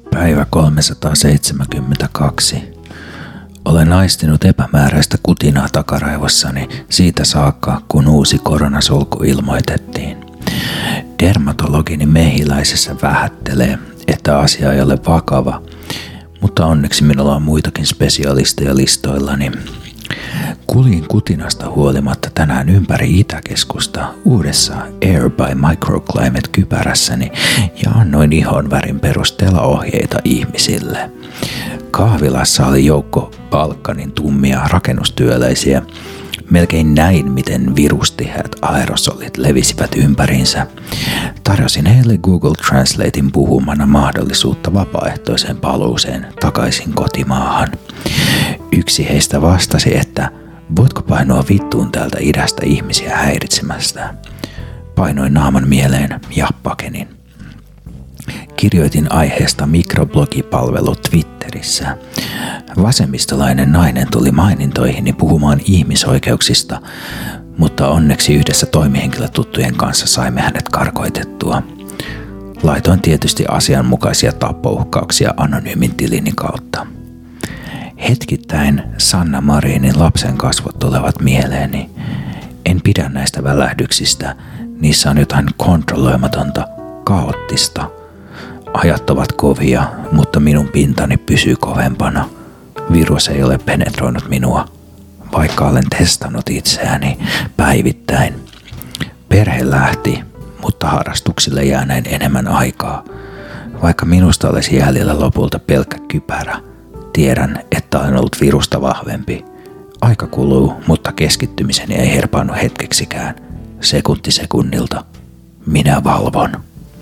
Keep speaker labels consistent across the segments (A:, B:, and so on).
A: Päivä 372. Olen aistinut epämääräistä kutinaa takaraivossani siitä saakka, kun uusi koronasulku ilmoitettiin. Dermatologini Mehiläisessä vähättelee, että asia ei ole vakava, mutta onneksi minulla on muitakin spesialisteja listoillani. Kuljin kutinasta huolimatta tänään ympäri Itäkeskusta uudessa Air by Microclimate-kypärässäni ja annoin ihon värin perusteella ohjeita ihmisille. Kahvilassa oli joukko Balkanin tummia rakennustyöläisiä. Melkein näin, miten virustiheät aerosolit levisivät ympäriinsä. Tarjosin heille Google Translatein puhumana mahdollisuutta vapaaehtoiseen paluuseen takaisin kotimaahan. Yksi heistä vastasi, että voitko painoa vittuun täältä idästä ihmisiä häiritsemästä. Painoin naaman mieleen ja pakenin. Kirjoitin aiheesta mikroblogipalvelu Twitterissä. Vasemmistolainen nainen tuli mainintoihini puhumaan ihmisoikeuksista, mutta onneksi yhdessä toimihenkilötuttujen kanssa saimme hänet karkoitettua. Laitoin tietysti asianmukaisia tappouhkauksia anonyymin tilini kautta. Hetkittäin Sanna Marinin lapsen kasvot tulevat mieleeni. En pidä näistä välähdyksistä. Niissä on jotain kontrolloimatonta, kaoottista. Ajat ovat kovia, mutta minun pintani pysyy kovempana. Virus ei ole penetroinut minua, vaikka olen testannut itseäni päivittäin. Perhe lähti, mutta harrastuksille jää näin enemmän aikaa. Vaikka minusta olisi jäljellä lopulta pelkkä kypärä, tiedän, että olen ollut virusta vahvempi. Aika kuluu, mutta keskittymiseni ei herpaannu hetkeksikään. Sekunti sekunnilta. Minä valvon.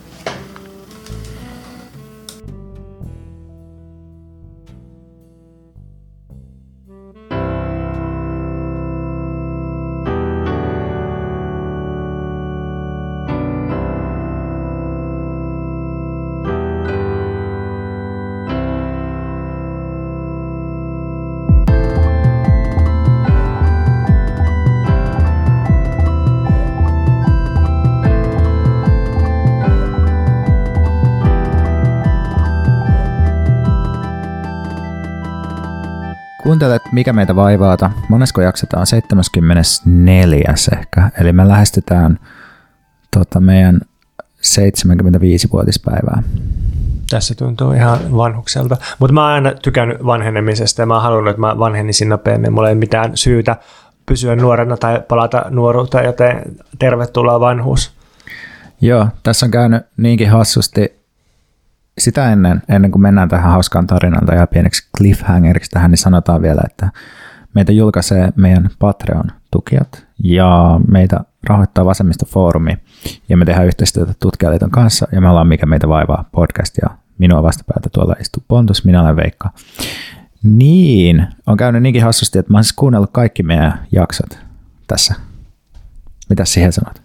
B: Kuuntelet Mikä meitä vaivaata. Monesko jaksetaan 74. ehkä. Eli me lähestytään meidän 75-vuotispäivää.
C: Tässä tuntuu ihan vanhukselta. Mutta mä oon aina tykännyt vanhenemisesta ja mä oon halunnut, että mä vanhenisin nopeammin. Mulla ei mitään syytä pysyä nuorena tai palata nuoruuteen, joten tervetuloa vanhuus.
B: Joo, tässä on käynyt niinkin hassusti. Sitä ennen kuin mennään tähän hauskaan tarinaan ja pieneksi cliffhangeriksi tähän, niin sanotaan vielä, että meitä julkaisee meidän Patreon-tukijat ja meitä rahoittaa Vasemmistofoorumi ja me tehdään yhteistyötä Tutkijaliiton kanssa ja me ollaan Mikä meitä vaivaa podcast ja minua vastapäätä tuolla istuu Pontus, minä olen Veikka. Niin, on käynyt niinkin hassusti, että mä oon siis kuunnellut kaikki meidän jaksot tässä. Mitäs siihen sanot?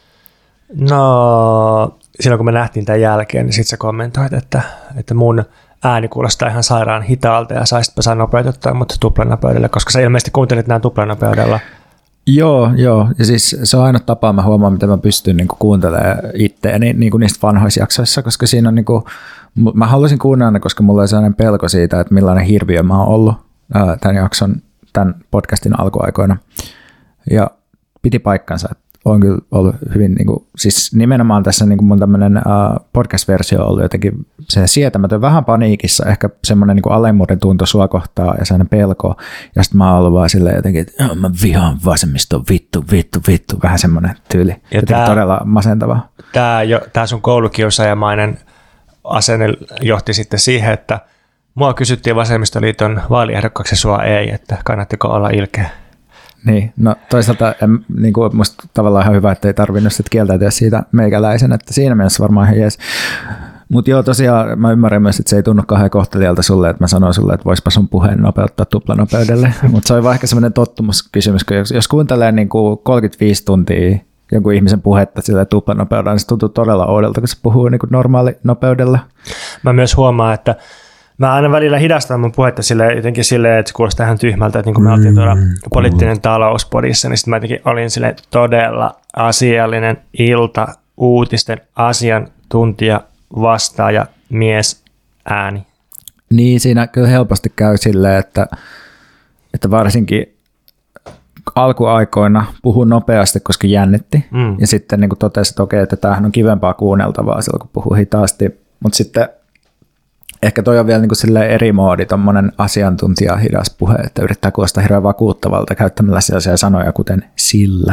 C: No, silloin kun me nähtiin tämän jälkeen, niin sitten sä kommentoit, että mun ääni kuulostaa ihan sairaan hitaalta ja saisitpä saa nopeutettua mut tuplanopeudella, koska sä ilmeisesti kuuntelit nämä tuplanopeudella.
B: Joo, ja siis se on ainoa tapa, mä huomaan, miten mä pystyn niinku kuuntelemaan itseäni niinku niistä vanhoissa jaksoissa, koska siinä on niinku, mä haluaisin kuunnella, koska mulla on sellainen pelko siitä, että millainen hirviö mä oon ollut tämän podcastin alkuaikoina. Ja piti paikkansa, että on kyllä ollut hyvin, siis nimenomaan tässä mun tämmöinen podcast-versio on ollut jotenkin se sietämätön, vähän paniikissa, ehkä semmoinen alemmuuden tunto sua kohtaa ja sellainen pelko, ja sitten mä oon ollut vaan silleen jotenkin, että mä vihaan vasemmisto, vittu, vähän semmoinen tyyli, jotenkin todella masentavaa.
C: Tämä sun koulukiusaajamainen asenne johti sitten siihen, että mua kysyttiin Vasemmistoliiton vaaliehdokkaaksi, sua ei, että kannattiko olla ilkeä.
B: Niin, no toisaalta musta tavallaan ihan hyvä, että ei tarvinnut sitten kieltäytyä siitä meikäläisen, että siinä mielessä varmaan ihan jees. Mutta joo, tosiaan mä ymmärrän myös, että se ei tunnu kauhean kohtelijalta sulle, että mä sanoin sulle, että voispa sun puheen nopeuttaa tuplanopeudelle. Mutta se on vaan ehkä semmoinen tottumuskysymys, kun jos kuuntelee 35 tuntia jonkun ihmisen puhetta sillä tuplanopeudella, niin se tuntuu todella oudolta, kun se puhuu normaalinopeudella. Mä
C: myös huomaan, että mä aina välillä hidastan mun puhetta jotenkin silleen, että se kuulostaa ihan tyhmältä, että niin kun me oltiin tuolla poliittinen talouspodissa, niin sitten mä jotenkin olin silleen todella asiallinen uutisten asiantuntija, vastaaja, mies, ääni.
B: Niin, siinä kyllä helposti käy silleen, että varsinkin alkuaikoina puhuu nopeasti, koska jännitti. Ja sitten niin totesi, että okei, että tämähän on kivempaa kuunneltavaa silloin, kun puhuu hitaasti. Mutta sitten ehkä toi on vielä niin silleen eri moodi, tommonen asiantuntija hidas puhe, että yrittää kuulostaa hirveän vakuuttavalta käyttämällä sellaisia sanoja, kuten sillä.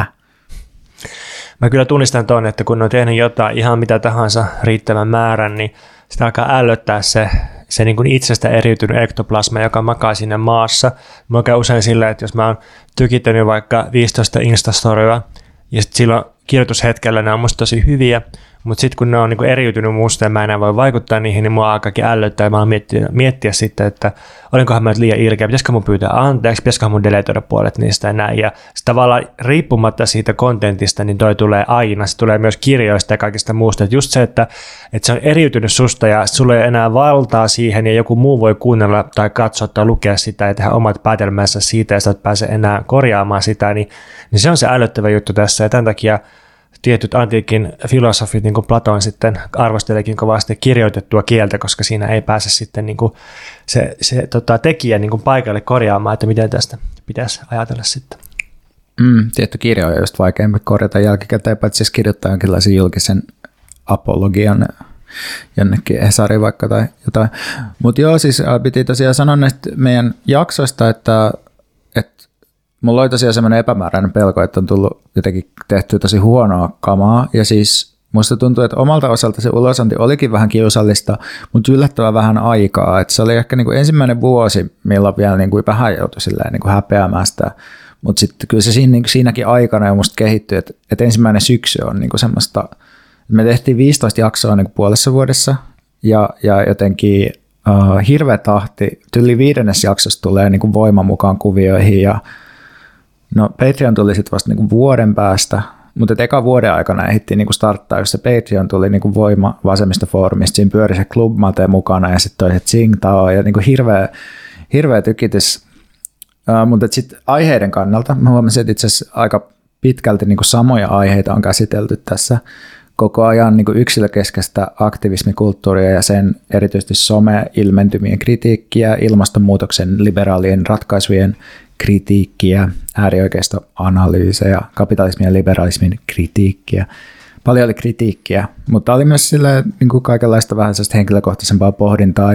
C: Mä kyllä tunnistan ton, että kun on tehnyt jotain ihan mitä tahansa riittävän määrän, niin sitä alkaa ällöttää se niin kuin itsestä eriytynyt ektoplasma, joka makaa sinne maassa. Mä käy usein sillä, että jos mä oon tykittänyt vaikka 15 Instastoria, ja sitten silloin kirjoitushetkellä ne on musta tosi hyviä, mutta sitten kun ne on niin kuin eriytynyt musta ja mä enää voi vaikuttaa niihin, niin mua alkaakin ällöttää ja mä oon miettiä sitten, että olinkohan mä nyt liian ilkeä, pitäisikö mun pyytää anteeksi, pitäisikö mun deletoida puolet niistä ja näin. Ja tavallaan riippumatta siitä kontentista, niin toi tulee aina, se tulee myös kirjoista ja kaikista muusta. Että just se, että se on eriytynyt susta ja sulla ei ole enää valtaa siihen ja joku muu voi kuunnella tai katsoa tai lukea sitä ja tehdä omat päätelmänsä siitä ja sä et pääse enää korjaamaan sitä, niin se on se ällöttävä juttu tässä ja tämän takia tietyt antiikin filosofit, niin kuin Platon sitten arvosteleekin kovasti kirjoitettua kieltä, koska siinä ei pääse sitten niin kuin se tekijä niin kuin paikalle korjaamaan, että miten tästä pitäisi ajatella sitten.
B: Tietty kirja on just vaikeampi korjata jälkikäteen, paitsi jos kirjoittaa jonkinlaisen julkisen apologian jonnekin Hesariin vaikka tai jotain. Mutta joo, siis piti tosiaan sanoa näistä meidän jaksoista, että mulla oli tosiaan semmoinen epämääräinen pelko, että on tullut jotenkin tehty tosi huonoa kamaa, ja siis musta tuntuu, että omalta osalta se ulosanti olikin vähän kiusallista, mutta yllättävän vähän aikaa, että se oli ehkä niin kuin ensimmäinen vuosi, milloin vielä niin kuin vähän joutui silleen niin kuin häpeämään sitä, mutta sitten kyllä se siinäkin aikana jo musta kehittyi, että ensimmäinen syksy on niin kuin semmoista, me tehtiin 15 jaksoa niin kuin puolessa vuodessa, ja jotenkin hirveä tahti, yli 5. jaksossa tulee niin kuin voima mukaan kuvioihin, ja no Patreon tuli sitten vasta niinku vuoden päästä, mutta eka vuoden aikana ehdittiin niinku starttaa, jos se Patreon tuli niinku voima vasemmistofoorumista, siinä pyöri se Club Mate mukana ja sitten toi se Tsingtao ja niinku hirveä tykitys. Mutta sitten aiheiden kannalta mä huomasin, että itse asiassa aika pitkälti niinku samoja aiheita on käsitelty tässä koko ajan niinku yksilökeskeistä aktivismikulttuuria ja sen erityisesti some-ilmentymien kritiikkiä, ilmastonmuutoksen liberaalien ratkaisujen kritiikkiä, äärioikeistoanalyysejä, kapitalismin ja liberalismin kritiikkiä. Paljon oli kritiikkiä, mutta oli myös sillä, niin kuin kaikenlaista vähän henkilökohtaisempaa pohdintaa.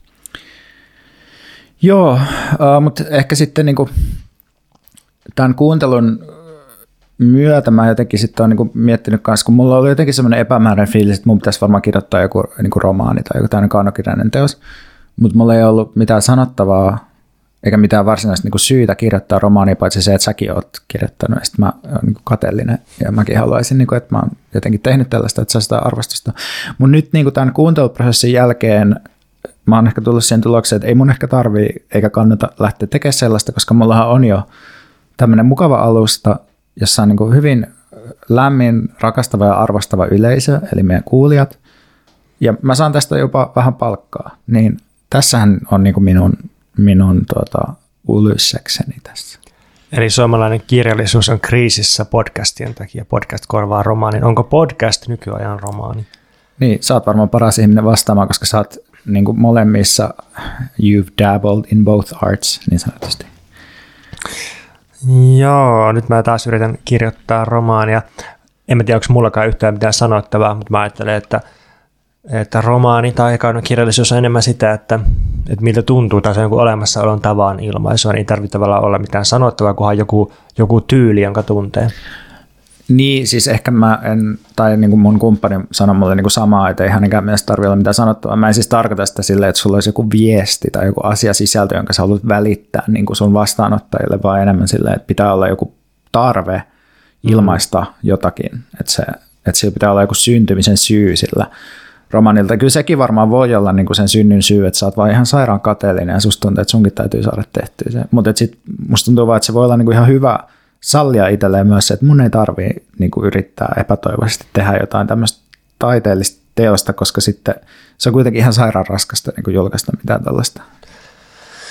B: Mutta ehkä sitten niin kuin tämän kuuntelun myötä mä jotenkin sitten olen niin miettinyt kanssa, kun mulla oli jotenkin semmoinen epämääräinen fiilis, että mun pitäisi varmaan kirjoittaa joku niin kuin romaani tai joku tämmöinen kaunokirjainen teos, mutta mulla ei ollut mitään sanottavaa, eikä mitään varsinaista niin kuin syytä kirjoittaa romaania, paitsi se, että säkin oot kirjoittanut, ja sitten mä oon niin kuin kateellinen, ja mäkin haluaisin, niin kuin, että mä oon jotenkin tehnyt tällaista, että saa sitä arvostusta. Mutta nyt niin kuin tämän kuunteluprosessin jälkeen mä oon ehkä tullut siihen tulokseen, että ei mun ehkä tarvii, eikä kannata lähteä tekemään sellaista, koska mullahan on jo tämmöinen mukava alusta, jossa on niin kuin hyvin lämmin, rakastava ja arvostava yleisö, eli meidän kuulijat, ja mä saan tästä jopa vähän palkkaa, niin tässähän on niin kuin minun ulyssekseni tässä.
C: Eli suomalainen kirjallisuus on kriisissä podcastien takia. Podcast korvaa romaanin. Onko podcast nykyajan romaani?
B: Niin, sä oot varmaan paras ihminen vastaamaan, koska sä oot niin kuin molemmissa, you've dabbled in both arts, niin sanotusti.
C: Joo, nyt mä taas yritän kirjoittaa romaania. En mä tiedä, onko mullakaan yhtään mitään sanottavaa, mutta mä ajattelen, että romaani tai kaunokirjallisuus on enemmän sitä, että miltä tuntuu, tai se on joku olemassaolon tavan ilmaisua, niin ei tarvitse tavallaan olla mitään sanottavaa, kunhan joku tyyli, jonka tuntee.
B: Niin, siis ehkä tai niin kuin mun kumppani sanoi mulle niin kuin samaa, että ei hänenkään mielestä tarvitse olla mitään sanottavaa. Mä en siis tarkoita sitä silleen, että sulla olisi joku viesti tai joku asiasisältö, jonka sä haluat välittää niin kuin sun vastaanottajille, vaan enemmän silleen, että pitää olla joku tarve ilmaista jotakin, että sillä pitää olla joku syntymisen syy sillä romanilta. Kyllä sekin varmaan voi olla niin kuin sen synnyn syy, että sä oot vaan ihan sairaan kateellinen ja susta tuntuu, että sunkin täytyy saada tehtyä se. Mutta sitten musta tuntuu vaan, että se voi olla niin kuin ihan hyvä sallia itselleen myös se, että mun ei tarvitse niin kuin yrittää epätoivoisesti tehdä jotain tämmöistä taiteellista teosta, koska sitten se on kuitenkin ihan sairaan raskasta niin kuin julkaista mitään tällaista.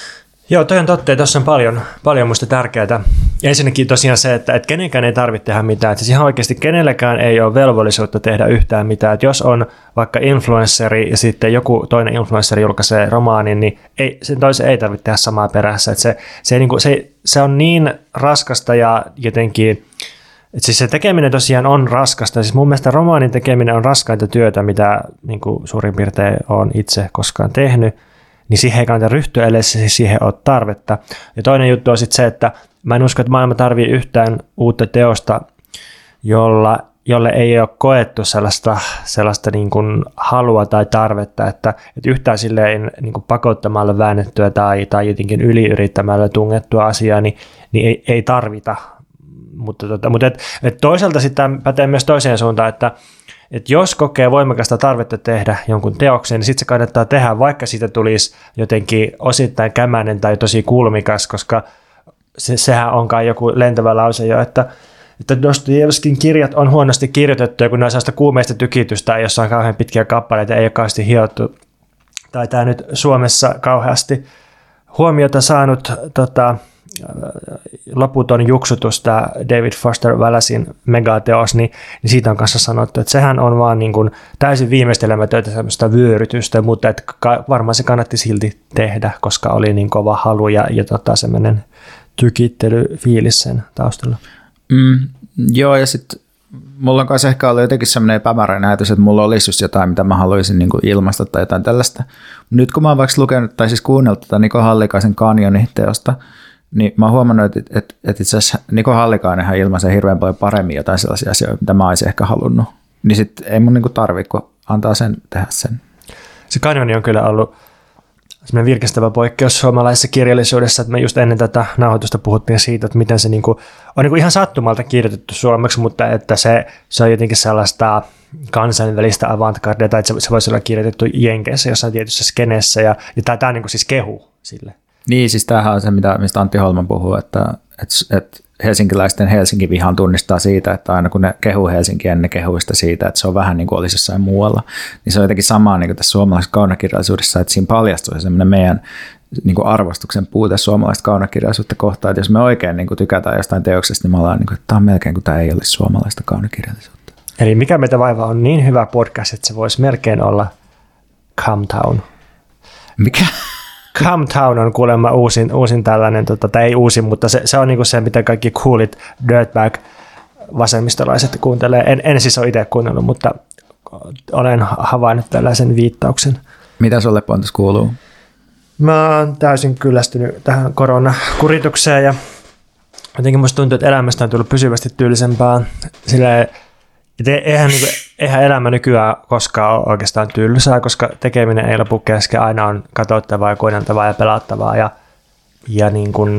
C: Joo, toi on totta, tuossa on paljon musta tärkeää. Ensinnäkin tosiaan se, että kenenkään ei tarvitse tehdä mitään. Että siis ihan oikeasti kenelläkään ei ole velvollisuutta tehdä yhtään mitään. Että jos on vaikka influenssari ja sitten joku toinen influenssari julkaisee romaanin, niin sen toisen ei tarvitse tehdä samaa perässä. Että se on niin raskasta ja jotenkin, että siis se tekeminen tosiaan on raskasta. Siis mun mielestä romaanin tekeminen on raskainta työtä, mitä niin kuin suurin piirtein olen itse koskaan tehnyt. Niin siihen ei kannata ryhtyä, ellei se siihen ole tarvetta. Ja toinen juttu on sitten se, että mä en usko, että maailma tarvii yhtään uutta teosta, jolle ei ole koettu sellaista niin kuin halua tai tarvetta, että yhtään silleen niin kuin pakottamalla väännettyä tai jotenkin yliyrittämällä tungettua asiaa, niin ei tarvita. Mutta toisaalta sitten pätee myös toiseen suuntaan, että jos kokee voimakasta tarvetta tehdä jonkun teoksen, niin sitten se kannattaa tehdä, vaikka siitä tulisi jotenkin osittain kämäinen tai tosi kulmikas, koska sehän onkaan joku lentävä lause jo, että Dostojevskin kirjat on huonosti kirjoitettuja, kun ne on sellaista kuumeista tykitystä, jossa on kauhean pitkiä kappaleita, ei ole kauheasti hiottu. Tai tämä nyt Suomessa kauheasti huomiota saanut loputon juksutus, tämä David Foster Wallacein megateos, niin siitä on kanssa sanottu, että sehän on vaan niin kuin täysin viimeistelemätöntä semmoista vyörytystä, mutta että varmaan se kannatti silti tehdä, koska oli niin kova halu ja semmoinen tykittelyfiilis sen taustalla.
B: Joo, ja sitten mulla on kanssa ehkä ollut jotenkin semmoinen epämääräinen ajatus, että mulla olisi just jotain, mitä mä haluaisin niin kuin ilmaista tai jotain tällaista. Nyt kun mä oon vaikka lukenut tai siis kuunnellut tätä Niko Hallikaisen Kanjoni-teosta, niin mä oon huomannut, että itse asiassa Niko Hallikainenhan ilmaisee hirveän paljon paremmin jotain sellaisia asioita, mitä mä olisin ehkä halunnut. Niin sit ei mun niinku tarvitse, kun antaa sen tehdä sen.
C: Se Kanjoni on kyllä ollut semmoinen virkistävä poikkeus suomalaisessa kirjallisuudessa, että me just ennen tätä nauhoitusta puhuttiin siitä, että miten se on ihan sattumalta kirjoitettu suomeksi, mutta että se on jotenkin sellaista kansainvälistä avantgardea, tai että se voisi olla kirjoitettu Jenkeissä jossain tietyssä skeneessä, ja tämä on siis kehu sille.
B: Niin, siis tämähän on se, mistä Antti Holman puhuu, että helsinkiläisten Helsingin vihan tunnistaa siitä, että aina kun ne kehuu Helsinkiä, niin ne kehuu sitä siitä, että se on vähän niin kuin olisi jossain muualla. Niin se on jotenkin samaa niin kuin tässä suomalaisessa kaunokirjallisuudessa, että siinä paljastuu semmoinen meidän niin kuin arvostuksen puute suomalaista kaunokirjallisuutta kohtaan, että jos me oikein niin kuin tykätään jostain teoksesta, niin me ollaan niin kuin, että tämä on melkein kuin tämä ei olisi suomalaista kaunokirjallisuutta.
C: Eli mikä meitä vaivaa on niin hyvä podcast, että se voisi melkein olla Camtown.
B: Mikä?
C: Camtown on kuulemma uusin tällainen, tai ei uusin, mutta se on niinku se, mitä kaikki coolit dirtbag vasemmistolaiset kuuntelee. En siis ole itse kuunnellut, mutta olen havainnut tällaisen viittauksen.
B: Mitä sulle Pontus kuuluu?
C: Mä oon täysin kyllästynyt tähän koronakuritukseen ja jotenkin musta tuntuu, että elämästä on tullut pysyvästi tyylisempää. Silleen, eihän elämä nykyään koskaan ole oikeastaan tylsää, koska tekeminen ei lopu kesken. Aina on katsottavaa ja kuunneltavaa ja pelattavaa ja niin kuin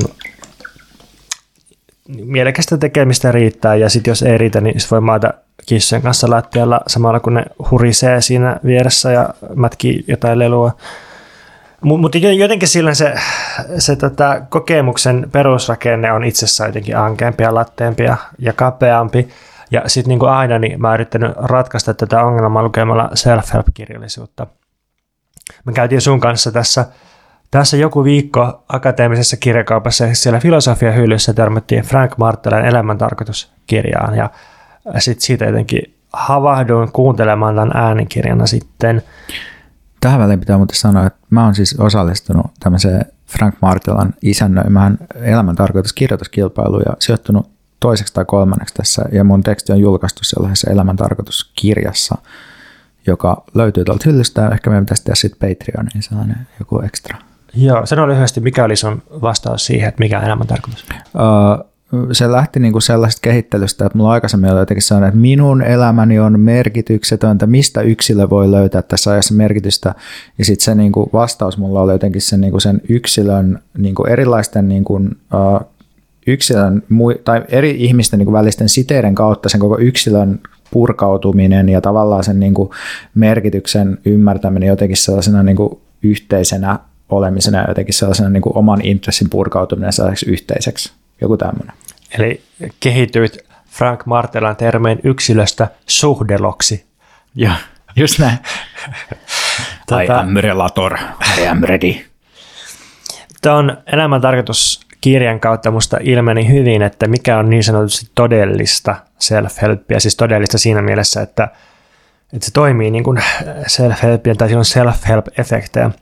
C: mielekästä tekemistä riittää. Ja sitten jos ei riitä, niin voi maata kissojen kanssa lattialla samalla kun ne hurisee siinä vieressä ja mätkii jotain lelua. Mutta jotenkin silloin se kokemuksen perusrakenne on itsessään jotenkin ankeampi ja latteampi ja kapeampi. Ja sitten niin kuin aina niin mä oon yrittänyt ratkaista tätä ongelmaa lukemalla self-help-kirjallisuutta. Me käytiin sun kanssa tässä joku viikko akateemisessa kirjakaupassa ja siellä filosofiahyllyssä törmättiin Frank Martelan elämäntarkoituskirjaan ja sitten siitä jotenkin havahduin kuuntelemaan tämän äänikirjana sitten.
B: Tähän väliin pitää muuten sanoa, että mä oon siis osallistunut tämmöiseen Frank Martelan isännöimään elämäntarkoituskirjoituskilpailuun ja sijoittunut 2. tai 3. tässä, ja mun teksti on julkaistu sellaisessa elämäntarkoituskirjassa, joka löytyy tuolta hyllystä, ja ehkä meidän pitäisi tehdä sitten Patreoniin sellainen joku ekstra.
C: Joo, sano lyhyesti, mikä oli sun vastaus siihen, että mikä on elämäntarkoitus?
B: Se lähti niinku sellaisesta kehittelystä, että mulla aikaisemmin oli jotenkin sellainen, että minun elämäni on merkityksetöntä, mistä yksilö voi löytää tässä ajassa merkitystä, ja sitten se niinku vastaus mulla oli jotenkin sen, niinku sen yksilön niinku erilaisten niinku, yksilön tai eri ihmisten niin kuin välisten siteiden kautta sen koko yksilön purkautuminen ja tavallaan sen niin kuin merkityksen ymmärtäminen jotenkin sellaisena niin kuin yhteisenä olemisena ja jotenkin sellaisena niin kuin oman intressin purkautuminen sellaiseksi yhteiseksi. Joku tämmöinen.
C: Eli kehityit Frank Martelan termein yksilöstä suhdeloksi.
B: Joo, just näin.
A: I am relator, I am ready.
C: Tuon elämän tarkoituskirjan kautta musta ilmeni hyvin, että mikä on niin sanotusti todellista self-helpia, siis todellista siinä mielessä, että se toimii niin kuin self-helpia tai siinä on self-help-efektejä.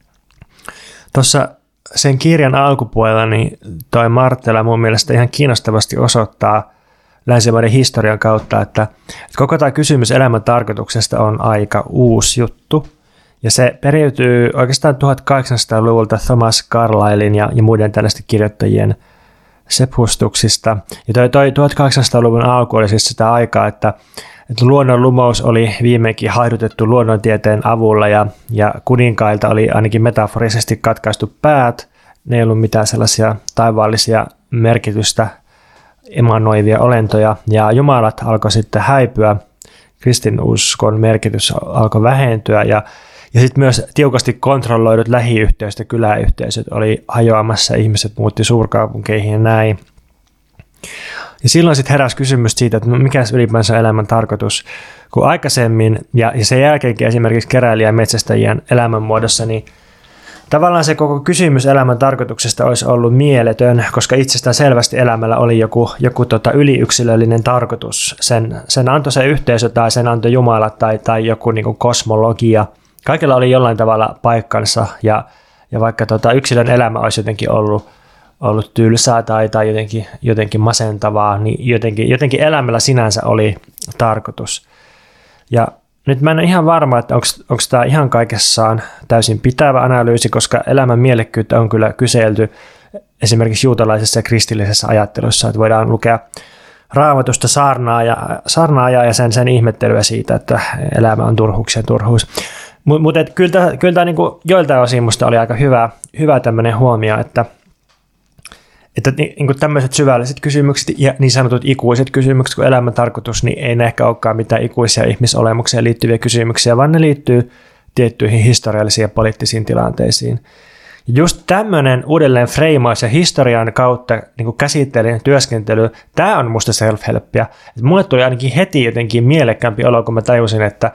C: Tuossa sen kirjan alkupuolella niin toi Marttela mun mielestä ihan kiinnostavasti osoittaa länsimaiden historian kautta, että koko tämä kysymys elämän tarkoituksesta on aika uusi juttu. Ja se periytyy oikeastaan 1800-luvulta Thomas Carlylein ja muiden tällaisten kirjoittajien sepustuksista. Ja toi 1800-luvun alku oli siis sitä aikaa, että luonnon lumous oli viimeinkin haidutettu luonnontieteen avulla ja kuninkailta oli ainakin metaforisesti katkaistu päät. Ne ei ollut mitään sellaisia taivaallisia merkitystä emanoivia olentoja ja jumalat alkoi sitten häipyä. Kristinuskon merkitys alkoi vähentyä ja sitten myös tiukasti kontrolloidut lähiyhteisöt ja kyläyhteisöt oli hajoamassa, ihmiset muutti suurkaupunkeihin ja näin. Ja silloin sitten heräsi kysymys siitä, että mikä ylipäänsä on elämän tarkoitus, kun aikaisemmin ja sen jälkeenkin esimerkiksi keräilijä- ja metsästäjien elämänmuodossa, niin tavallaan se koko kysymys elämän tarkoituksesta olisi ollut mieletön, koska itsestään selvästi elämällä oli joku yliyksilöllinen tarkoitus. Sen antoi se yhteisö tai sen antoi Jumala tai joku niin kuin kosmologia. Kaikilla oli jollain tavalla paikkansa ja vaikka yksilön elämä olisi jotenkin ollut tylsää tai jotenkin masentavaa, niin jotenkin elämällä sinänsä oli tarkoitus. Ja nyt mä en ole ihan varma, että onko tämä ihan kaikessaan täysin pitävä analyysi, koska elämän mielekkyyttä on kyllä kyselty esimerkiksi juutalaisessa ja kristillisessä ajattelussa, että voidaan lukea Raamatusta saarnaajaa ja sen ihmettelyä siitä, että elämä on turhuuksia turhuus. Mutta kyllä tämä niin kuin joiltain osin musta oli aika hyvä tämmöinen huomio, että niin kuin tämmöiset syvälliset kysymykset ja niin sanotut ikuiset kysymykset kuin elämän tarkoitus, niin ei ne ehkä olekaan mitään ikuisia ihmisolemukseen liittyviä kysymyksiä, vaan ne liittyy tiettyihin historiallisiin ja poliittisiin tilanteisiin. Just tämmöinen uudelleen freimaus ja historian kautta niin käsitteellinen työskentely, tämä on musta self-helppiä. Mulle tuli ainakin heti jotenkin mielekkäämpi olo, kun mä tajusin, että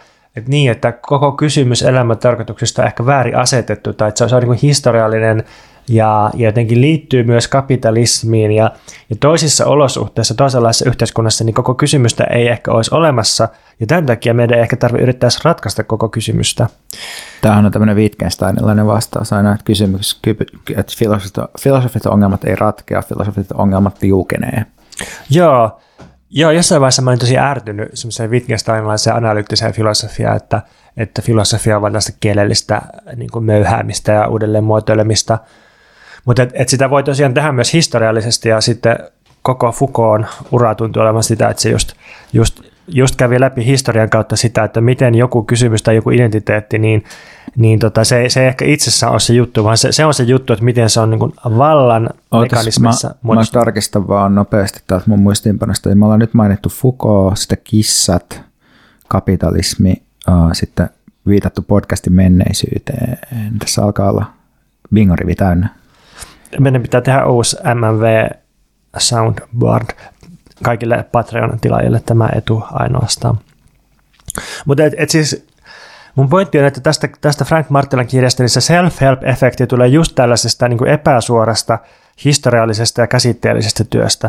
C: koko kysymys elämän tarkoituksesta on ehkä väärin asetettu, tai että se on niin historiallinen ja jotenkin liittyy myös kapitalismiin ja toisissa olosuhteissa, toisenlaisessa yhteiskunnassa, niin koko kysymystä ei ehkä olisi olemassa, ja tämän takia meidän ei ehkä tarvitse yrittää ratkaista koko kysymystä.
B: Tämähän on tämmöinen Wittgensteinilainen vastaus aina, että että filosofit ongelmat ei ratkea, filosofit ongelmat liukenee.
C: Joo, jossain vaiheessa mä olin tosi ärtynyt semmoiseen Wittgensteinilaiseen analyyttiseen filosofiaan, että filosofia on vain tästä kielellistä niin kuin möyhäämistä ja uudelleen muotoilemista. Mutta sitä voi tosiaan tehdä myös historiallisesti, ja sitten koko Foucaultin ura tuntuu olevan sitä, että se just kävi läpi historian kautta sitä, että miten joku kysymys tai joku identiteetti, se ei ehkä itsessään ole se juttu, vaan se on se juttu, että miten se on niin kuin vallan mekanismissa.
B: Mä tarkistan vaan nopeasti täältä mun muistiinpanosta. Me ollaan nyt mainittu Foucault, sitten kissat, kapitalismi, sitten viitattu podcastin menneisyyteen. Tässä alkaa olla bingorivi täynnä.
C: Meidän pitää tehdä uusi MMV soundboard kaikille Patreon-tilaajille, tämä etu ainoastaan. Mutta siis mun pointti on, että tästä Frank Marttelan kirjasta niin se self-help-efekti tulee just tällaisesta niin kuin epäsuorasta, historiallisesta ja käsitteellisestä työstä.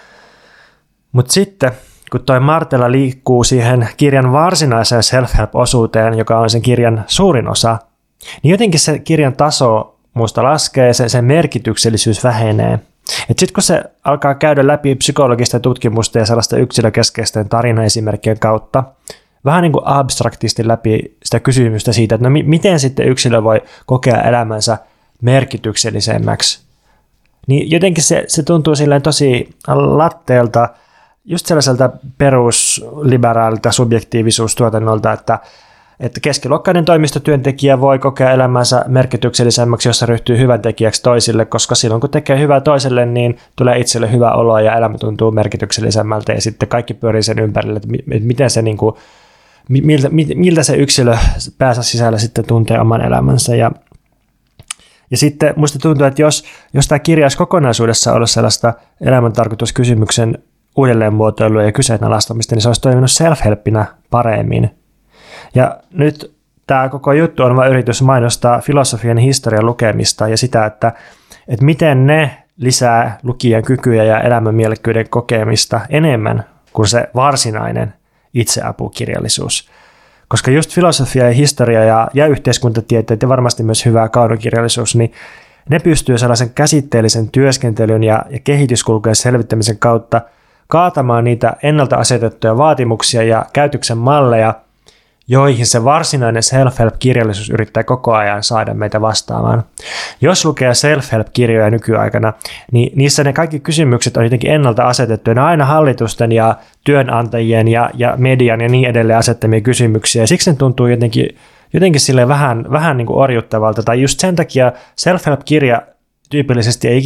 C: Mutta sitten, kun toi Marttela liikkuu siihen kirjan varsinaiseen self-help-osuuteen, joka on sen kirjan suurin osa, niin jotenkin se kirjan taso musta laskee ja sen merkityksellisyys vähenee. Sitten kun se alkaa käydä läpi psykologista tutkimusta ja sellaista yksilökeskeisten tarinaesimerkkien kautta, vähän niin kuin abstraktisti läpi sitä kysymystä siitä, että miten sitten yksilö voi kokea elämänsä merkityksellisemmäksi, niin jotenkin se tuntuu silleen tosi latteelta, just sellaiselta perusliberaalilta subjektiivisuustuotannolta, että keskiluokkainen toimistotyöntekijä voi kokea elämänsä merkityksellisemmäksi, jos se ryhtyy hyvän tekijäksi toisille, koska silloin kun tekee hyvää toiselle, niin tulee itselle hyvä olo ja elämä tuntuu merkityksellisemmältä, ja sitten kaikki pyörii sen ympärille, että miten se niin kuin, miltä se yksilö päänsä sisällä sitten tuntee oman elämänsä. Ja sitten musta tuntuu, että jos tämä kirja olisi kokonaisuudessa ollut sellaista elämäntarkoituskysymyksen uudelleenmuotoilua ja kyseenalaistamista, niin se olisi toiminut self-helpinä paremmin. Ja nyt tämä koko juttu on vain yritys mainostaa filosofian historian lukemista ja sitä, että että miten ne lisää lukijan kykyjä ja elämänmielekkyyden kokemista enemmän kuin se varsinainen itseapukirjallisuus. Koska just filosofia ja historia ja yhteiskuntatieteet ja varmasti myös hyvä kaunokirjallisuus, niin ne pystyy sellaisen käsitteellisen työskentelyn ja kehityskulkujen selvittämisen kautta kaatamaan niitä ennalta asetettuja vaatimuksia ja käytöksen malleja, joihin se varsinainen self-help-kirjallisuus yrittää koko ajan saada meitä vastaamaan. Jos lukee self-help-kirjoja nykyaikana, niin niissä ne kaikki kysymykset on jotenkin ennalta asetettu. Ne on aina hallitusten ja työnantajien ja median ja niin edelleen asettamia kysymyksiä. Ja siksi ne tuntuu jotenkin silleen vähän niin kuin orjuttavalta. Tai just sen takia self-help-kirja tyypillisesti ei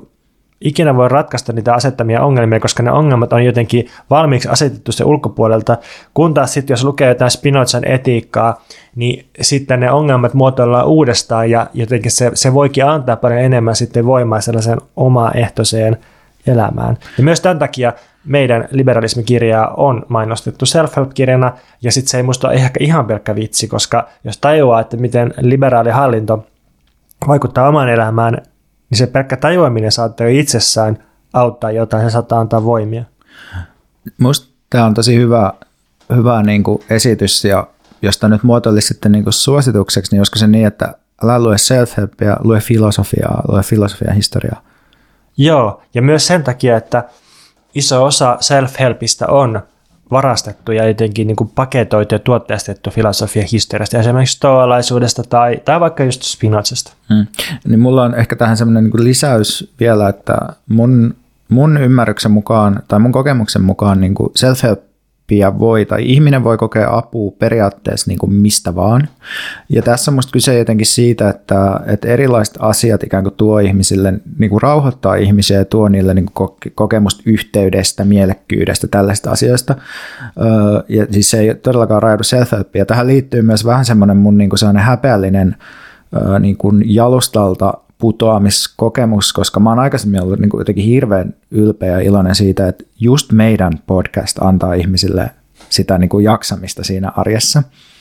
C: ikinä voi ratkaista niitä asettamia ongelmia, koska ne ongelmat on jotenkin valmiiksi asetettu se ulkopuolelta, kun taas sitten jos lukee jotain Spinozan etiikkaa, niin sitten ne ongelmat muotoillaan uudestaan ja jotenkin se voikin antaa paljon enemmän sitten voimaa sellaiseen omaehtoiseen elämään. Ja myös tämän takia meidän liberalismikirjaa on mainostettu self-help-kirjana, ja sitten se ei musta ole ehkä ihan pelkkä vitsi, koska jos tajuaa, että miten liberaali hallinto vaikuttaa omaan elämään, niin se pelkkä tajuaminen saattaa jo itsessään auttaa jotain, se saattaa antaa voimia.
B: Musta tämä on tosi hyvä niin kuin esitys, ja jos tämä nyt muotoilisi sitten niin kuin suositukseksi, niin olisiko se niin, että älä lue self-helpia, lue filosofiaa, historiaa.
C: Joo, ja myös sen takia, että iso osa self-helpistä on varastettu ja jotenkin niin kuin paketoitu ja tuotteistettu filosofia historiasta, esimerkiksi stoalaisuudesta tai vaikka just Spinozasta.
B: Niin mulla on ehkä tähän semmoinen niin kuin lisäys vielä, että mun ymmärryksen mukaan tai mun kokemuksen mukaan niin kuin self-helpia voi tai ihminen voi kokea apua periaatteessa niin kuin mistä vaan. Ja tässä on musta kyse jotenkin siitä, että erilaiset asiat ikään kuin tuo ihmisille, niin kuin rauhoittaa ihmisiä ja tuo niille niin kuin kokemusta yhteydestä, mielekkyydestä, tällaisista asioista. Ja siis se ei todellakaan rajaudu self-helpia. Tähän liittyy myös vähän semmoinen mun niin kuin sellainen häpeällinen niin kuin jalustalta putoamiskokemus, koska mä oon aikaisemmin ollut niin kuin jotenkin hirveän ylpeä ja iloinen siitä, että just meidän podcast antaa ihmisille sitä niin kuin jaksamista siinä arjessa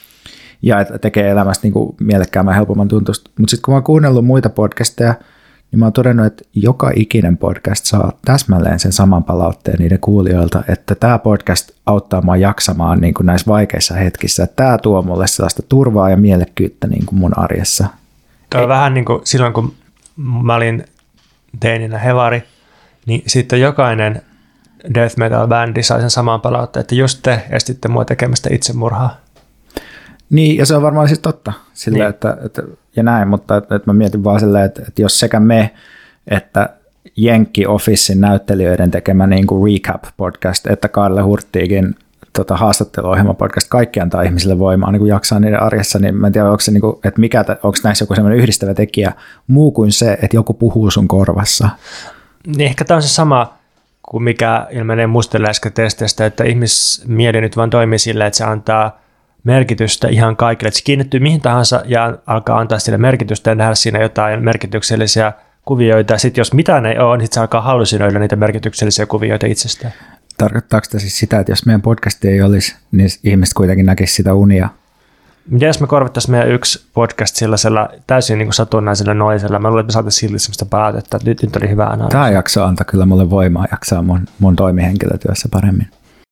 B: ja että tekee elämästä niin kuin mielekkäämän ja helpomman tuntusta. Mutta sitten kun mä oon kuunnellut muita podcasteja, niin mä oon todennut, että joka ikinen podcast saa täsmälleen sen saman palautteen niiden kuulijoilta, että tämä podcast auttaa mua jaksamaan niin kuin näissä vaikeissa hetkissä, että tämä tuo mulle sellaista turvaa ja mielekkyyttä niin kuin mun arjessa.
C: Tuo on vähän niin kuin silloin, kun mä olin teininä hevari, niin sitten jokainen death metal-bändi sai sen saman palautteen, että just te estitte mua tekemästä itsemurhaa.
B: Niin, ja se on varmaan siis totta, sillä, niin. että, ja näin, mutta että mä mietin vaan silleen, että jos sekä me, että Jenkki Officen näyttelijöiden tekemä niin kuin recap-podcast, että Karle Hurtigin haastatteluohjelma-podcast, kaikki antaa ihmisille voimaa niin kuin jaksaa niiden arjessa, niin mä en tiedä, onko se, niin kuin, että onko näissä joku sellainen yhdistävä tekijä muu kuin se, että joku puhuu sun korvassa.
C: Niin ehkä tämä on se sama kuin mikä ilmenee musteläiskätesteistä, että ihmismieli nyt vaan toimii sillä, että se antaa merkitystä ihan kaikille, että se kiinnittyy mihin tahansa ja alkaa antaa sille merkitystä ja nähdä siinä jotain merkityksellisiä kuvioita. Ja sitten jos mitään ei ole, niin sitten se alkaa hallusinoida niitä merkityksellisiä kuvioita itsestään.
B: Tarkoittaako tämä siis sitä, että jos meidän podcasti ei olisi, niin ihmiset kuitenkin näkisi sitä unia?
C: Miten jos me korvattaisiin meidän yksi podcast sellaisella täysin niin kuin satunnaisella noisella? Mä luulen, että me saataisiin silti sellaista palautetta, että nyt oli hyvä analyysi.
B: Tämä jakso antaa kyllä mulle voimaa jaksaa mun toimihenkilötyössä paremmin.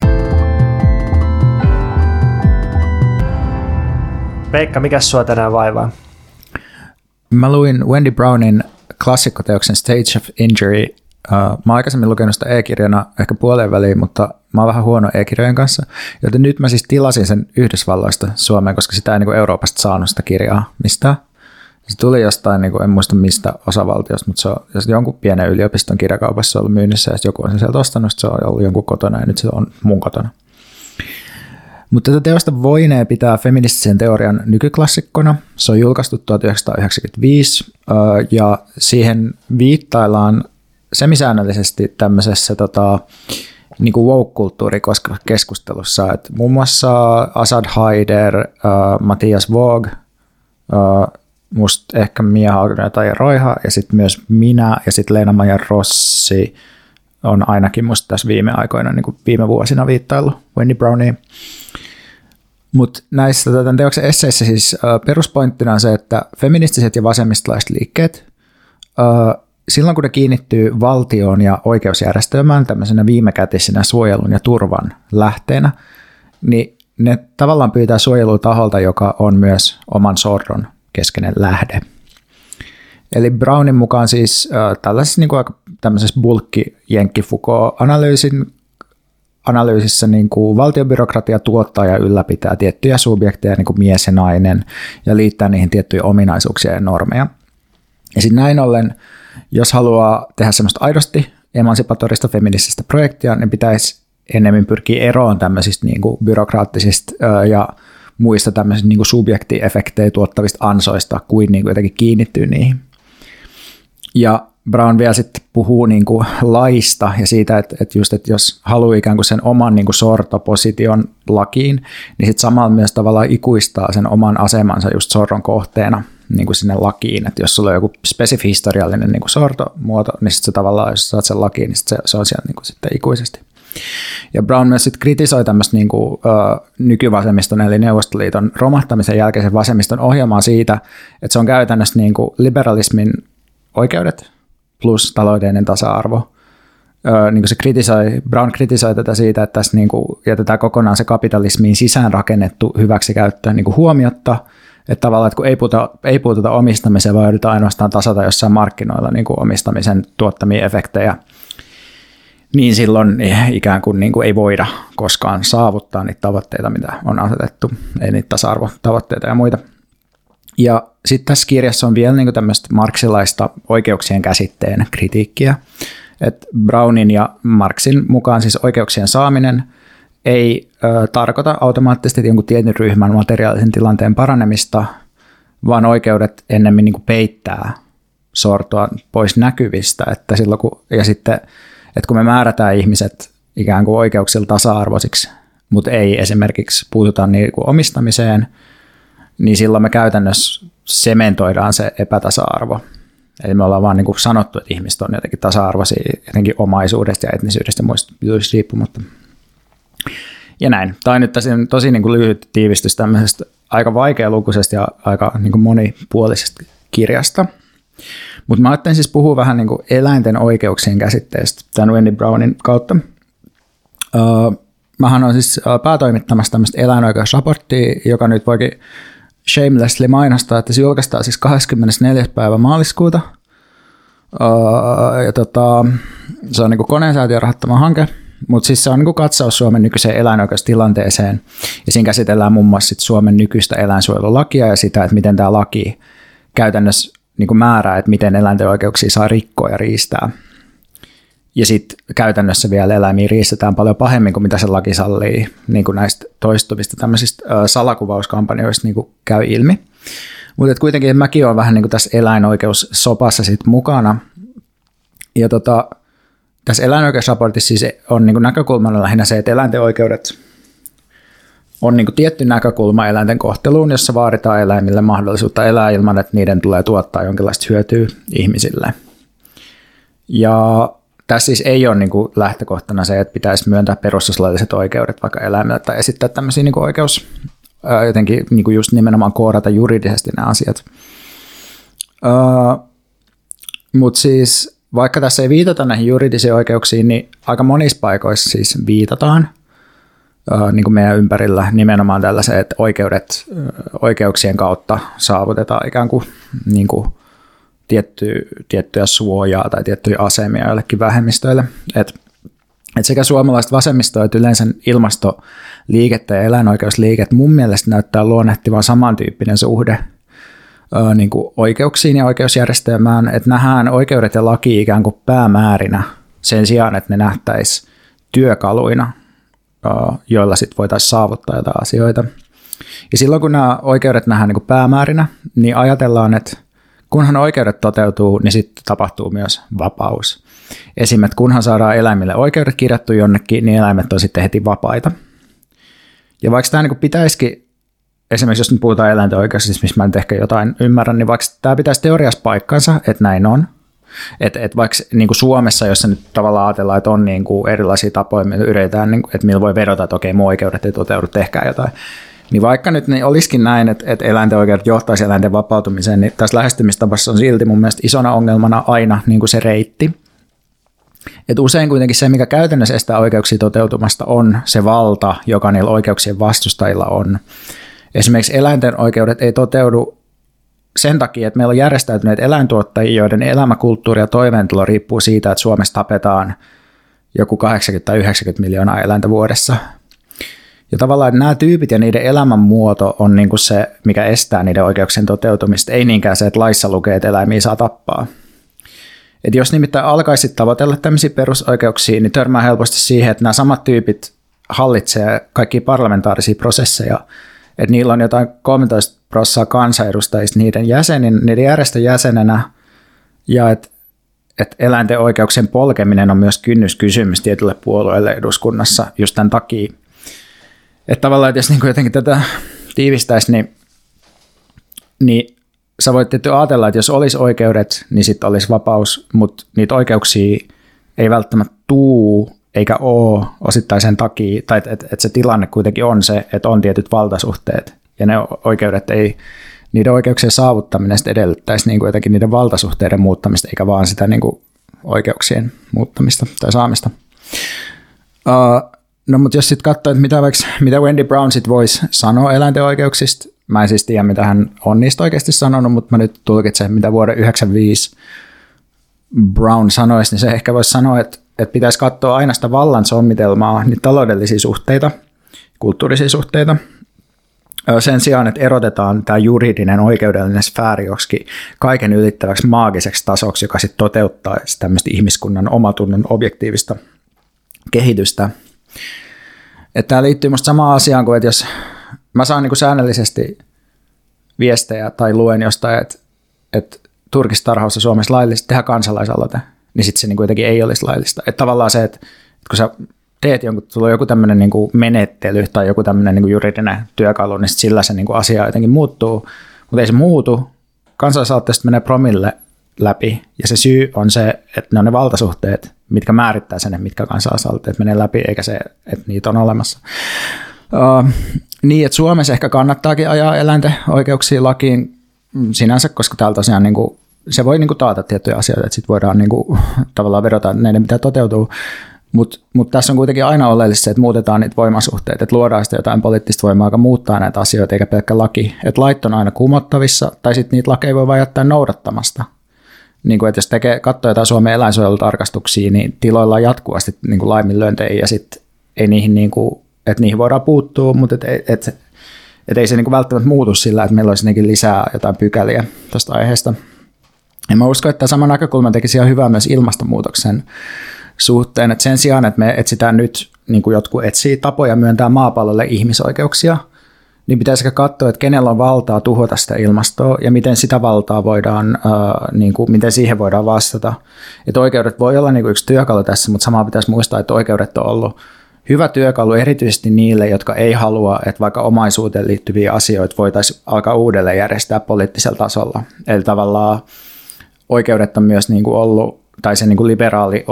C: Veikka, mikä sua tänään vaivaa?
B: Mä luin Wendy Brownin klassikkoteoksen Stage of Injury. Mä oon aikaisemmin lukenut sitä e-kirjana ehkä puoleen väliin, mutta mä oon vähän huono e-kirjojen kanssa. Joten nyt mä siis tilasin sen Yhdysvalloista Suomeen, koska sitä ei niin kuin Euroopasta saanut sitä kirjaa mistään. Se tuli jostain, niin kuin, en muista mistä osavaltiosta, mutta se on jonkun pienen yliopiston kirjakaupassa ollut myynnissä ja joku on sen sieltä ostanut, se on ollut jonkun kotona ja nyt se on mun kotona. Mutta tätä teosta voinee pitää feministisen teorian nykyklassikkona. Se on julkaistu 1995 ja siihen viittaillaan semisäännöllisesti tämmöisessä niin kuin woke-kulttuuri keskustelussa. Et muun muassa Asad Haider, Matthias Våg, musta ehkä Mia Hagen tai Roiha ja sitten myös minä ja sitten Leena-Maija Rossi on ainakin musta tässä viime aikoina, niin kuin viime vuosina viittaillut Wendy Browniin. Mutta näissä tämän teoksen esseissä siis peruspointtina on se, että feministiset ja vasemmistolaiset liikkeet silloin kun ne kiinnittyy valtioon ja oikeusjärjestelmään tämmöisenä viimekätisenä suojelun ja turvan lähteenä, niin ne tavallaan pyytää suojelua taholta, joka on myös oman sorron keskeinen lähde. Eli Brownin mukaan siis tällaisessa niin kuin aika tämmöisessä bulkki-jenkki-Foucault-analyysissä niin kuin valtiobyrokratia tuottaa ja ylläpitää tiettyjä subjekteja, niin kuin mies ja nainen, ja liittää niihin tiettyjä ominaisuuksia ja normeja. Ja sitten näin ollen, jos haluaa tehdä semmoista aidosti emansipatorista feminististä projektia, niin pitäisi enemmän pyrkiä eroon tämmöisistä niin kuin byrokraattisista ja muista tämmöisistä niin kuin subjektiefektejä tuottavista ansoista, kuin niin kuin jotenkin kiinnittyy niihin. Ja Brown vielä sitten puhuu niin kuin laista ja siitä, että jos haluaa ikään kuin sen oman niin kuin sortoposition lakiin, niin sitten samalla myös tavallaan ikuistaa sen oman asemansa just sorron kohteena niin kuin sinne lakiin. Että jos sulla on joku spesifi historiallinen niin kuin sortomuoto, niin sitten se tavallaan, jos saat sen lakiin, niin se on siellä niin kuin sitten ikuisesti. Ja Brown myös sitten kritisoi tämmöistä niin kuin, nykyvasemmiston eli Neuvostoliiton romahtamisen jälkeisen vasemmiston ohjelmaa siitä, että se on käytännössä niin kuin liberalismin oikeudet plus taloudellinen tasa-arvo. Niin kuin Brown kritisoi tätä siitä, että tässä niin kuin jätetään kokonaan se kapitalismiin sisään rakennettu hyväksikäyttö niin kuin huomiotta, että tavallaan, että kun ei puututa omistamiseen, vaan joudutaan ainoastaan tasata jossain markkinoilla niin kuin omistamisen tuottamia efektejä, niin silloin ikään kuin, ei voida koskaan saavuttaa niitä tavoitteita, mitä on asetettu, ei niitä tasa-arvotavoitteita ja muita. Ja sitten tässä kirjassa on vielä niin tämmöistä marxilaista oikeuksien käsitteen kritiikkiä, että Brownin ja Marxin mukaan siis oikeuksien saaminen ei tarkoita automaattisesti jonkun tietyn ryhmän materiaalisen tilanteen paranemista, vaan oikeudet ennemmin niin kuin peittää sortoa pois näkyvistä, että silloin että kun me määrätään ihmiset ikään kuin oikeuksilla tasa-arvoisiksi, mutta ei esimerkiksi puututa niin kuin omistamiseen, niin silloin me käytännössä sementoidaan se epätasa-arvo. Eli me ollaan vaan niin kuin sanottu, että ihmiset on jotenkin tasa-arvoisia jotenkin omaisuudesta ja etnisyydestä ja muista jutuista riippumatta. Ja näin. Tämä on nyt tosi niin kuin lyhyt tiivistys tämmöisestä aika vaikealukuisesta ja aika niin kuin monipuolisesta kirjasta. Mutta mä ajattelin siis puhua vähän niin kuin eläinten oikeuksien käsitteestä tämän Wendy Brownin kautta. Mähän on siis päätoimittamassa tämmöistä eläinoikeusraporttia, joka nyt voikin shamelessly mainostaa, että se julkaistaan siis 24. päivä maaliskuuta. Se on niin kuin Koneen-säätiön rahoittama hanke, mutta siis se on niin kuin katsaus Suomen nykyiseen eläinoikeustilanteeseen. Ja siinä käsitellään muun muassa sit Suomen nykyistä eläinsuojelulakia ja sitä, että miten tämä laki käytännössä niin kuin määrää, että miten eläinten oikeuksia saa rikkoa ja riistää. Ja sitten käytännössä vielä eläimiä riistetään paljon pahemmin kuin mitä se laki sallii, niin kuin näistä toistuvista tämmöisistä salakuvauskampanjoista niin kuin käy ilmi. Mutta kuitenkin mäkin olen vähän niin kuin tässä eläinoikeussopassa sit mukana. Ja tässä eläinoikeusraportissa siis on niin kuin näkökulmana lähinnä se, että eläinten oikeudet on niin kuin tietty näkökulma eläinten kohteluun, jossa vaaditaan eläimille mahdollisuutta elää ilman, että niiden tulee tuottaa jonkinlaista hyötyä ihmisille. Ja tässä siis ei ole niin kuin lähtökohtana se, että pitäisi myöntää perustuslailliset oikeudet vaikka eläimille tai esittää tämmöisiä niin kuin oikeus jotenkin niin kuin just nimenomaan koodata juridisesti nämä asiat. Mutta siis vaikka tässä ei viitata näihin juridisiin oikeuksiin, niin aika monissa paikoissa siis viitataan niin kuin meidän ympärillä nimenomaan tällaiseen, että oikeuksien kautta saavutetaan ikään kuin, niin kuin tiettyjä suojaa tai tiettyjä asemia joillekin vähemmistöille. Et sekä suomalaiset vasemmistoa että yleensä ilmastoliikettä ja eläinoikeusliikettä mun mielestä näyttää luonnehtivan samantyyppinen suhde niin kuin oikeuksiin ja oikeusjärjestelmään, että nähdään oikeudet ja laki ikään kuin päämäärinä sen sijaan, että ne nähtäisi työkaluina, joilla sitten voitaisiin saavuttaa jotain asioita. Ja silloin kun nämä oikeudet nähdään niin kuin päämäärinä, niin ajatellaan, että kunhan oikeudet toteutuu, niin sitten tapahtuu myös vapaus. Esimerkiksi kunhan saadaan eläimille oikeudet kirjattu jonnekin, niin eläimet on sitten heti vapaita. Ja vaikka tämä niin pitäisikin, esimerkiksi jos nyt puhutaan eläinten oikeuksista, missä mä nyt ehkä jotain ymmärrän, niin vaikka tämä pitäisi teoriassa paikkansa, että näin on, että vaikka niin kuin Suomessa, jossa nyt tavallaan ajatellaan, että on niin kuin erilaisia tapoja, millä yritetään, niin kuin, että millä voi vedota, että okei, mun oikeudet ei toteudu, tehkää jotain, Niin vaikka nyt niin olisikin näin, että eläinten oikeudet johtaisi eläinten vapautumiseen, niin tässä lähestymistavassa on silti mun mielestä isona ongelmana aina niin kuin se reitti. Et usein kuitenkin se, mikä käytännössä estää oikeuksia toteutumasta, on se valta, joka niillä oikeuksien vastustajilla on. Esimerkiksi eläinten oikeudet ei toteudu sen takia, että meillä on järjestäytyneet eläintuottajia, joiden elämäkulttuuri ja toimeentulo riippuu siitä, että Suomessa tapetaan joku 80 tai 90 miljoonaa eläintä vuodessa. Ja tavallaan että nämä tyypit ja niiden elämänmuoto on niin kuin se, mikä estää niiden oikeuksien toteutumista, ei niinkään se, että laissa lukee, että eläimiä saa tappaa. Et jos nimittäin alkaisit tavoitella tämmöisiä perusoikeuksia, niin törmää helposti siihen, että nämä samat tyypit hallitsee kaikkia parlamentaarisia prosesseja, että niillä on jotain 13% kansanedustajista niiden järjestön jäsenenä, ja että eläinten oikeuksien polkeminen on myös kynnyskysymys tietylle puolueelle eduskunnassa just tämän takia. Että tavallaan, että jos niin jotenkin tätä tiivistäisi, niin sä voit tietysti ajatella, että jos olisi oikeudet, niin sitten olisi vapaus, mutta niitä oikeuksia ei välttämättä tuu eikä ole osittain sen takia, tai että se tilanne kuitenkin on se, että on tietyt valtasuhteet, ja ne oikeudet ei, niiden oikeuksien saavuttaminen edellyttäisi niin kuin jotenkin niiden valtasuhteiden muuttamista, eikä vaan sitä niin kuin oikeuksien muuttamista tai saamista. No mutta jos sitten katsoo, että mitä Wendy Brown sitten voisi sanoa eläinten oikeuksista, mä en siis tiedä, mitä hän on niistä oikeasti sanonut, mutta mä nyt tulkitsen, mitä vuoden 1995 Brown sanoisi, niin se ehkä voisi sanoa, että pitäisi katsoa aina sitä vallan sommitelmaa, niitä taloudellisia suhteita, kulttuurisia suhteita, sen sijaan, että erotetaan tämä juridinen oikeudellinen sfääri joksikin kaiken ylittäväksi maagiseksi tasoksi, joka sitten toteuttaa tämmöistä ihmiskunnan omatunnon objektiivista kehitystä. Tämä liittyy musta samaan asiaan kuin, että jos mä saan niinku säännöllisesti viestejä tai luen jostain, että turkistarhaus on Suomessa laillista, tehdä kansalaisaloite, niin sitten se niinku jotenkin ei olisi laillista. Että tavallaan se, että kun sä teet tulee joku tämmöinen niinku menettely tai joku tämmöinen niinku juridinen työkalu, niin sillä se niinku asia jotenkin muuttuu, mutta ei se muutu. Kansalaisaloitteesta menee promille läpi, ja se syy on se, että ne on ne valtasuhteet, mitkä määrittää sen, että mitkä kansalaisaloitteet menee läpi, eikä se, että niitä on olemassa. Niin, että Suomessa ehkä kannattaakin ajaa eläinten oikeuksia lakiin sinänsä, koska täällä tosiaan niinku, se voi niinku taata tiettyjä asioita, että sitten voidaan niinku, tavallaan vedota, että näiden pitää toteutua. Mutta tässä on kuitenkin aina oleellista se, että muutetaan niitä voimasuhteita, että luodaan sitä jotain poliittista voimaa, joka muuttaa näitä asioita, eikä pelkkä laki. Että lait on aina kumottavissa, tai sitten niitä lakeja voi vain jättää noudattamasta. Niin kuin, että jos katsoo jotain Suomen eläinsuojelutarkastuksia, niin tiloilla on jatkuvasti niin kuin laiminlyöntejä, ja sitten ei niihin, niin kuin, että niihin voidaan puuttua, mutta et ei se niin kuin välttämättä muutu sillä, että meillä olisi lisää jotain pykäliä tästä aiheesta. Ja mä uskon, että tämä sama näkökulma tekisi ihan hyvää myös ilmastonmuutoksen suhteen, että sen sijaan, että me etsitään nyt, niin kuin jotkut etsii tapoja myöntää maapallolle ihmisoikeuksia, niin pitäisikö katsoa, että kenellä on valtaa tuhota sitä ilmastoa ja miten sitä valtaa voidaan, niin kuin, miten siihen voidaan vastata. Että oikeudet voi olla niin kuin yksi työkalu tässä, mutta samaa pitäisi muistaa, että oikeudet on ollut hyvä työkalu erityisesti niille, jotka ei halua, että vaikka omaisuuteen liittyviä asioita voitaisiin alkaa uudelleen järjestää poliittisella tasolla. Eli tavallaan oikeudet on myös niin kuin ollut, tai se niin kuin liberaali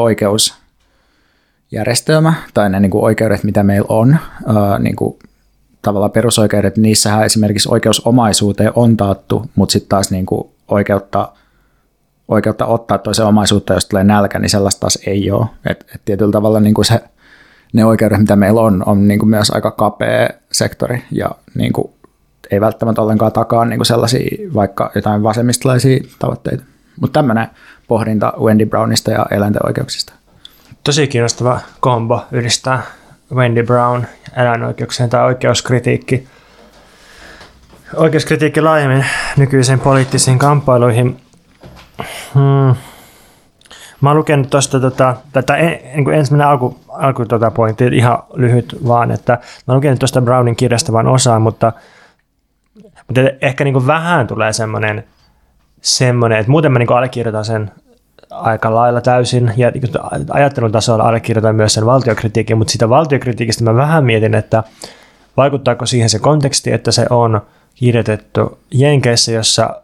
B: oikeusjärjestelmä, tai ne niin kuin oikeudet, mitä meillä on, niin kuin tavallaan perusoikeudet, niissähän esimerkiksi oikeus omaisuuteen on taattu, mutta sitten taas niin kuin oikeutta ottaa toisen omaisuutta, jos tulee nälkä, niin sellaista taas ei ole. Et tietyllä tavalla niin kuin ne oikeudet, mitä meillä on niin kuin myös aika kapea sektori, ja niin kuin ei välttämättä ollenkaan takaa niin kuin sellaisia vaikka jotain vasemmistolaisia tavoitteita. Mutta tämmöinen pohdinta Wendy Brownista ja eläinten oikeuksista.
C: Tosi kiinnostava kombo yhdistää Wendy Brown, eläinoikeuksien tai oikeuskritiikki laajemmin nykyisiin poliittisiin kamppailuihin. Mä oon lukenut tuosta, ensimmäinen alku pointti, ihan lyhyt vaan, että mä oon lukenut tuosta Brownin kirjasta vain osaa, mutta ehkä niin kuin vähän tulee semmoinen, että muuten mä niin kuin allekirjoitan sen aika lailla täysin, ja ajattelun tasolla allekirjoitan myös sen valtiokritiikin, mutta sitä valtiokritiikistä mä vähän mietin, että vaikuttaako siihen se konteksti, että se on kirjoitettu Jenkeissä, jossa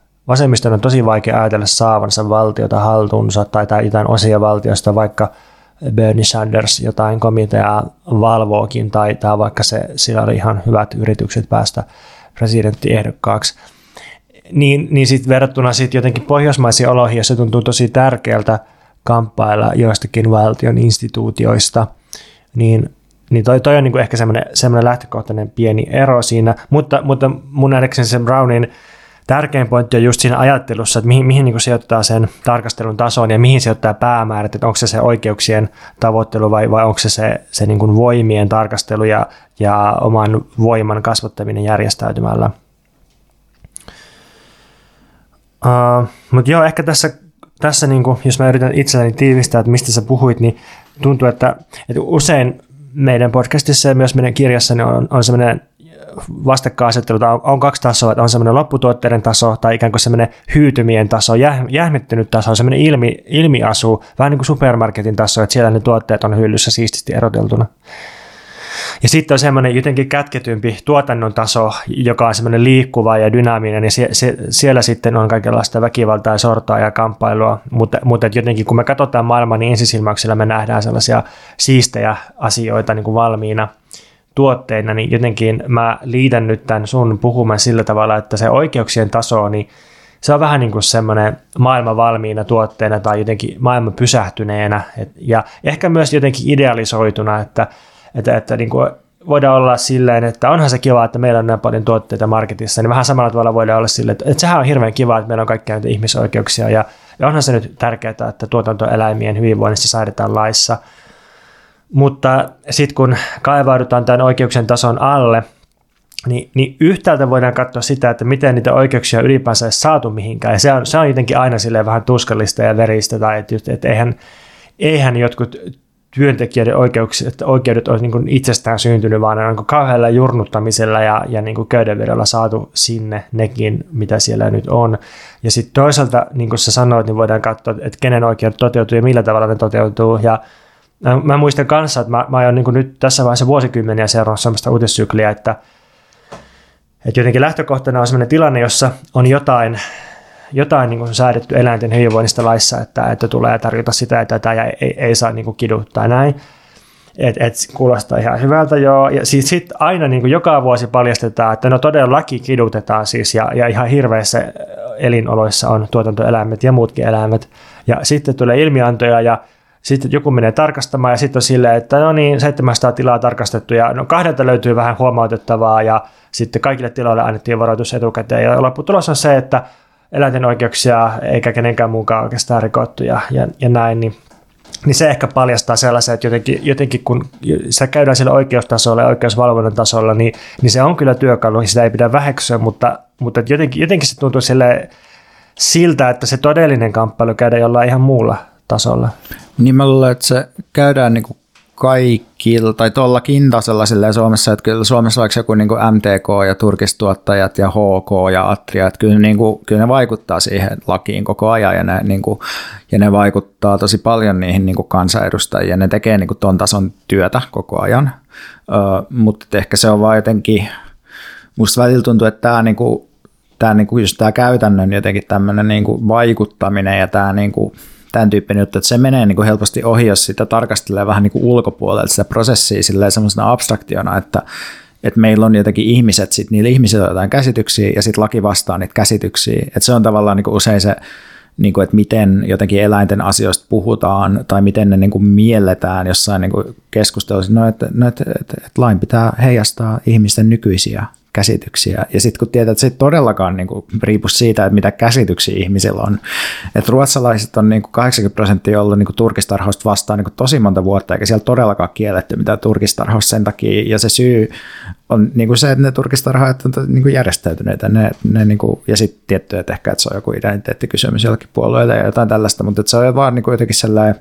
C: vasemmiston on tosi vaikea ajatella saavansa valtiota haltuunsa tai jotain osia valtiosta, vaikka Bernie Sanders jotain komiteaa valvookin, tai vaikka sillä oli ihan hyvät yritykset päästä presidenttiehdokkaaksi. Niin sitten verrattuna sitten jotenkin pohjoismaisiin oloihin, se tuntuu tosi tärkeältä kamppailla joistakin valtion instituutioista, niin toi on niin kuin ehkä semmoinen lähtökohtainen pieni ero siinä, mutta mun nähdäkseni se Brownin tärkein pointti on just siinä ajattelussa, että mihin niin se ottaa sen tarkastelun tasoon ja mihin se ottaa päämäärät, että onko se oikeuksien tavoittelu vai onko se niin kuin voimien tarkastelu ja oman voiman kasvattaminen järjestäytymällä. Mutta joo, ehkä tässä niin kuin, jos mä yritän itselleni tiivistää, että mistä sä puhuit, niin tuntuu, että usein meidän podcastissa ja myös meidän kirjassa niin on semmoinen vastakkainasettelu, on kaksi tasoa, että on semmoinen lopputuotteiden taso tai ikään kuin semmoinen hyytymien taso, jähmettynyt taso, on semmoinen ilmiasu, vähän niin kuin supermarketin taso, että siellä ne tuotteet on hyllyssä siististi eroteltuna. Ja sitten on semmoinen jotenkin kätketympi tuotannon taso, joka on semmoinen liikkuva ja dynaaminen, ja siellä sitten on kaikenlaista väkivaltaa ja sortoa ja kamppailua, mutta jotenkin kun me katsotaan maailmaa, niin ensisilmäyksellä me nähdään sellaisia siistejä asioita niin kuin valmiina tuotteina, niin jotenkin mä liitän nyt tämän sun puhumaan sillä tavalla, että se oikeuksien taso, niin se on vähän niin kuin semmoinen maailma valmiina tuotteena tai jotenkin maailma pysähtyneenä ja ehkä myös jotenkin idealisoituna, että niin kuin voidaan olla silleen, että onhan se kiva, että meillä on näin paljon tuotteita marketissa, niin vähän samalla tavalla voidaan olla silleen, että sehän on hirveän kiva, että meillä on kaikkia näitä ihmisoikeuksia ja onhan se nyt tärkeää, että tuotantoeläimien hyvinvoinnista säädetään laissa. Mutta sitten kun kaivaudutaan tämän oikeuksien tason alle, niin yhtäältä voidaan katsoa sitä, että miten niitä oikeuksia ylipäänsä ei saatu mihinkään. Ja se on jotenkin aina silleen vähän tuskallista ja veristä, tai että eihän jotkut työntekijöiden oikeudet olisi niin kuin itsestään syntynyt, vaan on niin kauhealla jurnuttamisella ja niin kuin köydenvedolla saatu sinne nekin, mitä siellä nyt on. Ja sitten toisaalta, niin kuin sä sanoit, niin voidaan katsoa, että kenen oikeudet toteutuu ja millä tavalla ne toteutuu. Ja mä muistan kanssa, että mä oon niin kuin nyt tässä vaiheessa vuosikymmeniä seurannut sellaista uutissykliä, että jotenkin lähtökohtana on sellainen tilanne, jossa on jotain niin kuin säädetty eläinten hyvinvoinnista laissa, että tulee tarjota sitä ja tätä ja ei saa niin kuin kiduttaa näin. Et kuulostaa ihan hyvältä joo. Ja sitten aina niin kuin joka vuosi paljastetaan, että no todellakin kidutetaan siis ja ihan hirveissä elinoloissa on tuotantoeläimet ja muutkin eläimet. Ja sitten tulee ilmiantoja ja sitten joku menee tarkastamaan ja sitten on silleen, että no niin, 700 tilaa tarkastettu ja no 2 löytyy vähän huomautettavaa ja sitten kaikille tiloille annettiin varoitus etukäteen ja lopputulos on se, että eläinten oikeuksia eikä kenenkään muunkaan oikeastaan rikottu ja näin, niin se ehkä paljastaa sellaisen, että jotenkin kun se käydään sillä oikeustasolla ja oikeusvalvonnan tasolla, niin se on kyllä työkalu, sitä ei pidä väheksyä, mutta jotenkin se tuntuu siltä, että se todellinen kamppailu käydään jollain ihan muulla tasolla.
B: Niin mä luulen, että se käydään niin kuin kaikilla tai tuollakin tasolla silleen Suomessa, että kyllä Suomessa vaikka joku niin kuin MTK ja turkistuottajat ja HK ja Atria, että kyllä ne vaikuttaa siihen lakiin koko ajan ja ne vaikuttaa tosi paljon niihin niin kuin kansanedustajiin ja ne tekee niin kuin ton tason työtä koko ajan, mutta ehkä se on vaan jotenkin, musta välillä tuntuu, että tämä käytännön jotenkin tämmöinen niin kuin vaikuttaminen ja tämä niin kuin tämän tyyppinen juttu, että se menee niin kuin helposti ohi, jos sitä tarkastelee vähän niin kuin ulkopuolelta sitä prosessia semmoisena abstraktiona, että meillä on jotenkin ihmiset, sitten niillä ihmisillä on jotain käsityksiä ja sitten laki vastaa niitä käsityksiä. Että se on tavallaan niin kuin usein se, niin kuin, että miten jotenkin eläinten asioista puhutaan tai miten ne niin kuin mielletään jossain niin kuin keskustelussa. Että lain pitää heijastaa ihmisten nykyisiä käsityksiä. Ja sitten kun tietää, että se ei todellakaan niin kuin riipu siitä, että mitä käsityksiä ihmisillä on. Että ruotsalaiset on niin kuin 80% ollut niin kuin turkistarhausta vastaan niin kuin tosi monta vuotta, eikä siellä todellakaan kielletty mitään turkistarhausta sen takia. Ja se syy on niin kuin se, että ne turkistarhaajat on niin kuin järjestäytyneitä. Ne niin kuin, ja sitten tietty, että ehkä että se on joku identiteettikysymys jollakin puolueella ja jotain tällaista, mutta että se on vaan niin kuin jotenkin sellainen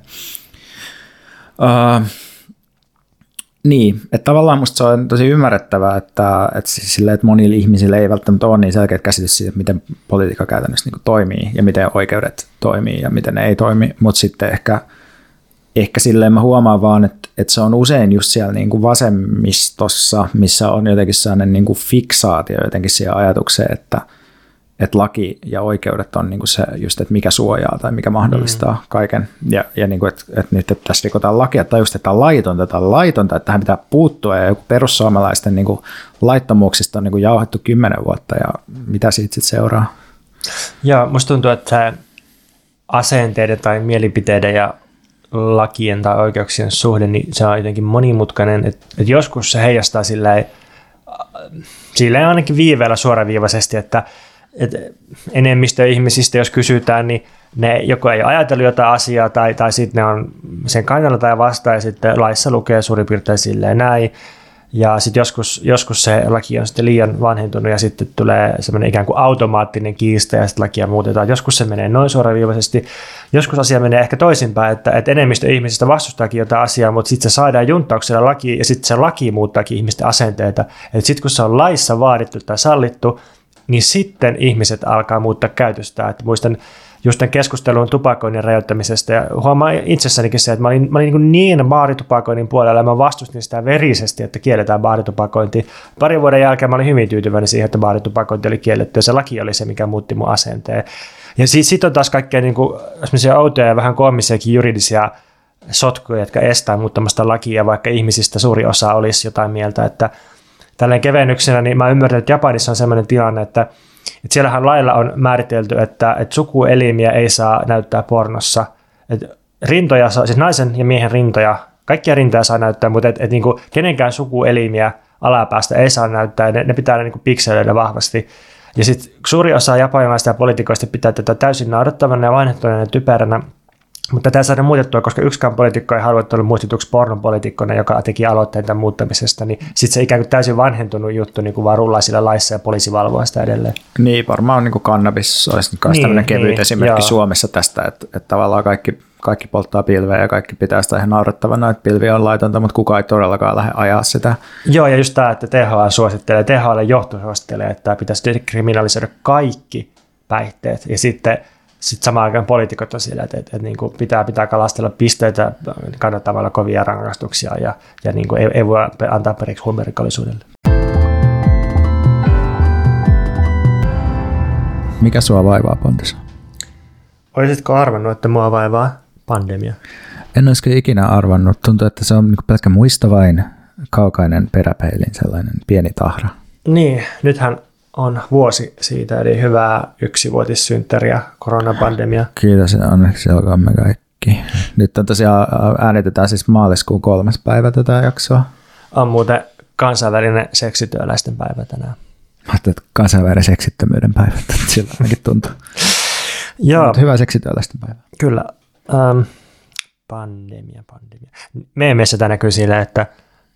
B: niin, että tavallaan musta se on tosi ymmärrettävää, että monilla ihmisillä ei välttämättä ole niin selkeät käsitys siitä, että miten politiikka käytännössä niin toimii ja miten oikeudet toimii ja miten ne ei toimi, mutta sitten ehkä silleen mä huomaan vaan, että se on usein just siellä niin kuin vasemmistossa, missä on jotenkin sellainen niin kuin fiksaatio jotenkin siihen ajatukseen, että laki ja oikeudet on niin kuin se just, että mikä suojaa tai mikä mahdollistaa kaiken. Ja niin kuin, että nyt että tässä rikotaan lakia tai just, että tämä on laitonta, että tähän pitää puuttua. Ja joku perussuomalaisten niin kuin laittomuuksista on niin kuin jauhettu 10 vuotta ja mitä siitä sitten seuraa?
C: Joo, musta tuntuu, että asenteiden tai mielipiteiden ja lakien tai oikeuksien suhde, niin se on jotenkin monimutkainen. Että joskus se heijastaa silleen ainakin viiveellä suoraviivaisesti, että enemmistö ihmisistä, jos kysytään, niin ne joko ei ajatellut jotain asiaa tai sitten ne on sen kannalla tai vastaan ja sitten laissa lukee suurin piirtein silleen näin. Ja sitten joskus se laki on sitten liian vanhentunut ja sitten tulee semmoinen ikään kuin automaattinen kiista ja sitten lakia muutetaan. Joskus se menee noin suoraviivaisesti. Joskus asia menee ehkä toisinpäin, että enemmistö ihmisistä vastustaakin jotain asiaa, mutta sitten se saadaan junttauksella lakiin ja sitten se laki muuttaakin ihmisten asenteita. Sitten kun se on laissa vaadittu tai sallittu, niin sitten ihmiset alkaa muuttaa käytöstä. Että muistan just tämän keskustelun tupakoinnin rajoittamisesta ja huomaan itsessänikin se, että mä olin niin baaritupakoinnin puolella ja mä vastustin sitä verisesti, että kielletään baaritupakointi. Parin vuoden jälkeen mä olin hyvin tyytyväinen siihen, että baaritupakointi oli kielletty ja se laki oli se, mikä muutti mun asenteen. Ja sitten on taas kaikkea niin kuin, outoja ja vähän koomisiakin juridisia sotkuja, jotka estää muuttamasta lakia, vaikka ihmisistä suuri osa olisi jotain mieltä, että tälleen kevennyksenä, niin mä ymmärrän, että Japanissa on sellainen tilanne, että siellähän lailla on määritelty, että sukuelimiä ei saa näyttää pornossa. Että rintoja, siis naisen ja miehen rintoja, kaikkia rintoja saa näyttää, mutta niin kuin kenenkään sukuelimiä alapäästä ei saa näyttää, ne pitää niin kuin pikselöidä vahvasti. Ja sitten suuri osa japanilaisista ja poliitikoista pitää tätä täysin naurettavana ja vanhettuneena ja typeränä, mutta tämä saadaan muutettua, koska yksikään poliitikko ei halua olla muistetuksi pornopoliitikkona, joka teki aloitteen tämän muuttamisesta, niin sitten se ikään kuin täysin vanhentunut juttu niin kuin vaan rullaa sillä laissa ja poliisi valvoo sitä edelleen.
B: Niin, varmaan niin kuin kannabis olisi myös tämmöinen kevyt esimerkki Suomessa tästä, että tavallaan kaikki polttaa pilveä ja kaikki pitää sitä ihan naurettavana, että pilvi on laitonta, mutta kukaan ei todellakaan lähde ajaa sitä.
C: Joo, ja just tämä, että THL johto suosittelee, että pitäisi kriminalisoida kaikki päihteet ja sitten samaan aikaan poliitikot on siellä, että niin kuin pitää kalastella pisteitä kannattamalla kovia rangaistuksia ja niin kuin ei voi antaa periksi huumerikollisuudelle.
B: Mikä sua vaivaa, Pontus?
C: Olisitko arvannut, että mua vaivaa pandemia?
B: En olisikin ikinä arvannut. Tuntuu, että se on niin pelkkä muistavain kaukainen peräpeilin sellainen pieni tahra.
C: Niin, nythän on vuosi siitä, eli hyvää 1-vuotissynttäriä koronapandemia.
B: Kiitos ja onneksi olkaamme kaikki. Nyt on tosiaan äänitetään siis maaliskuun 3. päivä tätä jaksoa.
C: On muuten kansainvälinen seksityöläisten päivä tänään.
B: Mä ajattelin, että kansainvälinen seksittömyyden päivä, sillä ainakin tuntuu.
C: Joo.
B: Mutta hyvää seksityöläisten päivä.
C: Kyllä. Pandemia. Meemissä tämä näkyy sillä, että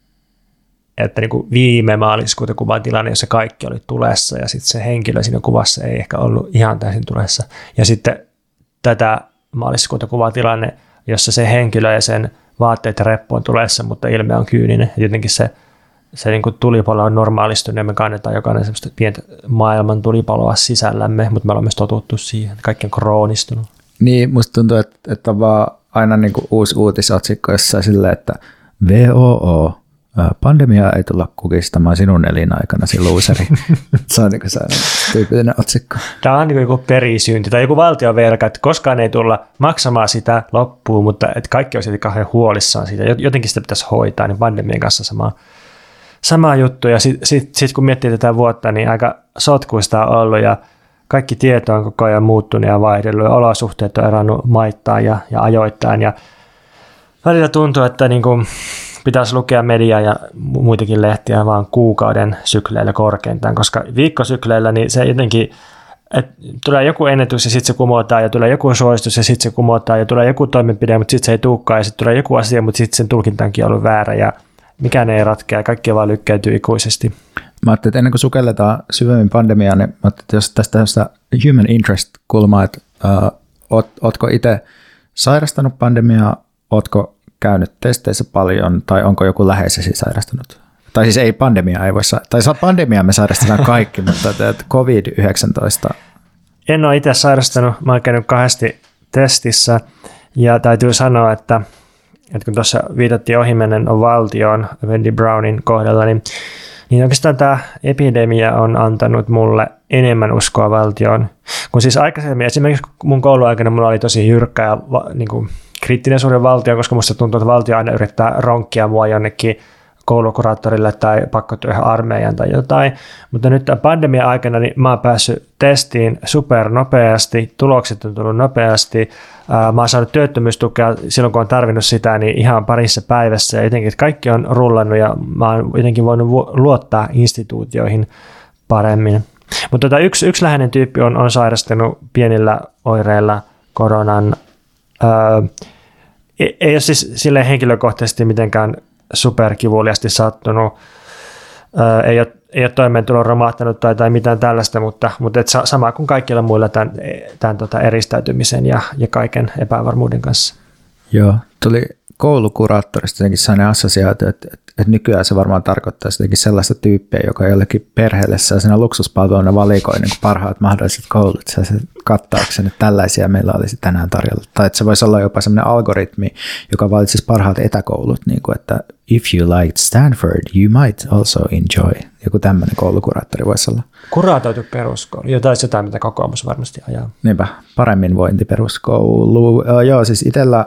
C: niin kuin viime maaliskuuta kuvaan tilanne, jossa kaikki oli tulessa ja sitten se henkilö siinä kuvassa ei ehkä ollut ihan täysin tulessa. Ja sitten tätä maaliskuuta kuvaa tilanne, jossa se henkilö ja sen vaatteet ja reppu on tulessa, mutta ilme on kyyninen. Ja jotenkin se niin kuin tulipalo on normaalistunut ja me kannetaan jokainen semmoista pientä maailman tulipaloa sisällämme, mutta me ollaan myös totuttu siihen, että kaikki on kroonistunut.
B: Niin, musta tuntuu, että on vaan aina niin kuin uusi uutisotsikko jossain silleen, että VOO. Pandemia ei tulla kukistamaan sinun elinaikana, luuseri. Se on niin sellainen tyypillinen otsikko.
C: Tämä on niin joku perisyynti tai joku valtionvelka, että koskaan ei tulla maksamaan sitä loppuun, mutta että kaikki on silti kauhean huolissaan siitä. Jotenkin sitä pitäisi hoitaa, niin pandemian kanssa sama juttu. Ja sitten kun miettii tätä vuotta, niin aika sotkuista on ollut ja kaikki tieto on koko ajan muuttunut ja vaihdellut ja olosuhteet on erannut maittain ja ajoittain. Ja välillä tuntuu, että niin kuin pitäisi lukea mediaa ja muitakin lehtiä vaan kuukauden sykleillä korkeintaan, koska viikkosykleillä niin se jotenkin, että tulee joku ennätys ja sitten se kumotaan ja tulee joku suositus ja sitten se kumotaan ja tulee joku toimenpide, mutta sitten se ei tulekaan ja sitten tulee joku asia, mutta sitten sen tulkintaankin on ollut väärä ja mikään ei ratkea, kaikki vaan lykkäytyy ikuisesti.
B: Mä ajattelin, että ennen kuin sukelletaan syvemmin pandemiaan, niin mä ajattelin, että jos tästä human interest-kulmaa, että ootko itse sairastanut pandemiaa, ootko käynyt testeissä paljon, tai onko joku läheisesi sairastunut? Tai siis ei pandemiaa, ei voi tai pandemiaa me sairastetaan kaikki, mutta COVID-19.
C: En ole itse sairastanut, mä oon käynyt 2 testissä, ja täytyy sanoa, että kun tuossa viitattiin ohimennen on valtioon Wendy Brownin kohdalla, niin Niin oikeastaan tämä epidemia on antanut mulle enemmän uskoa valtioon. Kun siis aikaisemmin, esimerkiksi mun kouluaikana mulla oli tosi jyrkkä ja niin kuin kriittinen suhde valtioon, koska musta tuntuu, että valtio aina yrittää ronkkia mua jonnekin koulukuraattorille tai pakkotyöhön armeijan tai jotain. Mutta nyt tämän pandemian aikana niin mä oon päässyt testiin supernopeasti, tulokset on tullut nopeasti. Mä oon saanut työttömyystukea silloin, kun on tarvinnut sitä, niin ihan parissa päivässä. Ja jotenkin, että kaikki on rullannut ja mä oon jotenkin voinut luottaa instituutioihin paremmin. Mutta yksi läheinen tyyppi on sairastunut pienillä oireilla koronan. Ei ole siis silleen henkilökohtaisesti mitenkään superkivuliasti sattunut, ei ole toimeentulo romahtanut tai mitään tällaista, mutta sama kuin kaikilla muilla tämän eristäytymisen ja kaiken epävarmuuden kanssa.
B: Joo, tuli koulukuraattorista jotenkin sellainen assosiaatio, että nykyään se varmaan tarkoittaa jotenkin sellaista tyyppiä, joka jollekin perheelle sellaisena luksuspalveluna valikoi niin parhaat mahdolliset koulut, kattauksen, että tällaisia meillä olisi tänään tarjolla. Tai että se voisi olla jopa sellainen algoritmi, joka valitsisi parhaat etäkoulut, niin kuin, että if you liked Stanford, you might also enjoy. Joku tämmöinen koulukuraattori voisi olla.
C: Kuraatoitu peruskoulu, jotain mitä kokoomus varmasti ajaa.
B: Niinpä, paremmin vointi peruskoulu. Joo, siis itsellä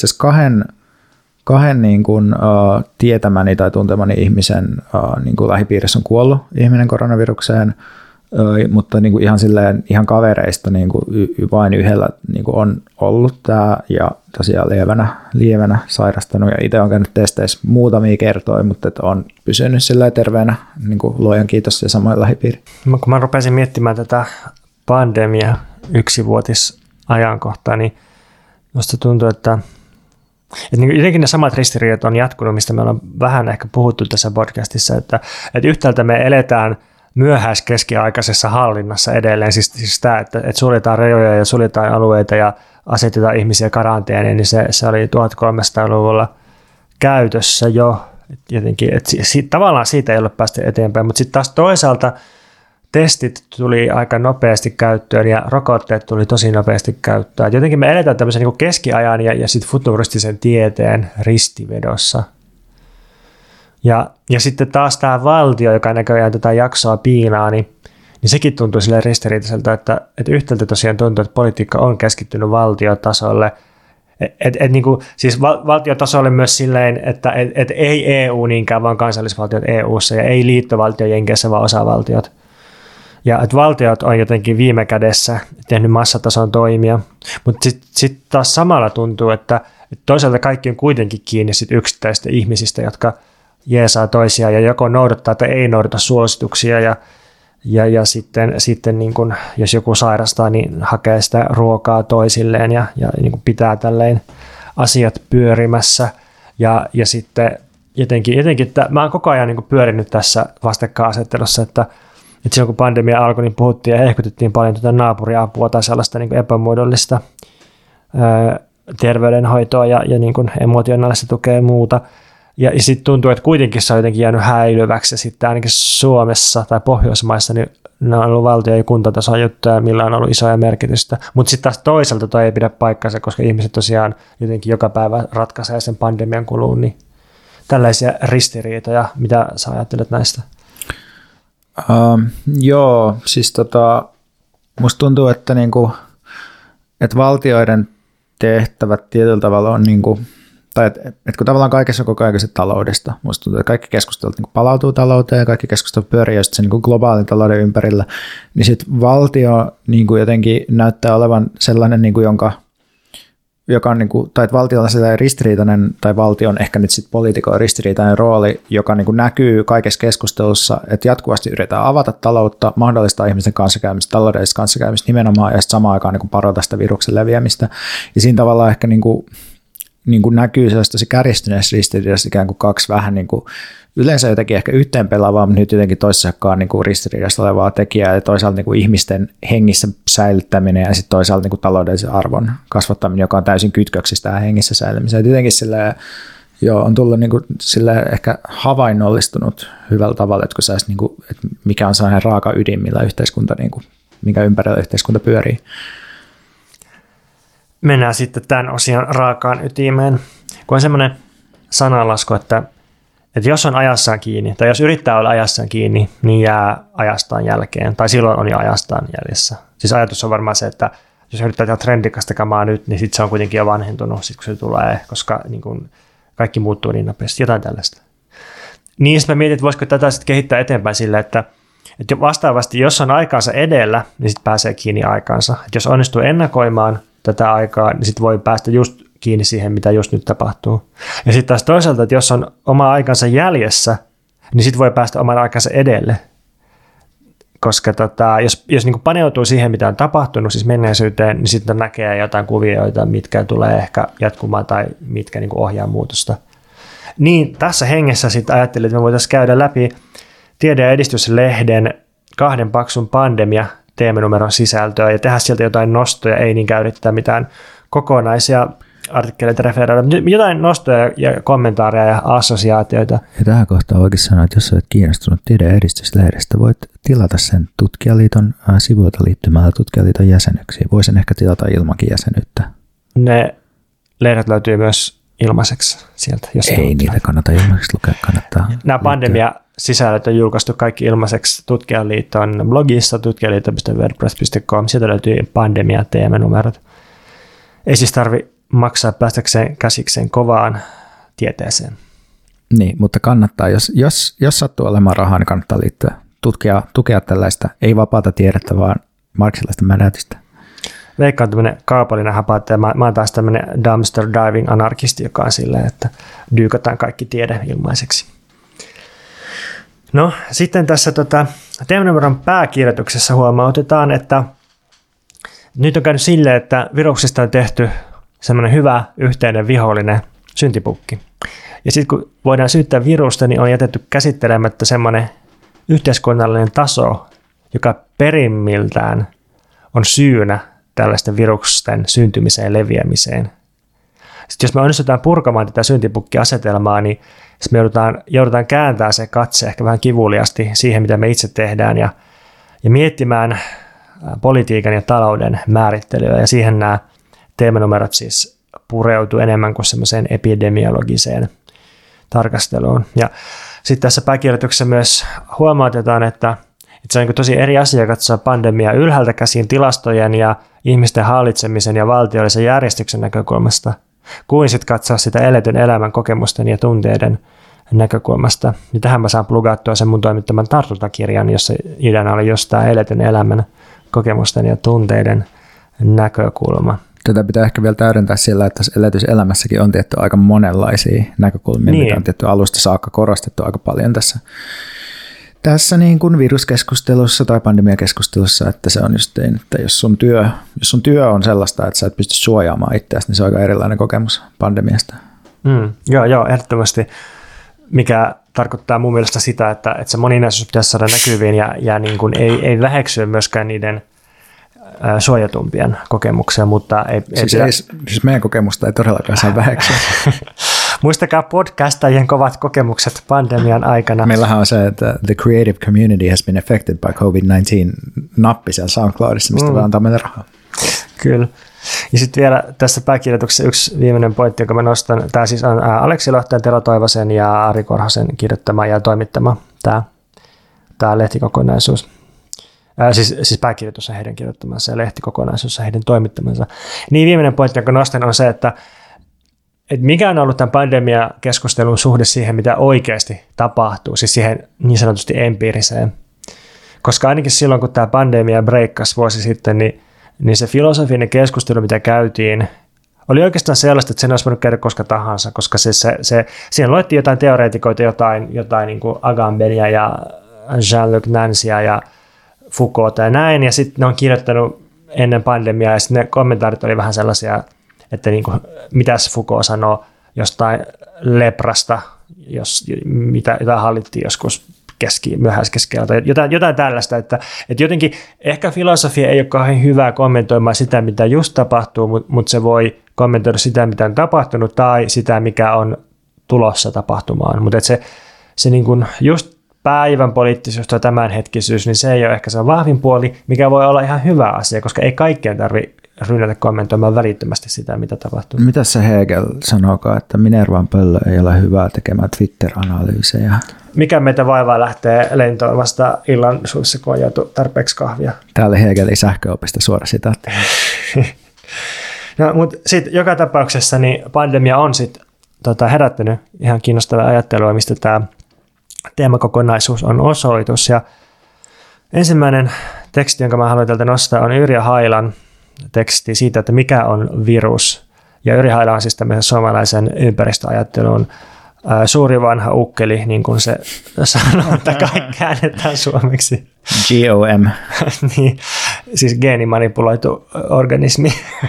B: kahden niin kuin, tietämäni tai tuntemani ihmisen niin kuin lähipiirissä on kuollut ihminen koronavirukseen, mutta niin kuin ihan kavereista niin kuin vain yhdellä niin kuin on ollut tämä ja tosiaan lievänä sairastanut ja itse olen käynyt testeissä muutamia kertoja, mutta että on pysynyt sillä terveenä, niin kuin luojan kiitos ja samoin lähipiiri.
C: Kun mä rupesin miettimään tätä pandemia yksivuotisajankohtaa, niin musta tuntuu, että jotenkin ne samat ristiriidat on jatkunut, mistä me ollaan vähän ehkä puhuttu tässä podcastissa, että yhtäältä me eletään myöhäiskeskiaikaisessa hallinnassa edelleen, siis tämä, että suljetaan rajoja ja suljetaan alueita ja asetetaan ihmisiä karanteeniin, niin se oli 1300-luvulla käytössä jo, jotenkin, että tavallaan siitä ei ole päästy eteenpäin, mutta sitten taas toisaalta testit tuli aika nopeasti käyttöön ja rokotteet tuli tosi nopeasti käyttöön. Jotenkin me eletään tämmöisen niin keskiajan ja sitten futuristisen tieteen ristivedossa. Ja sitten taas tämä valtio, joka näköjään tätä jaksoa piinaa, niin sekin tuntuu silleen ristiriitaiselta, että yhtäältä tosiaan tuntuu, että politiikka on keskittynyt valtiotasolle. Niin kuin, siis valtiotasolle myös silleen, että ei EU niinkään, vaan kansallisvaltiot EU:ssa ja ei liittovaltio Jenkeissä, vaan osavaltiot. Ja että valtiot on jotenkin viime kädessä tehnyt massatason toimia, mutta sitten taas samalla tuntuu, että toisaalta kaikki on kuitenkin kiinni sit yksittäisistä ihmisistä, jotka jeesaa toisiaan ja joko noudattaa tai ei noudata suosituksia ja sitten niin kun, jos joku sairastaa, niin hakee sitä ruokaa toisilleen ja niin kun pitää tälleen asiat pyörimässä ja sitten jotenkin että mä oon koko ajan niin kun pyörinyt tässä vastakkainasettelussa, että silloin kun pandemia alkoi, niin puhuttiin ja ehkutettiin paljon tätä naapuriapua tai sellaista niin kuin epämuodollista terveydenhoitoa ja niin kuin emotionaalista tukea ja muuta. Ja sitten tuntuu, että kuitenkin se on jotenkin jäänyt häilyväksi. Ja sitten ainakin Suomessa tai Pohjoismaissa niin ne on ollut valtio- ja kuntatason juttuja, millä on ollut isoja merkitystä. Mutta sitten taas toisaalta toi ei pidä paikkansa, koska ihmiset tosiaan jotenkin joka päivä ratkaisee sen pandemian kuluun. Niin tällaisia ristiriitoja, mitä sä ajattelet näistä?
B: Joo, siis musta tuntuu, että, että valtioiden tehtävät tietyllä tavalla on, tai että kun tavallaan kaikessa on koko ajan taloudesta, musta tuntuu, että kaikki keskustelut palautuu talouteen ja kaikki keskustelut pyörii just sen globaalin talouden ympärillä, niin sitten valtio jotenkin näyttää olevan sellainen, joka on, tai että valtiolla on sellainen ristiriitainen, tai valtion ehkä nyt sitten poliitikon ristiriitainen rooli, joka näkyy kaikessa keskustelussa, että jatkuvasti yritetään avata taloutta, mahdollistaa ihmisten kanssakäymistä, taloudellista kanssakäymistä nimenomaan, ja sitten samaan aikaan parota sitä viruksen leviämistä. Ja siinä tavallaan ehkä näkyy sellaista tosi kärjistyneessä ristiriidassa ikään kuin kaksi vähän yleensä jotenkin ehkä yhteen pelaavaa, mutta nyt jotenkin toisessakaan ristiriidasta olevaa tekijää ja toisaalta ihmisten hengissä säilyttäminen ja sitten toisaalta taloudellisen arvon kasvattaminen, joka on täysin kytköksissä tähän hengissä säilymiseen. Jotenkin silleen, on tullut silleen ehkä havainnollistunut hyvällä tavalla, että kun sä että mikä on sellainen raaka ydin, millä yhteiskunta, minkä ympärillä yhteiskunta pyörii.
C: Mennään sitten tämän osion raakaan ytimeen. Kun on semmoinen sananlasku, että että jos on ajassaan kiinni, tai jos yrittää olla ajassaan kiinni, niin jää ajastaan jälkeen, tai silloin on jo ajastaan jäljessä. Siis ajatus on varmaan se, että jos yrittää tehdä trendikasta kamaa nyt, niin sitten se on kuitenkin jo vanhentunut, sit kun se tulee, koska niin kun kaikki muuttuu niin nopeasti, jotain tällaista. Niin sitten mä mietin, että voisiko tätä sitten kehittää eteenpäin sillä, että vastaavasti, jos on aikaansa edellä, niin sitten pääsee kiinni aikaansa. Et jos onnistuu ennakoimaan tätä aikaa, niin sitten voi päästä just kiinni siihen, mitä just nyt tapahtuu. Ja sitten taas toisaalta, että jos on oma aikansa jäljessä, niin sitten voi päästä oman aikansa edelle. Koska jos niin kuin paneutuu siihen, mitä on tapahtunut, siis menneisyyteen, niin sitten näkee jotain kuvioita, mitkä tulee ehkä jatkumaan tai mitkä niin kuin ohjaa muutosta. Niin tässä hengessä sitten ajattelin, että me voitaisiin käydä läpi Tiede- ja edistyslehden 2 paksun pandemia-teemanumeron sisältöä ja tehdä sieltä jotain nostoja, ei niin käytetä mitään kokonaisia artikkeleita referoida, jotain nostoja ja kommentaareja ja assosiaatioita.
B: Ja tähän kohtaan oikein sanoa, että jos olet kiinnostunut Tiede- ja edistyslehdestä, voit tilata sen Tutkijaliiton sivuilta liittymällä Tutkijaliiton jäsenyksiin. Voisin ehkä tilata ilmankin jäsenyyttä.
C: Ne lehdet löytyy myös ilmaiseksi sieltä. Jos
B: ei niitä kannata ilmaiseksi lukea, kannattaa.
C: Nämä pandemia-sisällöt on julkaistu kaikki ilmaiseksi Tutkijaliiton blogissa tutkijaliitto.wordpress.com. Sieltä löytyy pandemia-teemanumerot. Ei siis tarvitse maksaa päästäkseen käsikseen kovaan tieteeseen.
B: Niin, mutta kannattaa, jos sattuu olemaan rahaa, niin kannattaa liittyä. Tukea tällaista, ei vapaata tiedettä, vaan marksilaista mädätystä.
C: Veikka on tämmöinen kaupallinen hapata, ja mä oon taas tämmöinen dumpster diving anarkisti, joka on silleen, että dyykataan kaikki tiede ilmaiseksi. No, sitten tässä teemanumeron pääkirjoituksessa huomautetaan, että nyt on käynyt silleen, että viruksista on tehty semmoinen hyvä yhteinen vihollinen syntipukki. Ja sitten kun voidaan syyttää virusta, niin on jätetty käsittelemättä semmoinen yhteiskunnallinen taso, joka perimmiltään on syynä tällaisten virusten syntymiseen ja leviämiseen. Sitten jos me onnistutaan purkamaan tätä syntipukkiasetelmaa, niin me joudutaan kääntämään se katse ehkä vähän kivuliasti siihen, mitä me itse tehdään ja miettimään politiikan ja talouden määrittelyä, ja siihen nämä teemanumerot siis pureutuu enemmän kuin semmoiseen epidemiologiseen tarkasteluun. Ja sitten tässä pääkirjoituksessa myös huomautetaan, että se on tosi eri asia katsoa pandemiaa ylhäältä käsin tilastojen ja ihmisten hallitsemisen ja valtiollisen järjestyksen näkökulmasta, kuin sitten katsoa sitä eletyn elämän kokemusten ja tunteiden näkökulmasta. Ja tähän mä saan plugattua sen mun toimittaman tartuntakirjan, jossa ideana oli jostain eletyn elämän kokemusten ja tunteiden näkökulma.
B: Tätä pitää ehkä vielä täydentää sillä, että tässä eletyselämässäkin on tietty aika monenlaisia näkökulmia, mitä on tietty alusta saakka korostettu aika paljon tässä niin kuin viruskeskustelussa tai pandemiakeskustelussa, että se on just, että jos sun työ on sellaista, että sä et pysty suojaamaan itseäsi, niin se on aika erilainen kokemus pandemiasta.
C: Joo, ehdottomasti. Mikä tarkoittaa mun mielestä sitä, että se moninaisuus pitäisi saada näkyviin ja niin kuin ei väheksyä myöskään niiden suojatumpien kokemuksia, mutta
B: siis meidän kokemusta ei todellakaan saa väheksyä.
C: Muistakaa podcastajien kovat kokemukset pandemian aikana.
B: Meillähän on se, että the creative community has been affected by COVID-19 nappi siellä SoundCloudissa, mistä voi antaa meille rahaa.
C: Kyllä. Ja sitten vielä tässä pääkirjoituksessa yksi viimeinen pointti, jonka mä nostan. Tämä siis on Aleksi Lohteen, Tero Toivosen ja Ari Korhosen kirjoittama ja toimittama tämä lehtikokonaisuus. Siis pääkirjoitus on heidän kirjoittamansa ja lehtikokonaisuus on heidän toimittamansa. Niin viimeinen pointti, jonka nostan, on se, että mikä on ollut tämän pandemiakeskustelun suhde siihen, mitä oikeasti tapahtuu, siis siihen niin sanotusti empiiriseen. Koska ainakin silloin, kun tämä pandemia breikkasi vuosi sitten, niin se filosofinen keskustelu, mitä käytiin, oli oikeastaan sellaista, että sen olisi voinut käydä koska tahansa, koska siihen luettiin jotain teoreetikoita, jotain niin kuin Agambenia ja Jean-Luc Nancya ja Foucaulta ja näin, ja sitten ne on kirjoittanut ennen pandemiaa, ja sitten ne kommentaarit oli vähän sellaisia, että niin kuin, mitäs Foucault sanoo jostain leprasta, mitä hallittiin joskus myöhäiskeskeltä, jotain tällaista, että jotenkin ehkä filosofia ei ole kauhean hyvää kommentoimaan sitä, mitä just tapahtuu, mutta se voi kommentoida sitä, mitä on tapahtunut, tai sitä, mikä on tulossa tapahtumaan, mutta se niin kuin just päivän poliittisuus tai tämänhetkisyys, niin se ei ole ehkä se vahvin puoli, mikä voi olla ihan hyvä asia, koska ei kaikkeen tarvitse rynnätä kommentoimaan välittömästi sitä, mitä tapahtuu.
B: Mitä se Hegel sanookaan, että Minervan pöllö ei ole hyvää tekemään Twitter-analyysejä?
C: Mikä meitä vaivaa lähtee lentoon vasta illan suussa, kun on joutu tarpeeksi kahvia?
B: Täällä Hegelin sähköopista suora sitaatti.
C: No, mutta sitten joka tapauksessa niin pandemia on sitten herättänyt ihan kiinnostavaa ajattelua, mistä tämä teemakokonaisuus on osoitus. Ja ensimmäinen teksti, jonka mä haluan täältä nostaa, on Yrjö Hailan teksti siitä, että mikä on virus. Ja Yrjö Haila on siis tämmöisen suomalaisen ympäristöajattelun suuri vanha ukkeli, niin kuin se sanoo, että kaikki käännetään suomeksi.
B: GOM.
C: Niin, siis geenimanipuloitu organismi.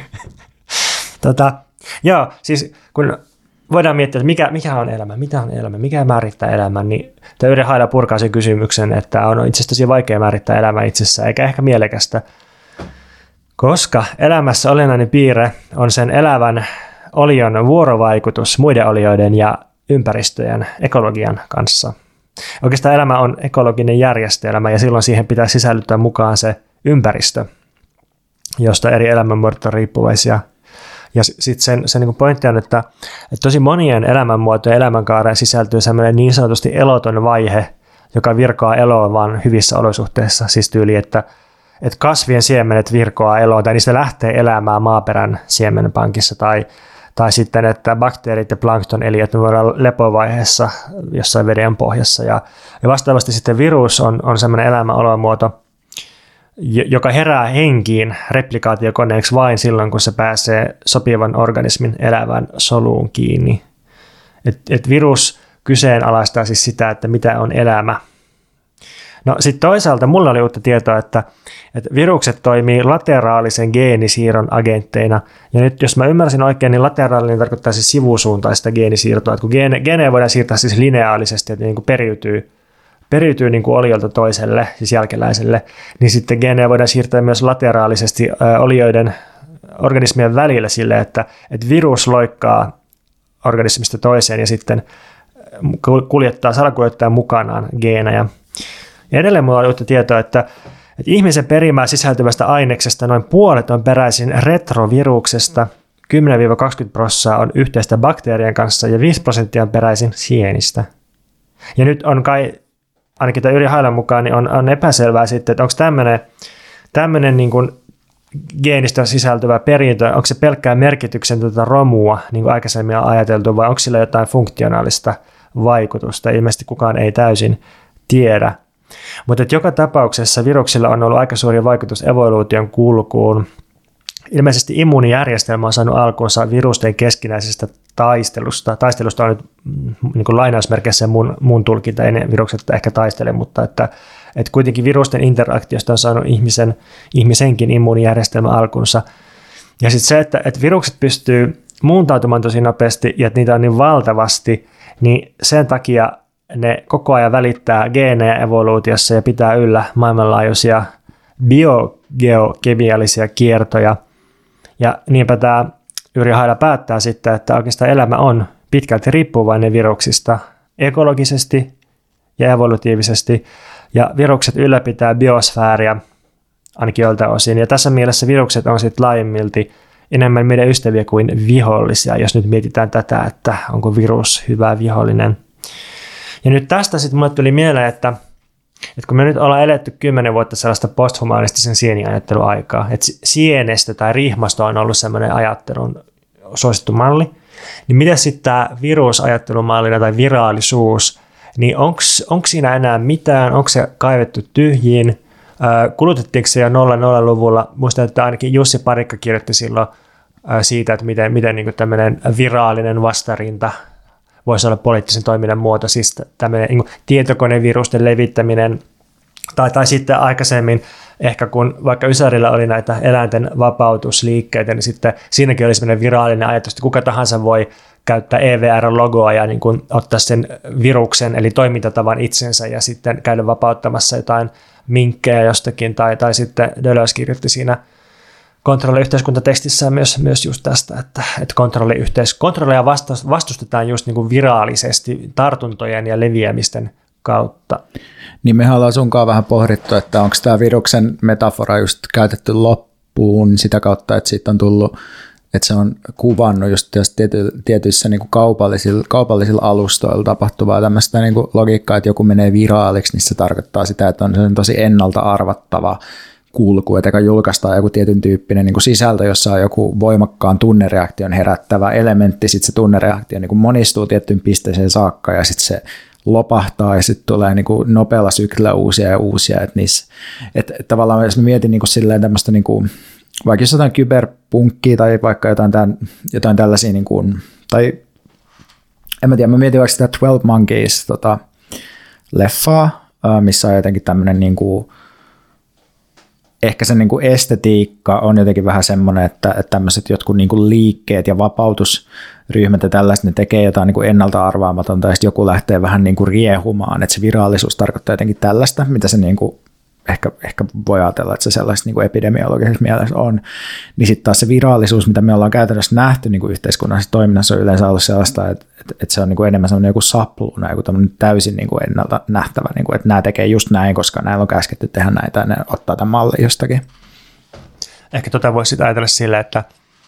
C: Joo, siis kun voidaan miettiä, että mikä on elämä, mitä on elämä, mikä määrittää elämän, niin tämä Yrjö Haila purkaa sen kysymyksen, että on itse asiassa tosi vaikea määrittää elämää itsessään, eikä ehkä mielekästä, koska elämässä olennainen piirre on sen elävän olion vuorovaikutus muiden olioiden ja ympäristöjen, ekologian kanssa. Oikeastaan elämä on ekologinen järjestelmä ja silloin siihen pitää sisällyttää mukaan se ympäristö, josta eri elämänmuodot on riippuvaisia. Ja sitten se niin pointti on, että tosi monien elämänmuotojen elämänkaareen sisältyy sellainen niin sanotusti eloton vaihe, joka virkoaa eloon vaan hyvissä olosuhteissa. Siis tyyli, että kasvien siemenet virkoaa eloon tai niistä lähtee elämään maaperän siemenpankissa tai sitten, että bakteerit ja planktoneliöt voidaan lepovaiheessa jossain veden pohjassa. Ja vastaavasti sitten virus on sellainen elämänolomuoto, joka herää henkiin replikaatiokoneeksi vain silloin, kun se pääsee sopivan organismin elävän soluun kiinni. Et virus kyseenalaistaa siis sitä, että mitä on elämä. No sitten toisaalta mulla oli uutta tietoa, että virukset toimii lateraalisen geenisiirron agentteina. Ja nyt jos mä ymmärsin oikein, niin lateraalinen tarkoittaa siis sivusuuntaista geenisiirtoa. Että kun geenejä voidaan siirtää siis lineaalisesti, että ne niin periytyy niin kuin oliolta toiselle, siis jälkeläiselle, niin sitten geenejä voidaan siirtää myös lateraalisesti olioiden organismien välillä sille, että virus loikkaa organismista toiseen ja sitten salakuljettaa mukanaan geenejä. Ja edelleen minulla on uutta tietoa, että ihmisen perimään sisältyvästä aineksesta noin puolet on peräisin retroviruksesta, 10-20% on yhteistä bakteerien kanssa ja 5% on peräisin sienistä. Ja nyt on kai, ainakin tämän Yrjö Hailan mukaan, niin on epäselvää sitten, että onko tämmöinen niin kuin geenistä sisältyvä perintö, onko se pelkkää merkityksetöntä romua, niin kuin aikaisemmin on ajateltu, vai onko sillä jotain funktionaalista vaikutusta? Ilmeisesti kukaan ei täysin tiedä. Mutta joka tapauksessa viruksilla on ollut aika suuri vaikutus evoluution kulkuun. Ilmeisesti immuunijärjestelmä on saanut alkuunsa virusten keskinäisestä taistelusta. Taistelusta on nyt niin kuin lainausmerkeissä mun tulkinta, ei ne virukset ehkä taistele, mutta että kuitenkin virusten interaktiosta on saanut ihmisenkin immuunijärjestelmä alkunsa. Ja sitten se, että virukset pystyy muuntautumaan tosi nopeasti ja että niitä on niin valtavasti, niin sen takia ne koko ajan välittää geenejä evoluutiossa ja pitää yllä maailmanlaajuisia biogeokemiallisia kiertoja. Ja niinpä tämä Yrjö Haila päättää sitten, että oikeastaan elämä on pitkälti riippuvainen viruksista ekologisesti ja evolutiivisesti. Ja virukset ylläpitää biosfääriä ainakin joiltain osin. Ja tässä mielessä virukset on sitten laajemmilti enemmän meidän ystäviä kuin vihollisia, jos nyt mietitään tätä, että onko virus hyvä vihollinen. Ja nyt tästä sitten mulle tuli mieleen, että kun me nyt ollaan eletty 10 vuotta sellaista posthumanistisen sieniajatteluaikaa, että sienestä tai rihmasta on ollut sellainen ajattelun suosittu malli, niin mitä sitten tämä virusajattelumallina tai viraalisuus, niin onko siinä enää mitään, onko se kaivettu tyhjiin, kulutettiinko se jo 00-luvulla, muistan, että ainakin Jussi Parikka kirjoitti silloin siitä, että miten niin kuin tämmöinen viraalinen vastarinta voisi olla poliittisen toiminnan muoto, siis tämmöinen niin tietokonevirusten levittäminen, tai sitten aikaisemmin ehkä kun vaikka Ysärillä oli näitä eläinten vapautusliikkeitä, niin sitten siinäkin oli sellainen viraalinen ajatus, että kuka tahansa voi käyttää EVR-logoa ja niin kuin ottaa sen viruksen, eli toimintatavan itsensä ja sitten käydä vapauttamassa jotain minkkejä jostakin, tai sitten Deleuze kirjoitti siinä kontrolliyhteiskuntatekstissään myös just tästä, että kontrolleja vastustetaan just niin kuin viraalisesti tartuntojen ja leviämisten kautta.
B: Niin me ollaan sunkaan vähän pohdittu, että onko tämä viruksen metafora just käytetty puun sitä kautta, että siitä on tullut, että se on kuvannut just tietyissä niin kuin kaupallisilla alustoilla tapahtuvaa tämmöistä niin kuin logiikkaa, että joku menee viraaliksi, niin se tarkoittaa sitä, että on tosi ennalta arvattava kulku, että julkaistaan joku tietyn tyyppinen niin kuin sisältö, jossa on joku voimakkaan tunnereaktion herättävä elementti, sitten se tunnereaktio niin kuin monistuu tiettyyn pisteeseen saakka ja sitten se lopahtaa ja sitten tulee niin kuin nopealla syklillä uusia ja uusia, että tavallaan jos mä mietin niin kuin silleen tämmöistä niin kuin, vaikka jos jotain kyberpunkkia tai vaikka jotain tällaisia, niin kuin, tai en mä tiedä, mä mietin vaikka sitä 12 Monkeys leffaa, missä on jotenkin tämmöinen niin kuin, ehkä se niin kuin estetiikka on jotenkin vähän semmoinen, että tämmöiset jotkut niin kuin liikkeet ja vapautusryhmät ja tällaiset, ne tekee jotain niin kuin ennalta arvaamatonta ja sitten joku lähtee vähän niin kuin riehumaan, että se virallisuus tarkoittaa jotenkin tällaista, mitä se niin kuin ehkä voi ajatella, että se sellaista niin kuin epidemiologisessa mielessä on, niin sitten taas se virallisuus, mitä me ollaan käytännössä nähty niin kuin yhteiskunnallisessa toiminnassa, on yleensä ollut sellaista, että se on niin kuin enemmän sellainen joku sapluuna, joku tämmöinen täysin niin kuin ennalta nähtävä, niin kuin, että nämä tekee just näin, koska näillä on käsketty tehdä näitä ja ne ottaa tämän mallin jostakin.
C: Ehkä voisi ajatella sille, että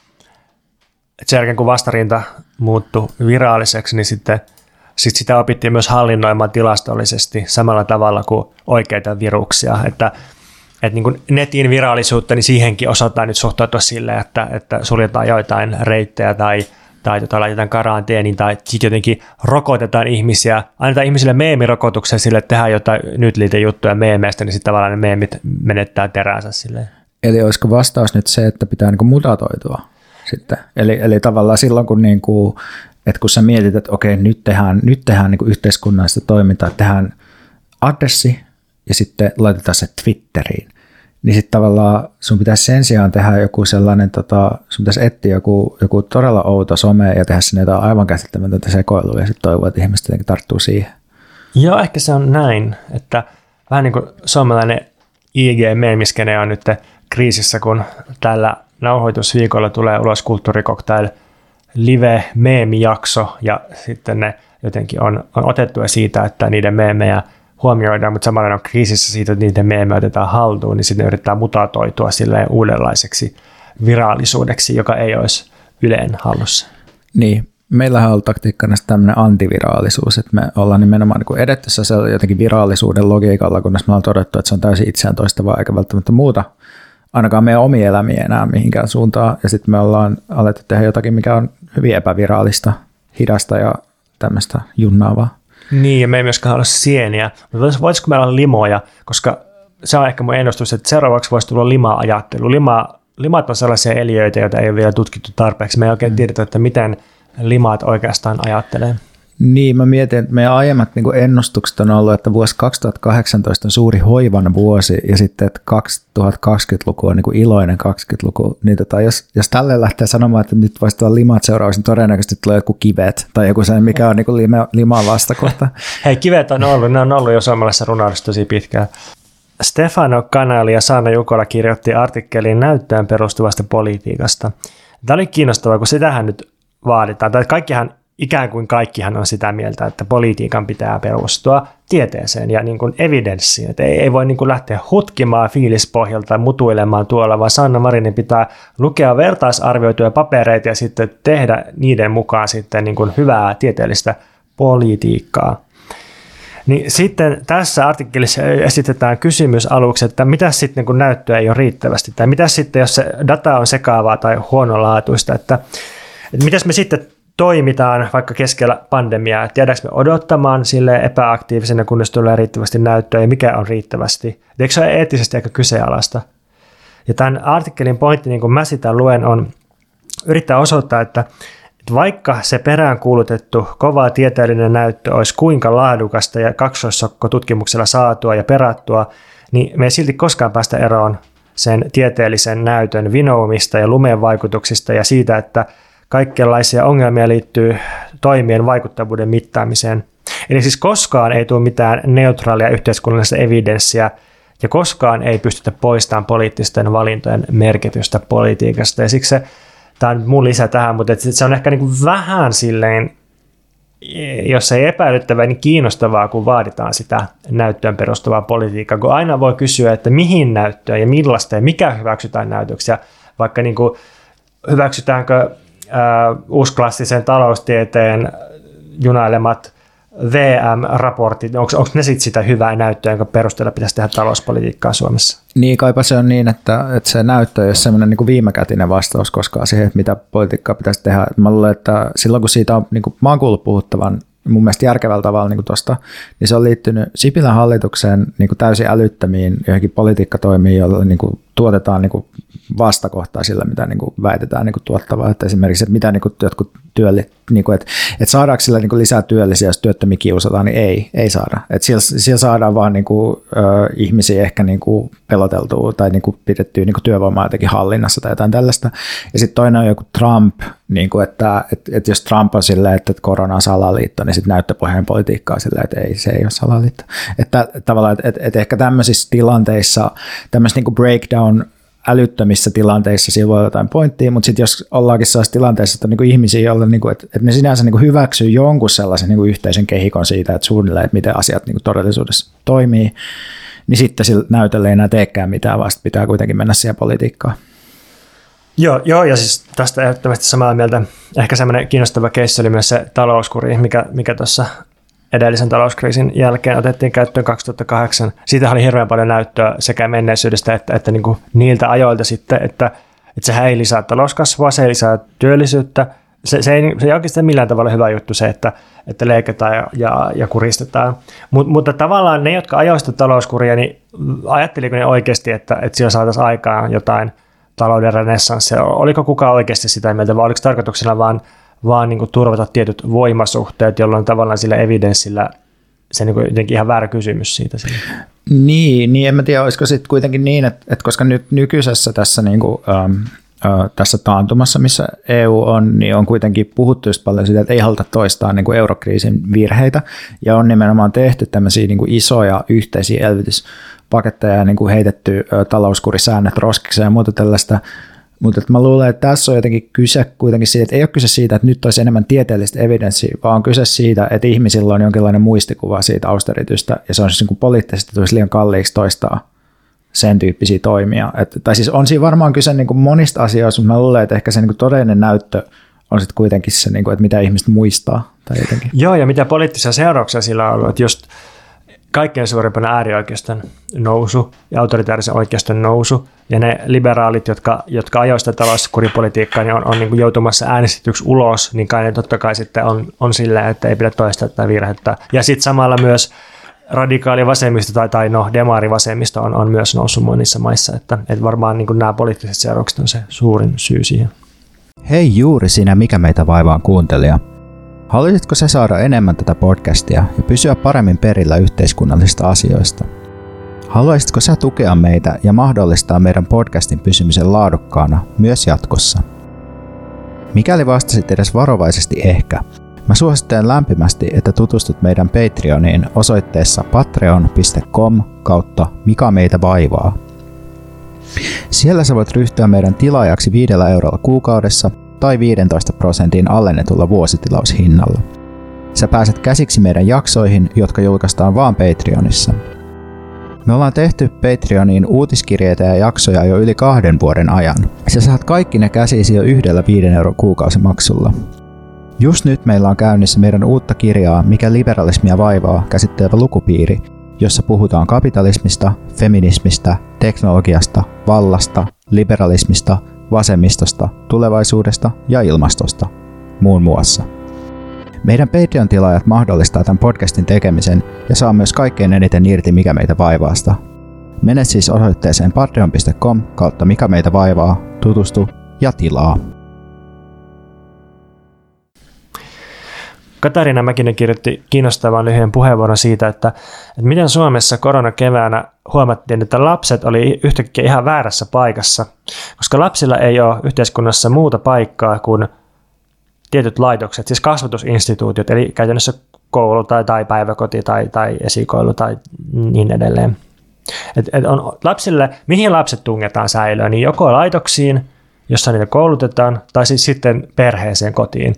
C: sen jälkeen kun vastarinta muuttui viraaliseksi, niin sitten sitä opittiin myös hallinnoimaan tilastollisesti samalla tavalla kuin oikeita viruksia, että niin kuin netin virallisuutta, niin siihenkin osataan nyt suhtautua silleen, että suljetaan joitain reittejä tai laitetaan karanteeniin tai sitten jotenkin rokotetaan ihmisiä, annetaan ihmisille meemirokotuksia sille, että tehdään jotain nyt juttuja meemeistä, niin sitten tavallaan ne meemit menettää teräänsä silleen.
B: Eli olisiko vastaus nyt se, että pitää niin kuin mutatoitua sitten? Eli tavallaan silloin, kun niin kuin että kun sä mietit, että okei, nyt tehdään niin kuin yhteiskunnallista toimintaa, tehdään adressi ja sitten laitetaan se Twitteriin, niin sitten tavallaan sun pitäisi sen sijaan tehdä joku sellainen, sun pitäisi etsiä joku todella outo some ja tehdä sinne jotain aivan käsittämätöntä sekoilua ja sitten toivoa, että ihmiset jotenkin tarttuu siihen.
C: Joo, ehkä se on näin, että vähän niin kuin suomalainen IG-meemiskene on nyt kriisissä, kun tällä nauhoitusviikolla tulee ulos Kulttuurikoktail live-meemijakso, ja sitten ne jotenkin on otettu siitä, että niiden meemejä huomioidaan, mutta samalla on kriisissä siitä, että niiden meemejä otetaan haltuun, niin sitten yritetään mutatoitua silleen uudenlaiseksi virallisuudeksi, joka ei olisi Ylen hallussa.
B: Niin, meillähän on ollut taktiikkana tämmöinen antiviraalisuus, että me ollaan nimenomaan niin edetty se jotenkin virallisuuden logiikalla, kunnes me ollaan todettu, että se on täysin itseään toistavaa eikä välttämättä muuta ainakaan meidän omia elämiä enää mihinkään suuntaan, ja sitten me ollaan alettu tehdä jotakin, mikä on hyvin epävirallista, hidasta ja tämmöistä junnaavaa.
C: Niin, ja me ei myöskään ole sieniä, mutta voisiko meillä olla limoja, koska se on ehkä mun ennustus, että seuraavaksi voisi tulla lima-ajattelu. Limat on sellaisia eliöitä, joita ei ole vielä tutkittu tarpeeksi. Me ei oikein tiedetä, että miten limat oikeastaan ajattelee.
B: Niin, mä mietin, että meidän aiemmat niin kuin ennustukset on ollut, että vuosi 2018 on suuri hoivan vuosi ja sitten, että 2020-luku on niin kuin iloinen 20-luku. Niin jos tälleen lähtee sanomaan, että nyt voisi tulla limat seuraavaksi, niin todennäköisesti tulee joku kivet tai joku sellainen, mikä on niin kuin liman vastakohta.
C: Hei, kivet on ollut, ne on ollut jo suomalaisessa runoudessa tosi pitkään. Stefano Canali ja Sanna Jukola kirjoitti artikkelin näyttöön perustuvasta politiikasta. Tämä oli kiinnostavaa, kun sitähän nyt vaaditaan. Tai ikään kuin kaikkihan on sitä mieltä, että politiikan pitää perustua tieteeseen ja niin kuin evidenssiin. Että ei voi niin kuin lähteä hutkimaan fiilispohjalta tai mutuilemaan tuolla, vaan Sanna Marinin pitää lukea vertaisarvioituja papereita ja sitten tehdä niiden mukaan sitten niin kuin hyvää tieteellistä politiikkaa. Niin sitten tässä artikkelissa esitetään kysymys aluksi, että mitä sitten kun näyttöä ei ole riittävästi, tai mitä sitten jos se data on sekaavaa tai huonolaatuista, että mitäs me sitten toimitaan vaikka keskellä pandemiaa, että jäädäänkö me odottamaan sille epäaktiivisena, kunnes tulee riittävästi näyttöä ja mikä on riittävästi. Eikö se ole eettisesti aika kyseenalaista? Ja tämän artikkelin pointti, niin kuin mä sitä luen, on yrittää osoittaa, että vaikka se peräänkuulutettu kova tieteellinen näyttö olisi kuinka laadukasta ja kaksoissokkotutkimuksella saatua ja perattua, niin me ei silti koskaan päästä eroon sen tieteellisen näytön vinoumista ja lumeen vaikutuksista ja siitä, että kaikenlaisia ongelmia liittyy toimien vaikuttavuuden mittaamiseen. Eli siis koskaan ei tule mitään neutraalia yhteiskunnallista evidenssiä ja koskaan ei pystytä poistamaan poliittisten valintojen merkitystä politiikasta. Ja siksi tämä on mun lisä tähän, mutta se on ehkä niin kuin vähän silleen jos ei epäilyttävää, niin kiinnostavaa, kun vaaditaan sitä näyttöön perustuvaa politiikkaa, kun aina voi kysyä, että mihin näyttöön ja millaista ja mikä hyväksytään näytöksi, ja vaikka niin kuin, hyväksytäänkö uusklassisen taloustieteen junailemat VM-raportit, onko ne sitten sitä hyvää näyttöä, jonka perusteella pitäisi tehdä talouspolitiikkaa Suomessa?
B: Niin, kaipa se on niin, että se näyttö ei ole sellainen niin kuin viimekätinen vastaus koskaan siihen, että mitä politiikkaa pitäisi tehdä. Mä luulen, että silloin kun siitä on, niin kuin mä oon kuullut puhuttavan mun mielestä järkevällä tavalla niin tuosta, niin se on liittynyt Sipilän hallitukseen niin kuin täysin älyttömiin johonkin politiikkatoimiin, joilla niin kuin tuotetaan niin kuin vastakohtaa sillä, mitä niin kuin väitetään niin kuin tuottavaa. Että esimerkiksi, että mitä niin kuin jotkut niin kuin, että saadaanko sillä niin kuin lisää työllisiä, jos työttömiä kiusataan, niin ei saada. Että siellä saadaan vaan niin kuin, ihmisiä ehkä niin kuin peloteltua tai niin kuin pidettyä niin kuin työvoimaa jotenkin hallinnassa tai jotain tällaista. Ja sitten toinen on joku Trump, niin kuin, että jos Trump on silleen, että korona on salaliitto, niin sitten näyttöpohjainen politiikka on silleen, että ei, se ei ole salaliitto. Että tavallaan, että ehkä tämmöisissä tilanteissa, tämmöisissä niin kuin breakdown älyttömissä tilanteissa siinä voi olla jotain pointtia, mutta sitten jos ollaankin sellaisessa tilanteessa, että on niinku ihmisiä, joilla niinku, että ne sinänsä niinku hyväksyy jonkun sellaisen niinku yhteisen kehikon siitä, että suunnilleen, että miten asiat niinku todellisuudessa toimii, niin sitten sillä näytöllä ei enää teekään mitään, vasta pitää kuitenkin mennä siihen politiikkaan.
C: Joo, ja siis tästä ehdottomasti samaa mieltä. Ehkä semmoinen kiinnostava keissi oli myös se talouskuri, mikä tuossa edellisen talouskriisin jälkeen otettiin käyttöön 2008. Siitä oli hirveän paljon näyttöä sekä menneisyydestä että niin kuin niiltä ajoilta sitten, että sehän ei lisää talouskasvua, se ei lisää työllisyyttä. Se ei oikeastaan millään tavalla hyvä juttu se, että leikataan ja kuristetaan. Mutta tavallaan ne, jotka ajoivat sitä talouskuria, niin ajatteliko ne oikeasti, että siellä saataisiin aikaan jotain talouden renessanssia? Oliko kukaan oikeasti sitä mieltä, vai oliko tarkoituksena vaan niin kuin turvata tietyt voimasuhteet, jolloin tavallaan sillä evidenssillä se niin kuin jotenkin ihan väärä kysymys siitä.
B: Niin, en mä tiedä, olisiko sitten kuitenkin niin, että koska nyt nykyisessä tässä, niin kuin, tässä taantumassa, missä EU on, niin on kuitenkin puhuttu just paljon siitä, että ei haluta toistaa niin kuin eurokriisin virheitä, ja on nimenomaan tehty tämmöisiä niin kuin isoja yhteisiä elvytyspaketteja ja niin kuin heitetty talouskurisäännöt roskikseen ja muuta tällaista. Mutta mä luulen, että tässä on jotenkin kyse kuitenkin siitä, että ei ole kyse siitä, että nyt olisi enemmän tieteellistä evidenssiä, vaan on kyse siitä, että ihmisillä on jonkinlainen muistikuva siitä austeritystä, ja se on siis niin kuin poliittisesti tulisi liian kalliiksi toistaa sen tyyppisiä toimia. Tai siis on siinä varmaan kyse niin kuin monista asioista, mutta mä luulen, että ehkä se niin kuin todellinen näyttö on sitten kuitenkin se, niin kuin, että mitä ihmiset muistaa. Tai jotenkin.
C: Joo, ja mitä poliittisia seurauksia sillä on ollut, että just kaikkein suurimpana äärioikeiston nousu ja autoritaarisen oikeiston nousu, ja ne liberaalit, jotka ajoivat sitä talouskuripolitiikkaa, niin on niin kuin joutumassa äänestetyksi ulos, niin kai ne totta kai sitten on silleen, että ei pidä toistaa tätä virhettä. Ja sitten samalla myös radikaali vasemmisto tai demarivasemmisto on myös noussut monissa maissa, että varmaan niin kuin nämä poliittiset seuraukset on se suurin syy siihen.
D: Hei juuri sinä, mikä meitä vaivaa kuuntelija. Haluaisitko sä saada enemmän tätä podcastia ja pysyä paremmin perillä yhteiskunnallisista asioista? Haluaisitko sä tukea meitä ja mahdollistaa meidän podcastin pysymisen laadukkaana myös jatkossa? Mikäli vastasit edes varovaisesti ehkä, mä suosittelen lämpimästi, että tutustut meidän Patreoniin osoitteessa patreon.com/Mika meitä vaivaa. Siellä sä voit ryhtyä meidän tilaajaksi 5 € kuukaudessa tai 15% alennetulla vuositilaushinnalla. Sä pääset käsiksi meidän jaksoihin, jotka julkaistaan vaan Patreonissa. Me ollaan tehty Patreoniin uutiskirjeitä ja jaksoja jo yli 2 vuoden ajan. Sä saat kaikki ne käsisi jo 1 5 € kuukausimaksulla. Just nyt meillä on käynnissä meidän uutta kirjaa Mikä liberalismia vaivaa käsittelevä lukupiiri, jossa puhutaan kapitalismista, feminismistä, teknologiasta, vallasta, liberalismista, vasemmistosta, tulevaisuudesta ja ilmastosta, muun muassa. Meidän Patreon-tilaajat mahdollistaa tämän podcastin tekemisen ja saa myös kaikkein eniten irti Mikä meitä vaivaasta. Mene siis osoitteeseen patreon.com/Mika meitä vaivaa, tutustu ja tilaa.
C: Katariina Mäkinen kirjoitti kiinnostavan lyhyen puheenvuoron siitä, että miten Suomessa koronakeväänä huomattiin, että lapset oli yhtäkkiä ihan väärässä paikassa, koska lapsilla ei ole yhteiskunnassa muuta paikkaa kuin tietyt laitokset, siis kasvatusinstituutiot, eli käytännössä koulu tai päiväkoti tai esikoulu tai niin edelleen. Lapsille, mihin lapset tungetaan säilöön, niin joko laitoksiin, jossa niitä koulutetaan, tai siis sitten perheeseen kotiin.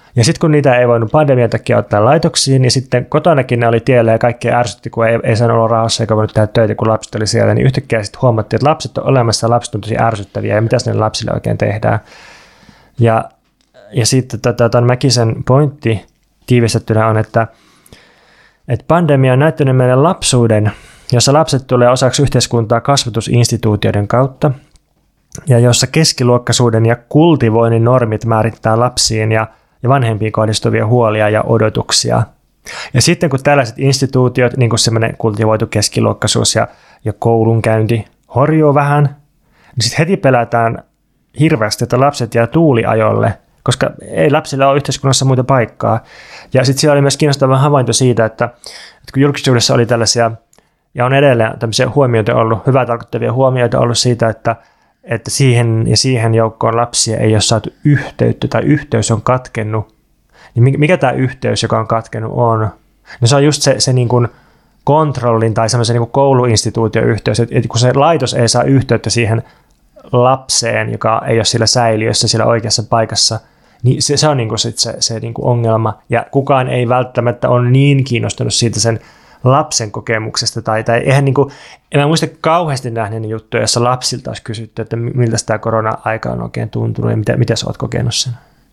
C: Ja sitten kun niitä ei voinut pandemian takia ottaa laitoksiin, niin sitten kotonakin ne oli tiellä ja kaikki ärsytti, kun ei saanut olla rauhassa eikä voinut tehdä töitä, kun lapset oli siellä, niin yhtäkkiä sitten huomattiin, että lapset on olemassa ja lapset on tosi ärsyttäviä ja mitäs ne lapsille oikein tehdään. Ja sitten ton Mäkisen pointti tiivistettynä on, että pandemia on näyttänyt meille lapsuuden, jossa lapset tulee osaksi yhteiskuntaa kasvatusinstituutioiden kautta, ja jossa keskiluokkaisuuden ja kultivoinnin normit määrittää lapsiin ja vanhempiin kohdistuvia huolia ja odotuksia. Ja sitten kun tällaiset instituutiot, niin kuin semmoinen kultivoitu keskiluokkaisuus ja koulunkäynti horjuu vähän, niin sitten heti pelätään hirveästi, että lapset jää tuuliajolle, koska ei lapsilla ole yhteiskunnassa muuta paikkaa. Ja sitten siellä oli myös kiinnostava havainto siitä, että kun julkisuudessa oli tällaisia, ja on edelleen tämmöisiä huomioita ollut, hyvää tarkoittavia huomioita ollut siitä, että siihen joukkoon lapsia ei ole saatu yhteyttä tai yhteys on katkennut. Niin mikä tämä yhteys, joka on katkennut, on? No se on just se niin kuin kontrollin tai semmoisen niin kuin kouluinstituutioyhteys, että kun se laitos ei saa yhteyttä siihen lapseen, joka ei ole siellä säiliössä, siellä oikeassa paikassa, niin se on niin kuin se niin kuin ongelma. Ja kukaan ei välttämättä ole niin kiinnostunut siitä sen lapsen kokemuksesta, tai eihän niin kuin, en mä muista kauheasti nähneeni juttuja, jossa lapsilta olisi kysytty, että miltä tämä korona-aika on oikein tuntunut, ja mitä sä oot kokenut sen?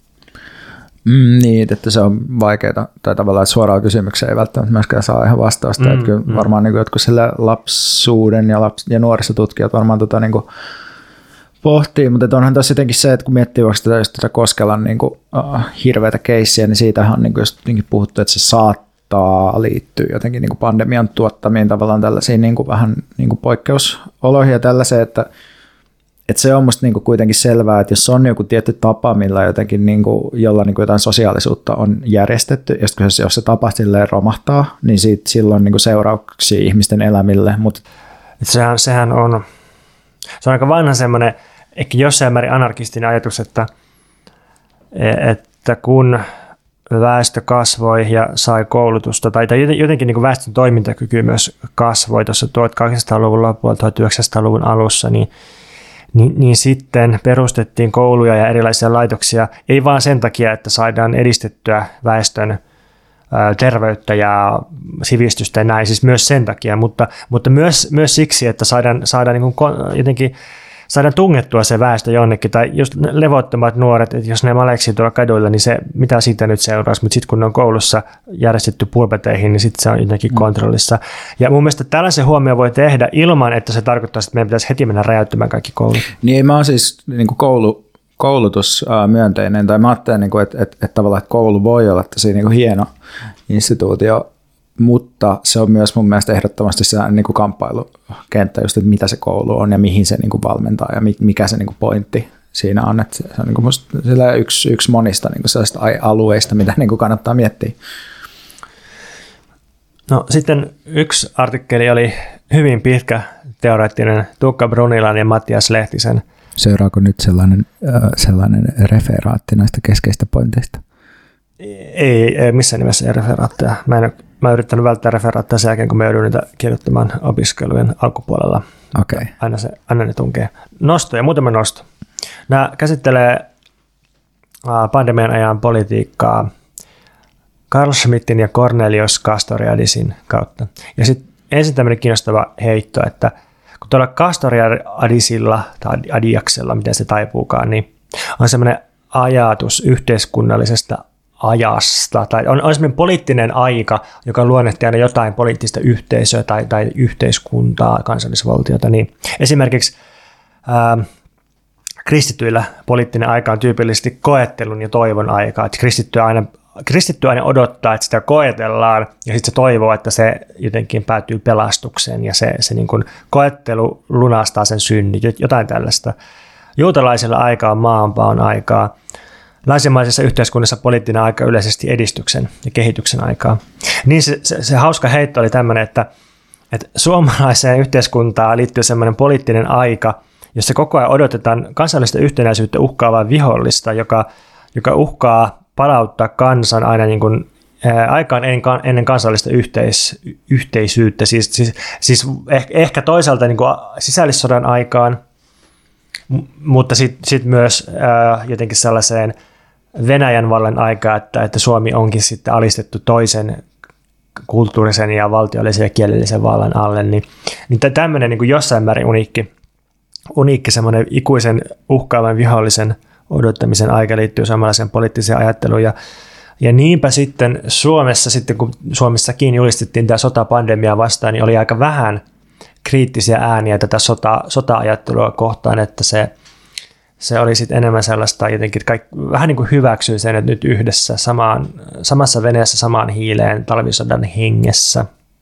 B: Niin, että se on vaikeaa, tai tavallaan suoraan kysymykseen ei välttämättä myöskään saa ihan vastausta, että kyllä varmaan niin kuin jotkut sille lapsuuden ja nuorisotutkijat varmaan niin kuin pohtii, mutta onhan tässä jotenkin se, että kun miettii vaikka tätä Koskelan niin kuin, hirveätä keissiä, niin siitähän on niin kuin just puhuttu, että se saattaa liittyy jotenkin niin kuin pandemian tuottamiin tavallaan tällaisiin niin kuin vähän niin kuin poikkeusoloihin ja tällaiseen, että se on musta niin kuin kuitenkin selvää, että jos on joku tietty tapa, millä jotenkin niin kuin, jolla niin kuin jotain sosiaalisuutta on järjestetty, ja jos se tapa silleen romahtaa, niin silloin niin kuin seurauksia ihmisten elämille.
C: Sehän on aika vanha semmoinen, ehkä jossain määrin anarkistinen ajatus, että kun väestö kasvoi ja sai koulutusta, tai jotenkin niin kuin väestön toimintakyky myös kasvoi tuossa 1800-luvun lopulla, 1900-luvun alussa, niin sitten perustettiin kouluja ja erilaisia laitoksia, ei vaan sen takia, että saadaan edistettyä väestön terveyttä ja sivistystä ja näin, siis myös sen takia, mutta myös siksi, että saadaan niin kuin jotenkin saadaan tungettua se väestö jonnekin, tai just levottomat nuoret, että jos ne maleksii tuolla kaduilla, niin se, mitä siitä nyt seuraisi, mutta sitten kun ne on koulussa järjestetty pulpeteihin, niin sitten se on jotenkin kontrollissa. Ja mun mielestä tällaisen huomioon voi tehdä ilman, että se tarkoittaa, että meidän pitäisi heti mennä räjäyttämään kaikki koulut.
B: Niin, mä oon siis niin kuin koulutusmyönteinen, tai mä ajattelen, että tavallaan että koulu voi olla tosi niin kuin hieno instituutio, mutta se on myös mun mielestä ehdottomasti se niin kuin kamppailukenttä, just, että mitä se koulu on ja mihin se niin kuin valmentaa ja mikä se niin kuin pointti siinä on. Että se on niin kuin musta yksi monista niin kuin sellaista alueista, mitä niin kuin kannattaa miettiä.
C: No sitten yksi artikkeli oli hyvin pitkä teoreettinen Tuukka Brunilan ja Mattias Lehtisen.
B: Seuraako nyt sellainen referaatti näistä keskeistä pointeista?
C: Ei missään nimessä ei referaatteja. Mä oon yrittänyt välttää referaatteja sen jälkeen, kun me joudun niitä kirjoittamaan opiskelujen alkupuolella.
B: Okay.
C: Aina ne tunkee. Nosto ja muutama nosto. Nämä käsittelee pandemian ajan politiikkaa Carl Schmittin ja Cornelius Castoriadisin kautta. Ja sitten ensin tämmöinen kiinnostava heitto, että kun tuolla Castoriadisilla tai Adiaksella, miten se taipuukaan, niin on semmoinen ajatus yhteiskunnallisesta ajasta, tai on semmoinen poliittinen aika, joka luonnehtii aina jotain poliittista yhteisöä tai yhteiskuntaa, kansallisvaltiota. Niin esimerkiksi kristityillä poliittinen aika on tyypillisesti koettelun ja toivon aikaa. Kristitty aina odottaa, että sitä koetellaan, ja sitten se toivoo, että se jotenkin päätyy pelastukseen, ja se niin kuin koettelu lunastaa sen synnit, jotain tällaista. Juutalaisilla aika on maanpaon aikaa. Länsimaisessa yhteiskunnassa poliittinen aika yleisesti edistyksen ja kehityksen aikaa. Niin se hauska heitto oli tämmöinen, että suomalaiseen yhteiskuntaan liittyy semmoinen poliittinen aika, jossa koko ajan odotetaan kansallista yhtenäisyyttä uhkaavaa vihollista, joka uhkaa palauttaa kansan aina niin kuin aikaan ennen kansallista yhteisyyttä. Siis ehkä toisaalta niin kuin sisällissodan aikaan, mutta sitten myös jotenkin sellaiseen Venäjän vallan aikaa, että Suomi onkin sitten alistettu toisen kulttuurisen ja valtiollisen ja kielellisen vallan alle, niin tämmöinen niin kuin jossain määrin uniikki semmoinen ikuisen uhkaavan vihollisen odottamisen aika liittyy samanlaiseen poliittiseen ajatteluun. Ja niinpä sitten Suomessa, kun Suomessakin julistettiin tämä sotapandemia vastaan, niin oli aika vähän kriittisiä ääniä tätä sota-ajattelua kohtaan, että se oli sitten enemmän sellaista jotenkin, vähän niin kuin hyväksyy sen, että nyt yhdessä samassa veneessä samaan hiileen talvisodan hengessä.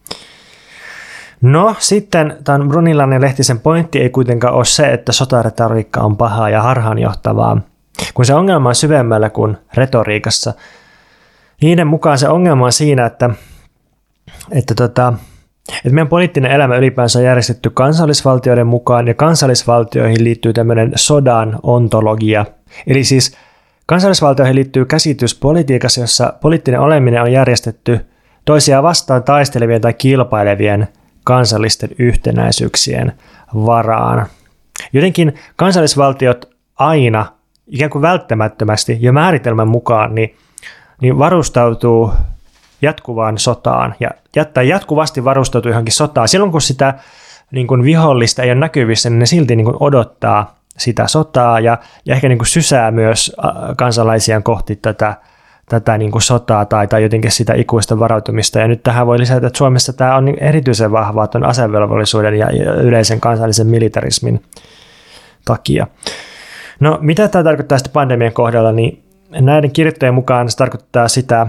C: No sitten tämän Brunilan ja Lehtisen pointti ei kuitenkaan ole se, että sotaretoriikka on pahaa ja harhaanjohtavaa, kun se ongelma on syvemmällä kuin retoriikassa. Niiden mukaan se ongelma on siinä, että meidän poliittinen elämä ylipäänsä on järjestetty kansallisvaltioiden mukaan, ja kansallisvaltioihin liittyy tämmöinen sodan ontologia. Eli siis kansallisvaltioihin liittyy käsitys politiikassa, jossa poliittinen oleminen on järjestetty toisiaan vastaan taistelevien tai kilpailevien kansallisten yhtenäisyyksien varaan. Jotenkin kansallisvaltiot aina, ikään kuin välttämättömästi jo määritelmän mukaan, niin varustautuu jatkuvaan sotaan ja jatkuvasti varustautuu johonkin sotaan. Silloin kun sitä niin kuin vihollista ei ole näkyvissä, niin ne silti niin kuin odottaa sitä sotaa ja ehkä niin kuin sysää myös kansalaisiaan kohti tätä niin kuin sotaa tai jotenkin sitä ikuista varautumista. Ja nyt tähän voi lisätä, että Suomessa tämä on erityisen vahvaa tuon asevelvollisuuden ja yleisen kansallisen militarismin takia. No mitä tämä tarkoittaa sitten pandemian kohdalla, niin näiden kirjoittajien mukaan se tarkoittaa sitä,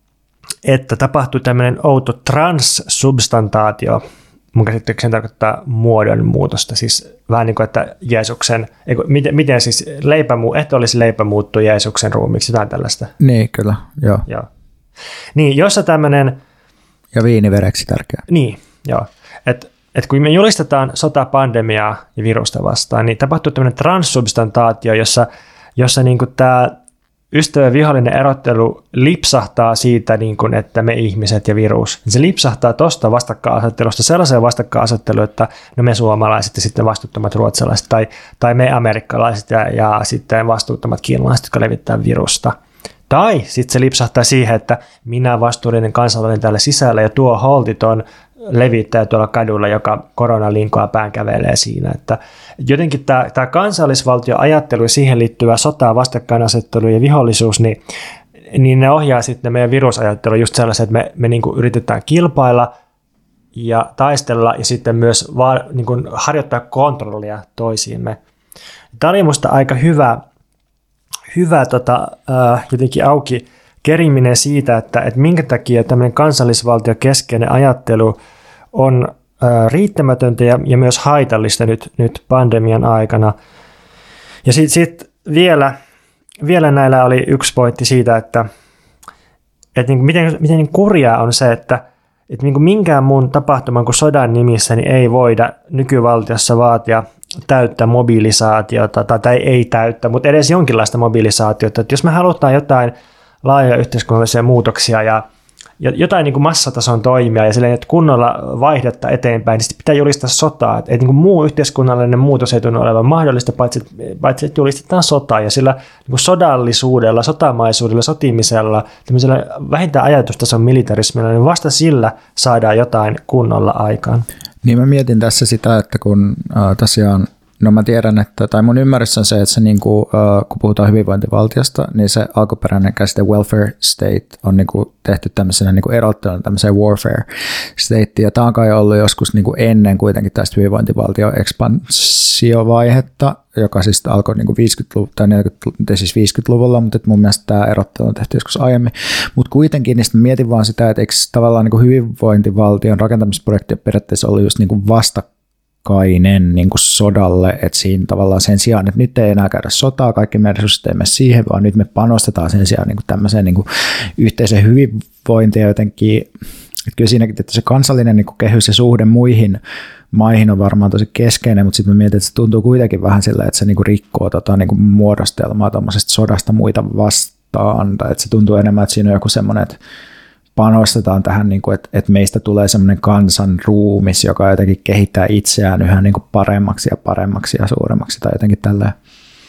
C: että tapahtuu tämmöinen outo transsubstantaatio. Mun käsittääkseni tarkoittaa muodonmuutosta, siis vähän niin kuin, että Jeesuksen, miten siis olisi leipä muuttuu Jeesuksen ruumiiksi, jotain tällaista.
B: Niin, kyllä, joo.
C: Niin, jossa tämmöinen...
B: Ja viinivereksi tärkeää.
C: Niin, joo. Et kun me julistetaan sotapandemiaa ja virusta vastaan, niin tapahtuu tämmöinen transsubstantaatio, jossa niin kuin tämä ystävän vihollinen erottelu lipsahtaa siitä, niin kuin, että me ihmiset ja virus. Se lipsahtaa tuosta vastakkainasettelusta sellaiseen vastakkainasetteluun, että no me suomalaiset ja sitten vastuuttomat ruotsalaiset tai me amerikkalaiset ja sitten vastuuttomat kiinalaiset, jotka levittää virusta. Tai sitten se lipsahtaa siihen, että minä vastuullinen kansalainen täällä sisällä ja tuo holtiton levittää tuolla kadulla, joka koronalinkoa pään kävelee siinä. Että jotenkin tämä kansallisvaltioajattelu ja siihen liittyvä sota, vastakkainasettelu ja vihollisuus, niin ne ohjaa sitten meidän virusajattelu just sellaisen, että me niin kuin yritetään kilpailla ja taistella ja sitten myös niin kuin harjoittaa kontrollia toisiimme. Tämä oli musta aika hyvä jotenkin auki keriminen siitä, että minkä takia tämmöinen kansallisvaltiokeskeinen ajattelu on riittämätöntä ja myös haitallista nyt pandemian aikana. Ja sitten vielä näillä oli yksi pointti siitä, että niin miten kurjaa on se, että niin kuin minkään muun tapahtuman kuin sodan nimissä niin ei voida nykyvaltiossa vaatia täyttä mobilisaatiota, tai ei täyttä, mutta edes jonkinlaista mobilisaatiota. Että jos me halutaan jotain laajoja yhteiskunnallisia muutoksia ja jotain niin kuin massatason toimia ja silleen, että kunnolla vaihdetta eteenpäin, niin sitten pitää julistaa sotaa. Että niin kuin muu yhteiskunnallinen muutos ei tunnu olevan mahdollista, paitsi että julistetaan sotaa. Ja sillä niin kuin sodallisuudella, sotamaisuudella, sotimisella, tämmöisellä vähintään ajatustason militarismilla, niin vasta sillä saadaan jotain kunnolla aikaan.
B: Niin mä mietin tässä sitä, että kun tosiaan, no mä tiedän, että, tai mun ymmärrys on se, että se niinku, kun puhutaan hyvinvointivaltiosta, niin se alkuperäinen käsite welfare state on niinku tehty tämmöisenä niinku erotteluna tämmöiseen warfare state, ja tämä on kai ollut joskus niinku ennen kuitenkin tästä hyvinvointivaltio-ekspansiovaihetta, joka siis alkoi niinku 50-luvulla tai 50-luvulla, mutta mun mielestä tämä erottelu on tehty joskus aiemmin. Mutta kuitenkin niin mietin vaan sitä, että eikö tavallaan niinku hyvinvointivaltion rakentamisprojekti periaatteessa ollut just niinku vastakkainen niinku sodalle, että siinä tavallaan sen sijaan, että nyt ei enää käydä sotaa, kaikki meidän resurssit ei mene siihen, vaan nyt me panostetaan sen sijaan niinku tämmöiseen niinku yhteiseen hyvinvointiin jotenkin. Että kyllä siinäkin, että se kansallinen niinku kehys ja suhde muihin maihin on varmaan tosi keskeinen, mutta sitten mä mietin, että se tuntuu kuitenkin vähän sillä, että se niinku rikkoo niinku muodostelmaa tuommoisesta sodasta muita vastaan, tai että se tuntuu enemmän, että siinä on joku semmoinen, että panostetaan tähän, niinku, että meistä tulee semmoinen kansanruumis, joka jotenkin kehittää itseään yhä niinku paremmaksi ja suuremmaksi tai jotenkin tälleen.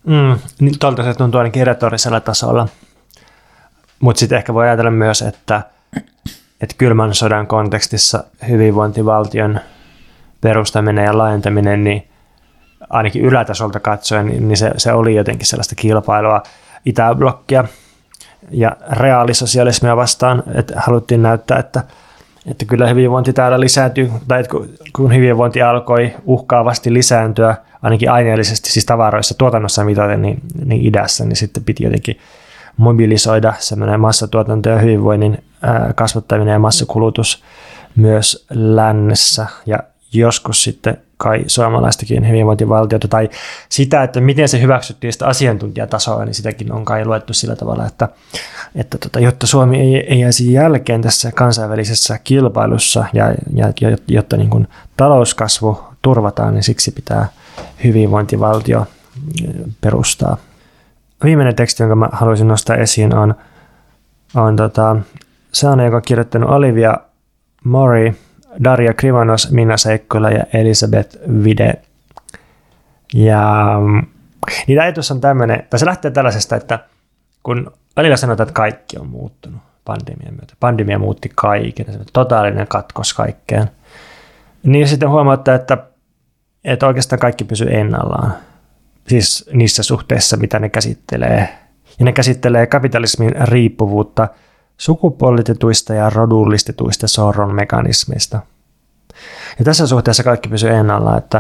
C: Niin tuolta se tuntuu ainakin retorisella tasolla. Mutta sitten ehkä voi ajatella myös, että kylmän sodan kontekstissa hyvinvointivaltion perustaminen ja laajentaminen, niin ainakin ylätasolta katsoen, niin se oli jotenkin sellaista kilpailua itäblokkia ja reaalisosialismia vastaan, että haluttiin näyttää, että kyllä hyvinvointi täällä lisääntyy, tai että kun hyvinvointi alkoi uhkaavasti lisääntyä, ainakin aineellisesti, siis tavaroissa, tuotannossa mitaten, niin idässä, niin sitten piti jotenkin mobilisoida semmoinen massatuotanto ja hyvinvoinnin kasvattaminen ja massakulutus myös lännessä, ja joskus sitten kai suomalaistakin hyvinvointivaltiota, tai sitä, että miten se hyväksyttiin sitä asiantuntijatasoa, niin sitäkin on kai luettu sillä tavalla, että jotta Suomi ei jäisi jälkeen tässä kansainvälisessä kilpailussa, ja jotta niin kuin talouskasvu turvataan, niin siksi pitää hyvinvointivaltio perustaa. Viimeinen teksti, jonka mä haluaisin nostaa esiin, on sellainen, joka on kirjoittanut Olivia Mori, Daria Krivanos, Minna Seikkula ja Elisabeth Vide. Ja niitä ajatus on tämmöinen, tai se lähtee tällaisesta, että kun välillä sanotaan, että kaikki on muuttunut pandemian myötä. Pandemia muutti kaiken, totaalinen katkos kaikkeen. Niin sitten huomauttaa, että oikeastaan kaikki pysyy ennallaan. Siis niissä suhteissa, mitä ne käsittelee. Ja ne käsittelee kapitalismin riippuvuutta sukupuolitetuista ja rodullistetuista sorron mekanismeista. Ja tässä suhteessa kaikki pysyy ennallaan, että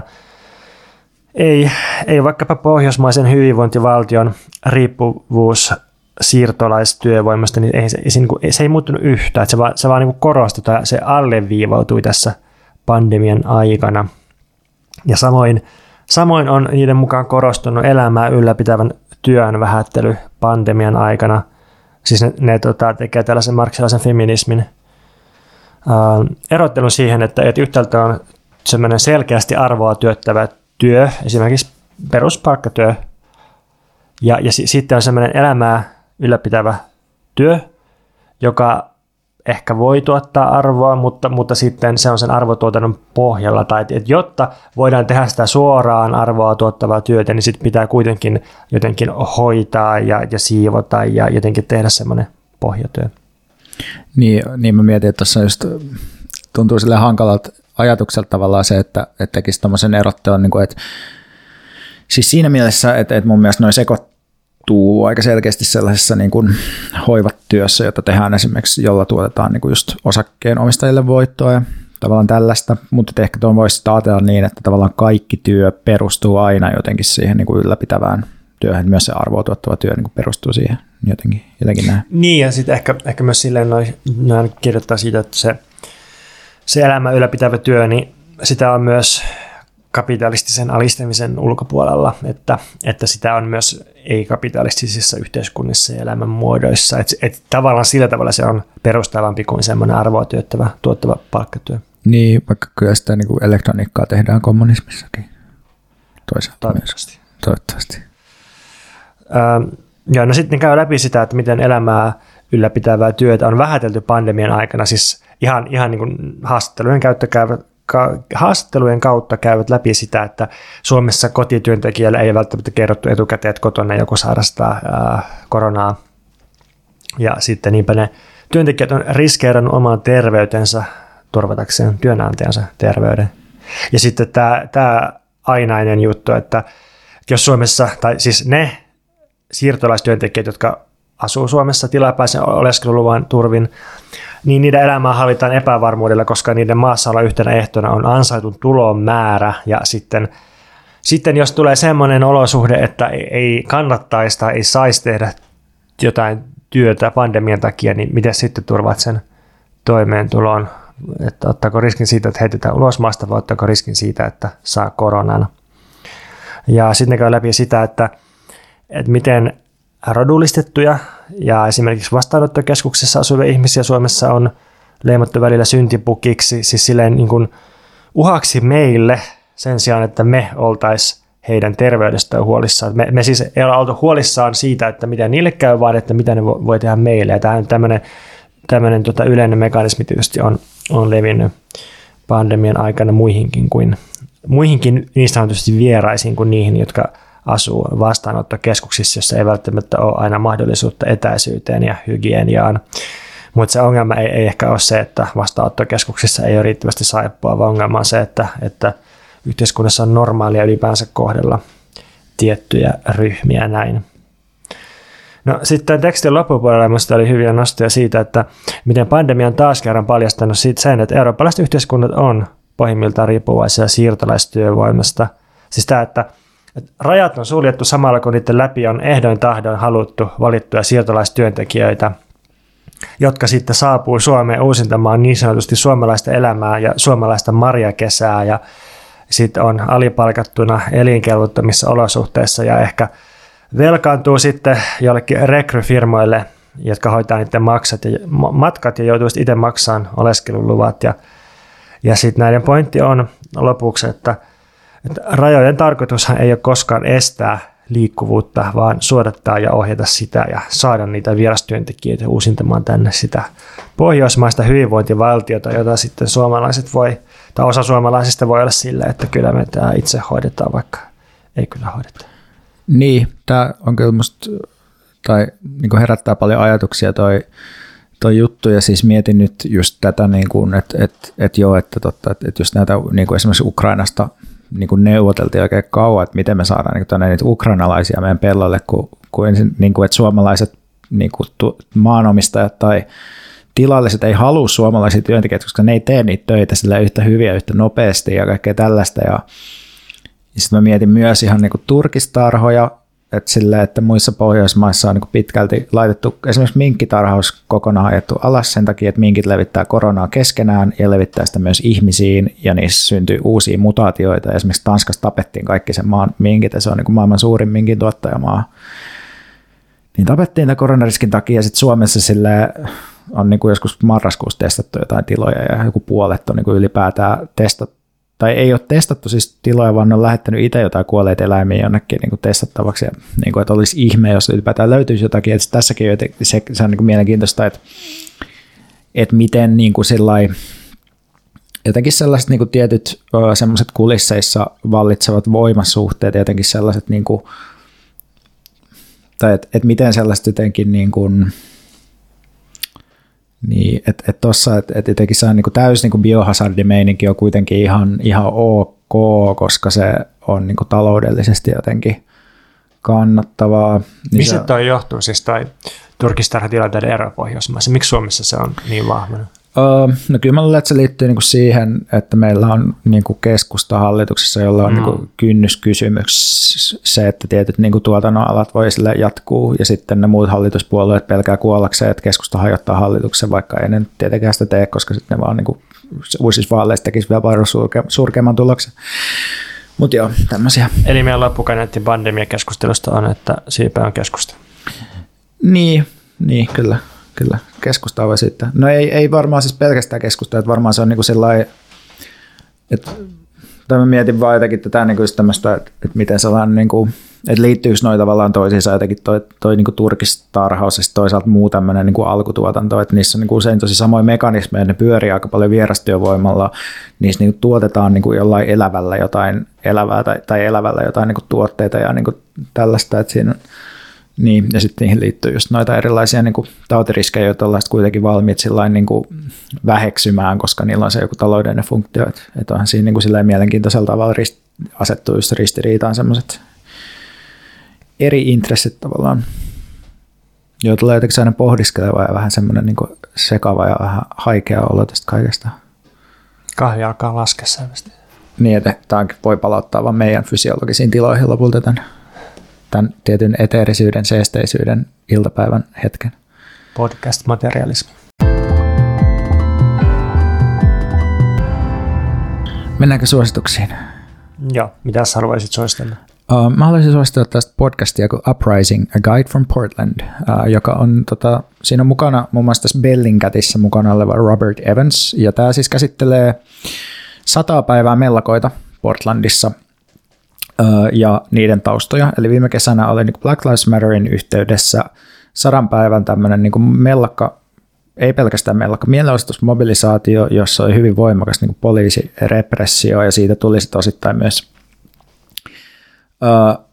C: ei vaikkapa pohjoismaisen hyvinvointivaltion riippuvuus siirtolaistyövoimasta, niin se ei muuttunut yhtään. Että se vaan niin korostui tai se alleviivautui tässä pandemian aikana. Ja samoin on niiden mukaan korostunut elämää ylläpitävän työn vähättely pandemian aikana. Siis ne tekee tällaisen marksilaisen feminismin erottelun siihen, että yhtäältä on semmoinen selkeästi arvoa työttävä työ, esimerkiksi peruspalkkatyö, ja sitten on semmoinen elämää ylläpitävä työ, joka ehkä voi tuottaa arvoa, mutta sitten se on sen arvotuotannon pohjalla, tai että jotta voidaan tehdä sitä suoraan arvoa tuottavaa työtä, niin sitten pitää kuitenkin jotenkin hoitaa ja siivota ja jotenkin tehdä semmoinen pohjatyö.
B: Niin mä mietin, että tuossa just tuntuu sille hankalalta ajatukselta tavallaan se, että tekisi tommoisen erottelun, niin kuin, että siis siinä mielessä, että mun mielestä noin sekoittuu aika selkeästi sellaisessa niin kuin hoivatyössä, jota tehdään esimerkiksi, jolla tuotetaan niin kuin just osakkeenomistajille voittoa ja tavallaan tällaista, mutta ehkä tuon voisi ajatella niin, että tavallaan kaikki työ perustuu aina jotenkin siihen niin kuin ylläpitävään työhön, myös se arvoa tuottava työ niin kuin perustuu siihen jotenkin näin.
C: Niin, ja sitten ehkä myös silleen noin kirjoittaa siitä, että se elämä ylläpitävä työ, niin sitä on myös kapitalistisen alistamisen ulkopuolella, että sitä on myös ei-kapitalistisissa yhteiskunnissa ja elämän muodoissa. Että tavallaan sillä tavalla se on perustavampi kuin semmoinen arvoa tuottava palkkatyö.
B: Niin, vaikka kyllä sitä niin kuin elektroniikkaa tehdään kommunismissakin. Toivottavasti.
C: Ja no sitten käy läpi sitä, että miten elämää ylläpitävää työtä on vähätelty pandemian aikana, siis ihan niin kuin haastattelujen kautta käyvät läpi sitä, että Suomessa kotityöntekijälle ei välttämättä kerrottu etukäteen, että kotona joku sairastaa koronaa. Ja sitten niinpä ne työntekijät on riskeerannut oman terveytensä turvatakseen työnantajansa terveyden. Ja sitten tämä ainainen juttu, että jos Suomessa, tai siis ne siirtolaistyöntekijät, jotka asuu Suomessa tilapäisen oleskeluluvan turvin, niin niiden elämää hallitaan epävarmuudella, koska niiden maassaolo yhtenä ehtona on ansaitun tulon määrä. Ja sitten jos tulee semmoinen olosuhde, että ei kannattaisi tai ei saisi tehdä jotain työtä pandemian takia, niin miten sitten turvaat sen toimeentulon? Että ottaako riskin siitä, että heitetään ulos maasta, vai ottaako riskin siitä, että saa koronan? Ja sitten käy läpi sitä, että miten rodullistettuja ja esimerkiksi vastaanottokeskuksessa asuvia ihmisiä Suomessa on leimattu välillä syntipukiksi, siis silleen niin kuin uhaksi meille sen sijaan, että me oltaisiin heidän terveydestään huolissaan. Me siis ei olla oltu huolissaan siitä, että mitä niille käy, vaan että mitä ne voi tehdä meille. Ja tämmöinen yleinen mekanismi tietysti on levinnyt pandemian aikana muihinkin niin sanotusti vieraisiin kuin niihin, jotka asuu vastaanottokeskuksissa, jossa ei välttämättä ole aina mahdollisuutta etäisyyteen ja hygieniaan. Mutta se ongelma ei ehkä ole se, että vastaanottokeskuksissa ei ole riittävästi saippua, vaan ongelma on se, että yhteiskunnassa on normaalia ylipäänsä kohdella tiettyjä ryhmiä näin. No sitten tekstin loppupuolella minusta oli hyviä nostoja siitä, että miten pandemia on taas kerran paljastanut sen, että eurooppalaiset yhteiskunnat on pohjimmiltaan riippuvaisia siirtolaistyövoimasta. Siis tämä, että rajat on suljettu samalla, kun niiden läpi on ehdoin tahdoin haluttu valittuja siirtolaistyöntekijöitä, jotka sitten saapuu Suomeen uusintamaan niin sanotusti suomalaista elämää ja suomalaista marjakesää ja sitten on alipalkattuna elinkelvottomissa olosuhteissa ja ehkä velkaantuu sitten jollekin rekryfirmoille, jotka hoitaa niiden matkat ja joutuu itse maksamaan oleskeluluvat. Ja sitten näiden pointti on lopuksi, että rajojen tarkoitushan ei ole koskaan estää liikkuvuutta, vaan suodattaa ja ohjata sitä ja saada niitä vierastyöntekijöitä uusintamaan tänne sitä pohjoismaista hyvinvointivaltiota, jota sitten suomalaiset voi, tai osa suomalaisista voi olla sillä, että kyllä me tämä itse hoidetaan, vaikka ei kyllä hoideta.
B: Niin, tämä on kyllä musta, tai niin herättää paljon ajatuksia toi juttu, ja siis mietin nyt just tätä, niin että just näitä niin esimerkiksi Ukrainasta niin neuvoteltiin oikein kauan, että miten me saadaan niitä ukrainalaisia meidän pellolle, kun että suomalaiset niin maanomistajat tai tilalliset ei halua suomalaisia työntekijöitä, koska ne ei tee niitä töitä sillä yhtä hyviä, yhtä nopeasti ja kaikkea tällaista. Ja sitten mä mietin myös ihan niin turkistarhoja, että muissa Pohjoismaissa on niin pitkälti laitettu esimerkiksi minkkitarhaus kokonaan ajettu alas sen takia, että minkit levittää koronaa keskenään ja levittää sitä myös ihmisiin ja niissä syntyy uusia mutaatioita. Esimerkiksi Tanskassa tapettiin kaikki sen maan minkit ja se on niin maailman suurin minkin tuottajamaa. Niin tapettiin tämän koronariskin takia ja sitten Suomessa on niin joskus marraskuussa testattu jotain tiloja ja joku puolet on niin ylipäätään testattu. Tai ei ole testattu siis tiloja, vaan ne on lähettänyt itse jotain kuolleita eläimiä jonnekin niin kuin testattavaksi. Ja, niin kuin, että olisi ihme, jos ylipäätään löytyisi jotakin. Että tässäkin se on niin kuin mielenkiintoista, että miten niin kuin jotenkin sellaiset niin kuin tietyt sellaiset kulisseissa vallitsevat voimasuhteet, jotenkin sellaiset, niin kuin, tai että miten sellaiset jotenkin niin kuin, niin, että tuossa, että jotenkin se on niin täysin niin biohazardimeininki on kuitenkin ihan ok, koska se on niin taloudellisesti jotenkin kannattavaa. Niin
C: mistä toi johtuu, siis toi turkistarhatilanteiden ero Pohjoismaissa? Miksi Suomessa se on niin vahva?
B: No kyllä mä luulen, että se liittyy niin siihen, että meillä on niin keskusta hallituksessa, jolla on niin kynnyskysymys se, että tietyt niin tuotannon alat voi sille jatkuu ja sitten ne muut hallituspuolueet pelkää kuollakseen, että keskusta hajottaa hallituksen, vaikka ei ne nyt tietenkään sitä tee, koska sitten ne vaan niin uusissa vaaleissa tekisi vielä paljon surkeamman tuloksen. Mutta joo, tämmöisiä.
C: Eli meidän loppukaneetti pandemiakeskustelusta on, että siitä on keskusta.
B: Niin, kyllä. Kyllä, keskustaa voi sitten. No ei varmaan siis pelkästään keskustaa, että varmaan se on niinku sellainen, että mä mietin vaan jotenkin tätä niinku tämmöistä, että miten sellainen, niinku, että liittyykö noin tavallaan toisiinsa jotenkin toi niinku turkistarhaus ja toisaalta muu tämmöinen niinku alkutuotanto, että niissä on niinku usein tosi samoja mekanismeja, ne pyörii aika paljon vierastyövoimalla, niissä niinku tuotetaan niinku jollain elävällä jotain elävää tai elävällä jotain niinku tuotteita ja niinku tällaista, että siinä on. Niin, ja sitten niihin liittyy just noita erilaisia niin kuin tautiriskejä, joita ollaan kuitenkin valmiit sillain, niin kuin väheksymään, koska niillä on se joku taloudellinen funktio. Että onhan siinä niin kuin mielenkiintoisella tavalla asettuu just ristiriitaan semmoiset eri intressit tavallaan, joita tulee jotenkin aina pohdiskeleva ja vähän semmoinen niin kuin sekava ja vähän haikea olo tästä kaikesta.
C: Kahvi alkaa laskea selvästi.
B: Niin, että tämä voi palauttaa vaan meidän fysiologisiin tiloihin lopulta tämän tietyn eteerisyyden, seesteisyyden iltapäivän hetken.
C: Podcast-materialismi.
B: Mennäänkö suosituksiin?
C: Joo, mitä sä haluaisit suositella?
B: Mä haluaisin suositella tästä podcastia kuin Uprising, A Guide from Portland, joka on, siinä on mukana muun muassa tässä Bellingcatissä mukana oleva Robert Evans, ja tämä siis käsittelee 100 päivää mellakoita Portlandissa, ja niiden taustoja. Eli viime kesänä oli niin Black Lives Matterin yhteydessä 100 päivän tämmöinen niin mellakka, ei pelkästään mellakka, mielenosoitusmobilisaatio, jossa oli hyvin voimakas niin poliisirepressio ja siitä tuli sitten osittain myös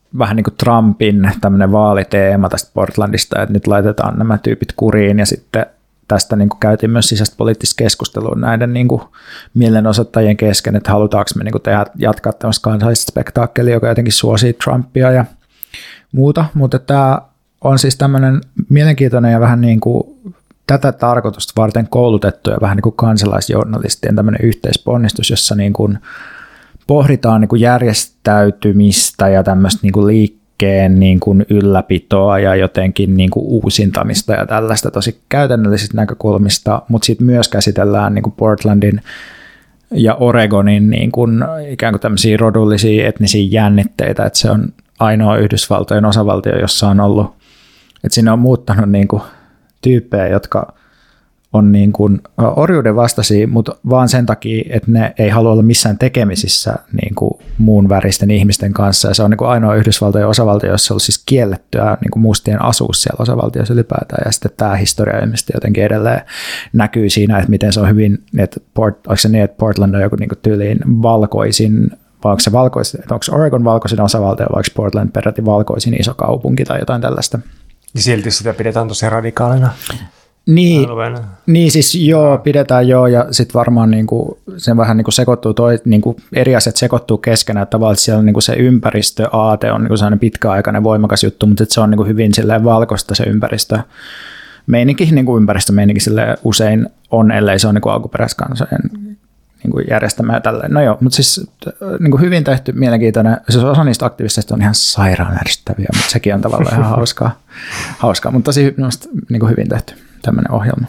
B: vähän niin kuin Trumpin tämmöinen vaaliteema tästä Portlandista, että nyt laitetaan nämä tyypit kuriin ja sitten tästä niin kuin käytiin myös sisäistä poliittista keskustelua näiden niin kuin mielenosoittajien kesken, että halutaanko me niin kuin jatkaa tämmöistä kansallista spektaakkelia, joka jotenkin suosii Trumpia ja muuta, mutta tämä on siis tämmöinen mielenkiintoinen ja vähän niin kuin tätä tarkoitusta varten koulutettu ja vähän niin kuin kansalaisjournalistien tämmöinen yhteisponnistus, jossa niin kuin pohditaan niin kuin järjestäytymistä ja tämmöistä niin kuin liikkeen niin kuin ylläpitoa ja jotenkin niin kuin uusintamista ja tällaista tosi käytännöllisistä näkökulmista, mutta sitten myös käsitellään niin kuin Portlandin ja Oregonin niin kuin ikään kuin tämmöisiä rodullisia etnisiä jännitteitä, että se on ainoa Yhdysvaltojen osavaltio, jossa on ollut, että sinne on muuttanut niin kuin tyyppejä, jotka on niin kuin orjuuden vastaisia, mutta vaan sen takia, että ne ei halua olla missään tekemisissä niin kuin muun väristen ihmisten kanssa. Ja se on niin kuin ainoa Yhdysvaltojen osavaltio, jossa on siis kiellettyä niin kuin mustien asuus siellä osavaltiossa ylipäätään. Ja sitten tämä historia ilmeisesti jotenkin edelleen näkyy siinä, että miten se on hyvin, että onko se niin, että Portland on joku niin kuin tyyliin valkoisin, vai onko se valkoisin, että onko Oregon valkoisin osavaltio, vai onko Portland peräti valkoisin iso kaupunki tai jotain tällaista.
C: Ja silti sitä pidetään tosi radikaalina.
B: Niin siis joo, pidetään joo, ja sitten varmaan niinku, se vähän niinku sekoittuu, niinku eri asiat sekoittuu keskenään, että tavallaan siellä niinku se ympäristöaate on niinku sellainen pitkäaikainen voimakas juttu, mutta se on niinku hyvin valkoista se ympäristömeininki, niinku ympäristömeininki usein on, ellei se on niinku alkuperäiskansojen niinku järjestämä ja tälleen. No joo, mutta siis niinku hyvin tehty, mielenkiintoinen, siis osa niistä aktivisteista on ihan sairaan ärsyttäviä, mutta sekin on tavallaan ihan hauskaa, mutta tosi niinku hyvin tehty tämmöinen ohjelma.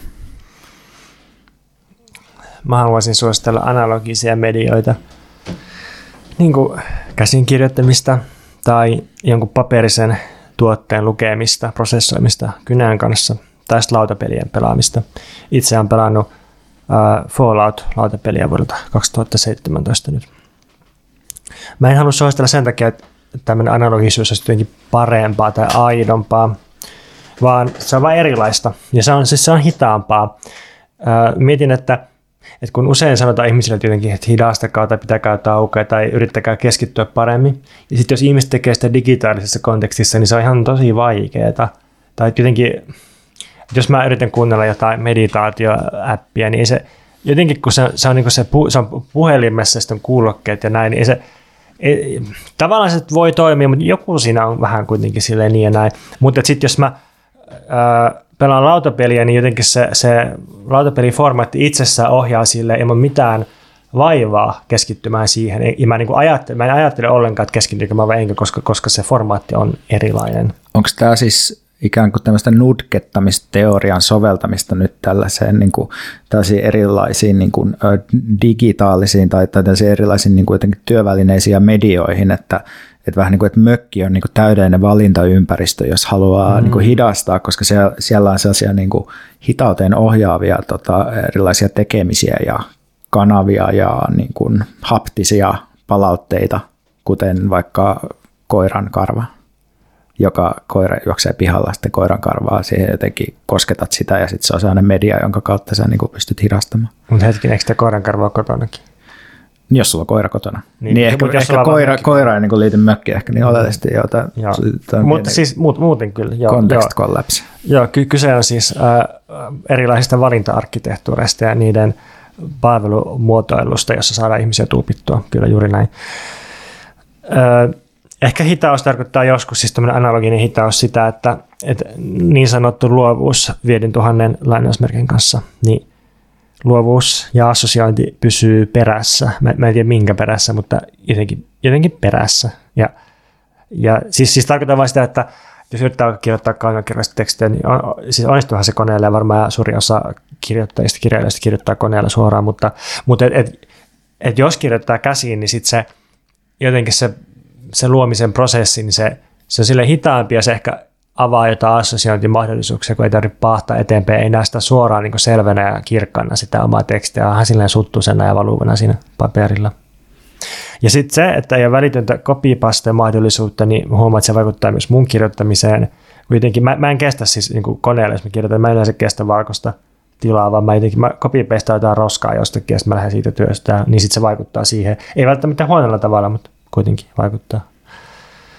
C: Mä haluaisin suositella analogisia medioita, niin kuin käsinkirjoittamista tai jonkun paperisen tuotteen lukemista, prosessoimista kynän kanssa tai lautapelien pelaamista. Itse olen pelannut Fallout-lautapeliä vuodelta 2017 nyt. Mä en halua suositella sen takia, että tämmöinen analogisuus olisi jotenkin parempaa tai aidompaa, vaan se on vain erilaista ja se on hitaampaa. Mietin, että kun usein sanotaan ihmisille jotenkin, että hidastakaa tai pitäkää taukoa tai yrittäkää keskittyä paremmin. Ja sitten jos ihmiset tekee sitä digitaalisessa kontekstissa, niin se on ihan tosi vaikeaa. Tai jotenkin, jos mä yritän kuunnella jotain meditaatioäppiä, niin se jotenkin kun se on, niin kuin se on puhelimessa sitten kuulokkeet ja näin, niin tavallaan se voi toimia, mutta joku siinä on vähän kuitenkin silleen niin ja näin. Mutta sitten jos mä pelaan lautapeliä, niin jotenkin se lautapeliformaatti itsessään ohjaa sille ilman mitään vaivaa keskittymään siihen. Ja mä en ajattele ollenkaan, että keskitynkö mä vai enkä, koska se formaatti on erilainen.
B: Onko tämä siis ikään kuin tämmöistä nudkettamisteorian soveltamista nyt tällaiseen niin kuin, tällaisiin erilaisiin niin kuin, digitaalisiin tai tällaisiin erilaisiin niin kuin, jotenkin työvälineisiin ja medioihin, että vähän niin kuin, että mökki on niin kuin täydellinen valintaympäristö, jos haluaa niin kuin hidastaa, koska siellä on sellaisia niin kuin hitauteen ohjaavia erilaisia tekemisiä ja kanavia ja niin kuin haptisia palautteita, kuten vaikka koiran karva, joka koira juoksee pihalla, sitten koiran karvaa, siihen jotenkin kosketat sitä ja sitten se on sellainen media, jonka kautta sä niin kuin pystyt hidastamaan.
C: Mutta hetkinen, eikö sitä koiran karvaa kotonakin?
B: Jos sulla on koira kotona. Niin ehkä koira ei niin liity mökkiin ehkä niin oleellisesti.
C: Mutta siis muuten kyllä.
B: Context collapse.
C: Joo, kyse on siis erilaisista valinta-arkkitehtuureista ja niiden palvelumuotoilusta, jossa saadaan ihmisiä tuupittua. Kyllä juuri näin. Ehkä hitaus tarkoittaa joskus, siis tämmöinen analoginen hitaus sitä, että niin sanottu luovuus 5000 lainausmerkin kanssa, niin luovuus ja assosiointi pysyy perässä. Mä en tiedä minkä perässä, mutta jotenkin perässä. Ja siis tarkoittaa vain sitä, että jos yrittää kirjoittaa kaunokirjallista tekstiä, niin siis onnistuuhan se koneella ja varmaan suuri osa kirjailijoista kirjoittaa koneella suoraan, mutta jos kirjoittaa käsiin, niin sitten se jotenkin se luomisen prosessi, niin se on silleen hitaampi ja se ehkä avaa jotain assosiointimahdollisuuksia, kun ei tarvitse paahtaa eteenpäin, ei näe sitä suoraan niin selvänä ja kirkkaana sitä omaa tekstiä, onhan silleen suttusena ja valuvana siinä paperilla. Ja sitten se, että ei ole välitöntä copy-paste mahdollisuutta, niin huomaa, että se vaikuttaa myös mun kirjoittamiseen. Kuitenkin mä en kestä siis niin koneella, jos mä kirjoitan, mä en yleensä kestä valkoista tilaa, vaan mä copy-pastaan jotain roskaa jostakin, ja sitten mä lähden siitä työstään, niin sitten se vaikuttaa siihen. Ei välttämättä huonolla tavalla, mutta kuitenkin vaikuttaa.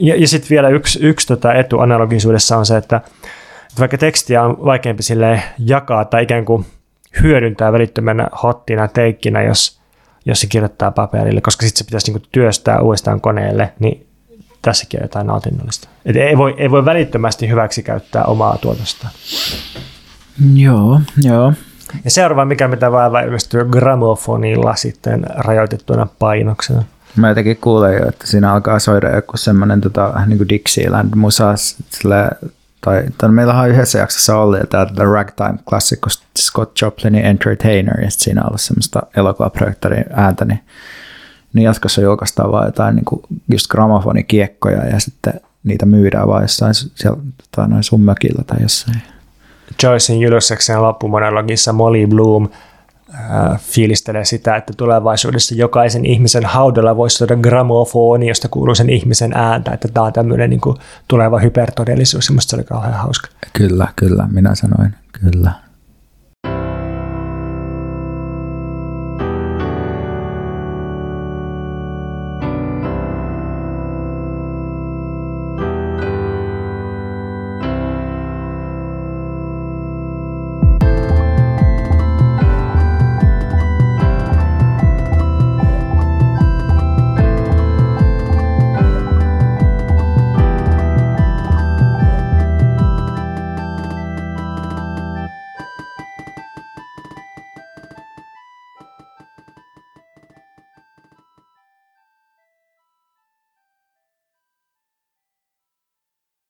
C: Ja sitten vielä yksi etu analogisuudessa on se, että vaikka tekstiä on vaikeampi silleen jakaa tai ikään kuin hyödyntää välittömänä hottina, teikkinä, jos se kirjoittaa paperille, koska sitten se pitäisi niinku työstää uudestaan koneelle, niin tässäkin on jotain nautinnollista. Et ei voi välittömästi hyväksikäyttää omaa tuotosta.
B: Joo.
C: Ja seuraava, mitä vaan ilmestyy gramofonilla sitten rajoitettuna painoksena.
B: Mä jotenkin kuulen jo, että siinä alkaa soida joku semmoinen niin Dixieland-musa, tai meillähän on yhdessä jaksossa ollut tämä Ragtime-klassikko Scott Joplinin Entertainer, ja siinä on ollut semmoista elokuvaprojektorin ääntä, niin jatkossa julkaistaan vaan jotain niin kuin just gramofonikiekkoja, ja sitten niitä myydään vaan jossain siellä noin sun mökillä tai jossain.
C: Joycein Ulysseksen loppumonologissa Molly Bloom fiilistelee sitä, että tulevaisuudessa jokaisen ihmisen haudalla voisi saada gramofoni, josta kuuluu sen ihmisen ääntä, että tämä on tämmöinen niin kuin tuleva hypertodellisuus, ja musta se oli kauhean hauska.
B: Kyllä, minä sanoin, kyllä.